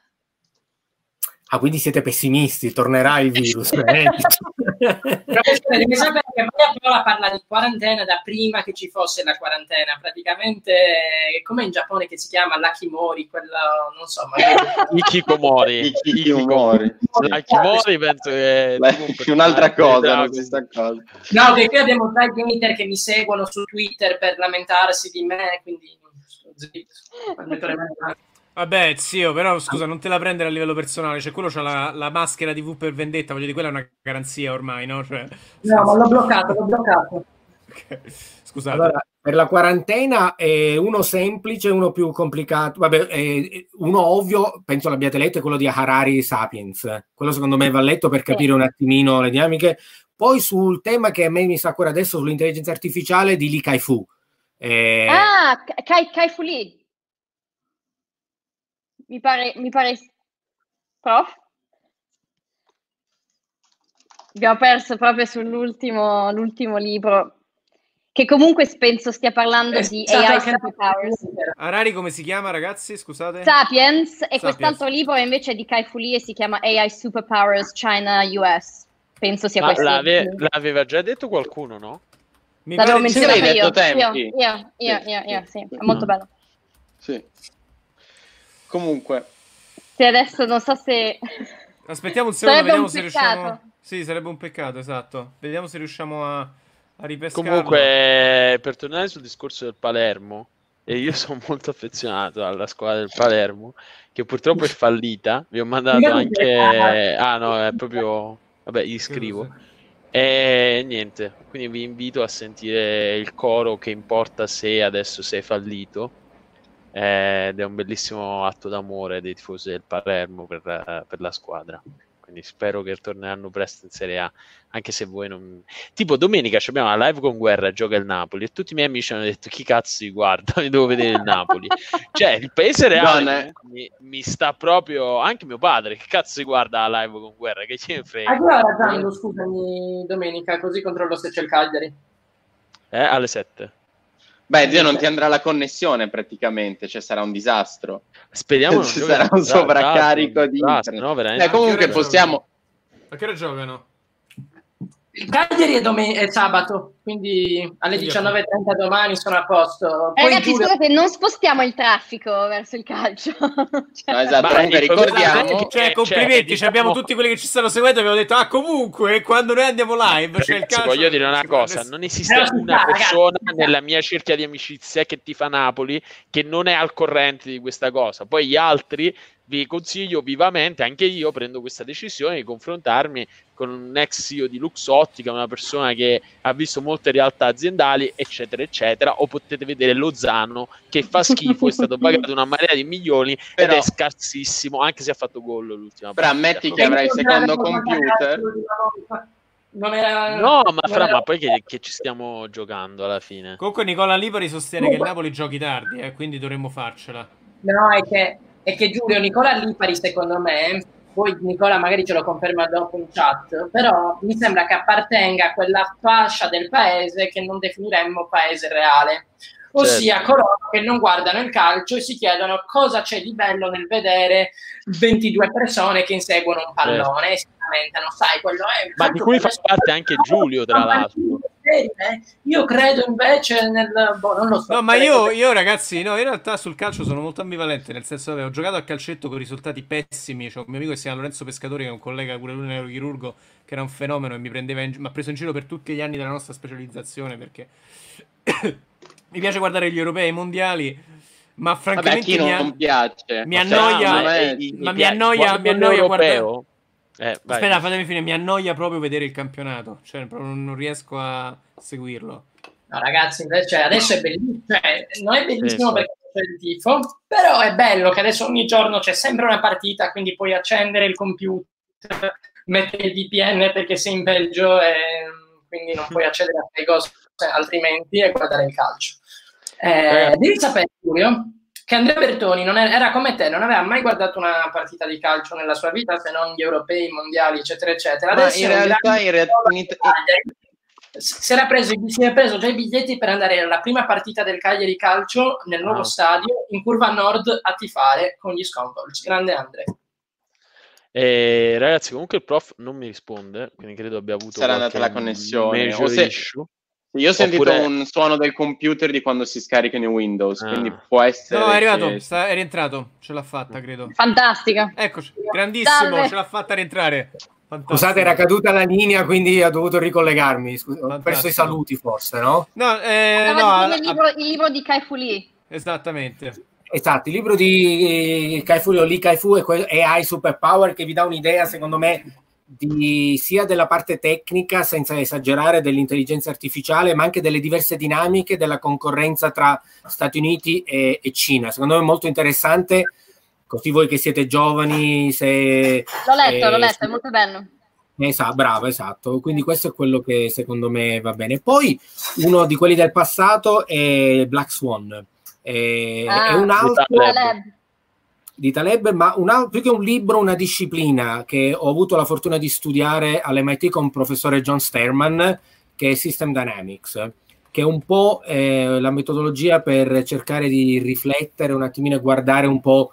Ah, quindi siete pessimisti, tornerà il virus. eh? Professore, devi sapere che Maria Paola parla di quarantena da prima che ci fosse la quarantena, praticamente come in Giappone che si chiama l'Akimori, quello non so, magari... Ikikomori. Ikikomori. Ikikomori penso che Beh, un'altra cosa, non si sta cosa. No, che qui abbiamo tre hater che mi seguono su Twitter per lamentarsi di me, quindi sto zitto. Metto le mani avanti. Vabbè, zio, però scusa, non te la prendere a livello personale. Cioè, quello c'ha la, la maschera di V per vendetta. Voglio dire, quella è una garanzia ormai, no? Cioè, No, ma l'ho bloccato, l'ho bloccato. ok. Scusate. Allora, per la quarantena è uno semplice, uno più complicato. Vabbè, è uno ovvio, penso l'abbiate letto, è quello di Harari Sapiens. Quello secondo me va letto per capire un attimino le dinamiche. Poi sul tema che a me mi sa ancora adesso, sull'intelligenza artificiale, di Li Kai-Fu. Eh, Ah, Kai, Kai-Fu Lee. Mi pare, mi pare... Prof? Abbiamo perso proprio sull'ultimo l'ultimo libro, che comunque penso stia parlando È di stato A I anche- Superpowers. Harari come si chiama, ragazzi? Scusate. Sapiens, e Sapiens. quest'altro libro invece è di Kai-Fu Lee e si chiama A I Superpowers China U S. Penso sia Ma questo. l'ave- l'aveva già detto qualcuno, no? Mi L'avevo pare di sì. Sì, menzionato l'hai io. detto Io, tempi. io, io, io, io, sì, è molto bello. Sì. Comunque, Se adesso non so se... Aspettiamo un secondo, Sarebbe vediamo un se peccato. riusciamo... Sì, sarebbe un peccato, esatto. Vediamo se riusciamo a, a ripescarlo. Comunque, per tornare sul discorso del Palermo, e io sono molto affezionato alla squadra del Palermo, che purtroppo è fallita. Vi ho mandato anche... Ah no, è proprio... Vabbè, gli scrivo. E niente, quindi vi invito a sentire il coro Che importa se adesso sei fallito. Ed è un bellissimo atto d'amore dei tifosi del Palermo per, per la squadra. Quindi spero che torneranno presto in Serie A, anche se voi non... Tipo domenica abbiamo la live con Guerra, gioca il Napoli, e tutti i miei amici hanno detto chi cazzo si guarda, mi devo vedere il Napoli. Cioè il paese reale mi, mi sta proprio... Anche mio padre, che cazzo si guarda la live con Guerra, che ce ne frega. A che ora Gianlo, scusami, domenica, così controllo se c'è il Cagliari. Eh, alle sette. Beh, Dio, non ti andrà la connessione praticamente, cioè sarà un disastro. Speriamo ci sarà un sovraccarico di internet. No, eh, comunque possiamo... A che ora giocano? Il Cagliari è, domen- è sabato, quindi alle diciannove e trenta domani sono a posto. Poi Ragazzi, Giulio... scusate, non spostiamo il traffico verso il calcio. Cioè... No, esatto, comunque ricordiamo... Cioè, complimenti, cioè, abbiamo diciamo... tutti quelli che ci stanno seguendo, abbiamo detto, ah, comunque, quando noi andiamo live, c'è il calcio... Voglio dire una cosa, non esiste Però, una ragazzi, persona ragazzi. nella mia cerchia di amicizia che tifa Napoli che non è al corrente di questa cosa. Poi gli altri vi consiglio vivamente, anche io prendo questa decisione di confrontarmi con un ex C E O di Luxottica, una persona che ha visto molte realtà aziendali, eccetera, eccetera, o potete vedere Lozano che fa schifo, è stato pagato una marea di milioni Però, ed è scarsissimo, anche se ha fatto gol l'ultima però partita. ammetti che avrai il secondo computer. Non era... No, ma non fra, era... ma poi che, che ci stiamo giocando alla fine. Comunque Nicola Lipari sostiene che il Napoli giochi tardi, eh, quindi dovremmo farcela. No, è che, è che Giulio, Nicola Lipari secondo me, poi Nicola magari ce lo conferma dopo in chat, però mi sembra che appartenga a quella fascia del paese che non definiremmo paese reale, ossia certo. coloro che non guardano il calcio e si chiedono cosa c'è di bello nel vedere ventidue persone che inseguono un pallone certo. e si lamentano, sai, quello è... Ma di cui fa parte anche Giulio, tra l'altro. Io credo invece nel... Boh, non lo so. No, ma io, io ragazzi, no, in realtà sul calcio sono molto ambivalente, nel senso che ho giocato a calcetto con risultati pessimi. C'è un mio amico che si chiama Lorenzo Pescatori, che è un collega, pure lui neurochirurgo, che era un fenomeno e mi prendeva in, mi ha preso in giro per tutti gli anni della nostra specializzazione, perché mi piace guardare gli europei, i mondiali, ma francamente Vabbè, a chi mi, non a... piace. mi annoia, ma, ma, è... ma mi annoia, mi annoia guardare... Eh, Aspetta, fatemi finire, mi annoia proprio vedere il campionato, cioè proprio non riesco a seguirlo. No, ragazzi, invece adesso è bellissimo, cioè, non è bellissimo sì, perché c'è il tifo, però è bello che adesso ogni giorno c'è sempre una partita, quindi puoi accendere il computer, mettere il V P N perché sei in Belgio e quindi non puoi accedere a quei cose altrimenti e guardare il calcio. Eh, eh. Devi sapere, Giulio, che Andrea Bertoni non era, era come te, non aveva mai guardato una partita di calcio nella sua vita, se non gli europei, i mondiali, eccetera, eccetera. Ma adesso in realtà, in realtà si era preso, si era preso già i biglietti per andare alla prima partita del Cagliari Calcio nel nuovo oh. stadio in Curva Nord a tifare con gli Sconvolci. Grande Andrea. Eh, ragazzi, comunque il prof non mi risponde, quindi credo abbia avuto sarà andata la connessione o se... issue. Io ho sentito Oppure... un suono del computer di quando si scaricano i Windows, ah. quindi può essere... No, è arrivato, che... sta, è rientrato, ce l'ha fatta, credo. Fantastica. Eccoci, grandissimo, Salve. Ce l'ha fatta rientrare. Fantastico. Scusate, era caduta la linea, quindi ho dovuto ricollegarmi. Scusa, ho perso i saluti forse, no? No, eh, no no il, libro, il libro di Kai Fu Lee. Esattamente. Esatto, il libro di Kai Fu Lee Kai Fu è A I Superpower, che vi dà un'idea, secondo me, di, sia della parte tecnica, senza esagerare, dell'intelligenza artificiale, ma anche delle diverse dinamiche della concorrenza tra Stati Uniti e, e Cina. Secondo me è molto interessante, così voi che siete giovani, se... L'ho letto, eh, l'ho letto, se, è molto bello. Esatto, bravo, esatto. Quindi questo è quello che secondo me va bene. Poi uno di quelli del passato è Black Swan. È, ah, è un altro... Taleb. di Taleb, ma un altro, più che un libro, una disciplina che ho avuto la fortuna di studiare all'M I T con il professore John Sterman, che è System Dynamics, che è un po' eh, la metodologia per cercare di riflettere un attimino e guardare un po'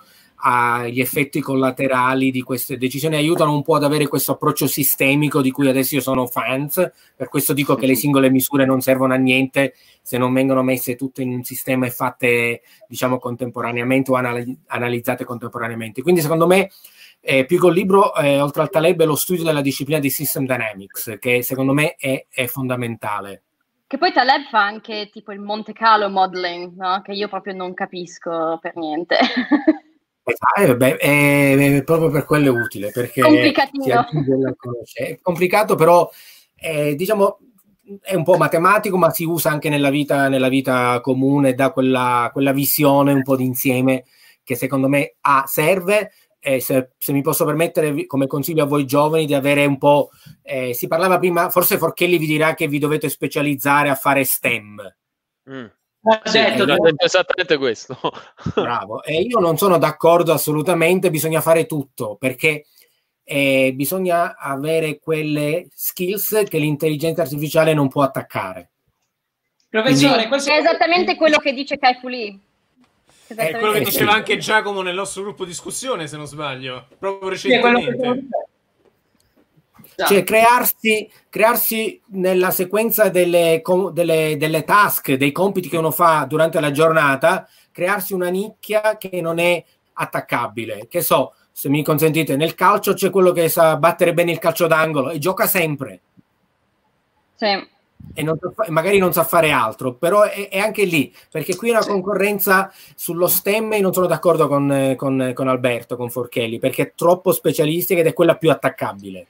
agli effetti collaterali di queste decisioni, aiutano un po' ad avere questo approccio sistemico di cui adesso io sono fans, per questo dico che le singole misure non servono a niente se non vengono messe tutte in un sistema e fatte, diciamo, contemporaneamente o anal- analizzate contemporaneamente. Quindi secondo me eh, più che un libro, eh, oltre al Taleb, è lo studio della disciplina di System Dynamics, che secondo me è, è fondamentale. Che poi Taleb fa anche tipo il Monte Carlo modeling, no? Che io proprio non capisco per niente. Eh, beh, è, è proprio per quello è utile, perché complicatino. È complicato, però è, diciamo, è un po' matematico, ma si usa anche nella vita, nella vita comune, dà quella, quella visione un po' d'insieme che secondo me ah, serve. E se, se mi posso permettere, come consiglio a voi giovani, di avere un po', eh, si parlava prima, forse Forchelli vi dirà che vi dovete specializzare a fare STEM. Mm. Sì, detto, ho detto esattamente questo. Bravo, e io non sono d'accordo assolutamente, bisogna fare tutto, perché eh, bisogna avere quelle skills che l'intelligenza artificiale non può attaccare. Professore, Quindi, è esattamente quello che dice Kai Fu Lee. È quello che diceva anche Giacomo nel nostro gruppo discussione, se non sbaglio, proprio recentemente. Cioè crearsi, crearsi nella sequenza delle, delle, delle task, dei compiti che uno fa durante la giornata, crearsi una nicchia che non è attaccabile. Che so, se mi consentite, nel calcio c'è quello che sa battere bene il calcio d'angolo e gioca sempre. Sì. E non sa, magari non sa fare altro, però è, è anche lì, perché qui è una concorrenza sullo STEM e non sono d'accordo con, con, con Alberto, con Forchelli, perché è troppo specialistica ed è quella più attaccabile.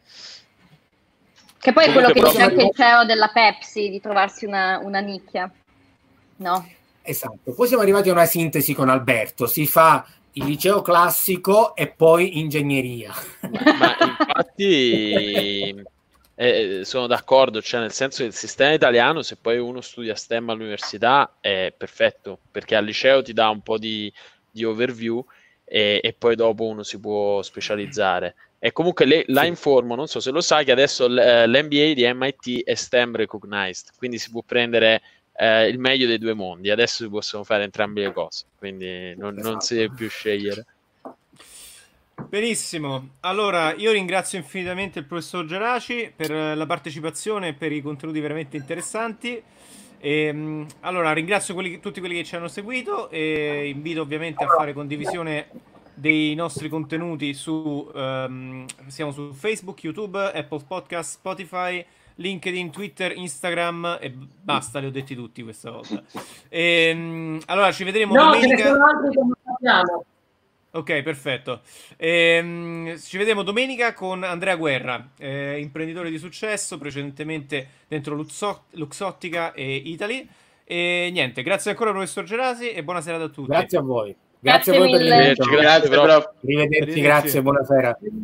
Che poi è quello che dice anche il C E O della Pepsi, di trovarsi una, una nicchia, no? Esatto, poi siamo arrivati a una sintesi con Alberto, si fa il liceo classico e poi ingegneria. Ma infatti eh, sono d'accordo, cioè nel senso che il sistema italiano, se poi uno studia STEM all'università, è perfetto, perché al liceo ti dà un po' di, di overview e, e poi dopo uno si può specializzare. E comunque le, la informo, non so se lo sai, che adesso l'M B A di M I T è STEM recognized, quindi si può prendere eh, il meglio dei due mondi. Adesso si possono fare entrambe le cose, quindi non, non si deve più scegliere. Benissimo, allora io ringrazio infinitamente il professor Geraci per la partecipazione e per i contenuti veramente interessanti. E, allora ringrazio quelli, tutti quelli che ci hanno seguito e invito ovviamente a fare condivisione dei nostri contenuti su um, siamo su Facebook, YouTube, Apple Podcast, Spotify, LinkedIn, Twitter, Instagram e basta, li ho detti tutti questa volta. E, um, allora ci vedremo no, domenica. Ce ne sono altri che non sappiamo. Ok, perfetto. E, um, ci vedremo domenica con Andrea Guerra, eh, imprenditore di successo, precedentemente dentro Luxo- Luxottica e Italy. E niente, grazie ancora professor Gerasi e buona serata a tutti. Grazie a voi. Grazie, grazie a voi mille. per l'invito. Grazie, grazie, Arrivederci, grazie, buonasera.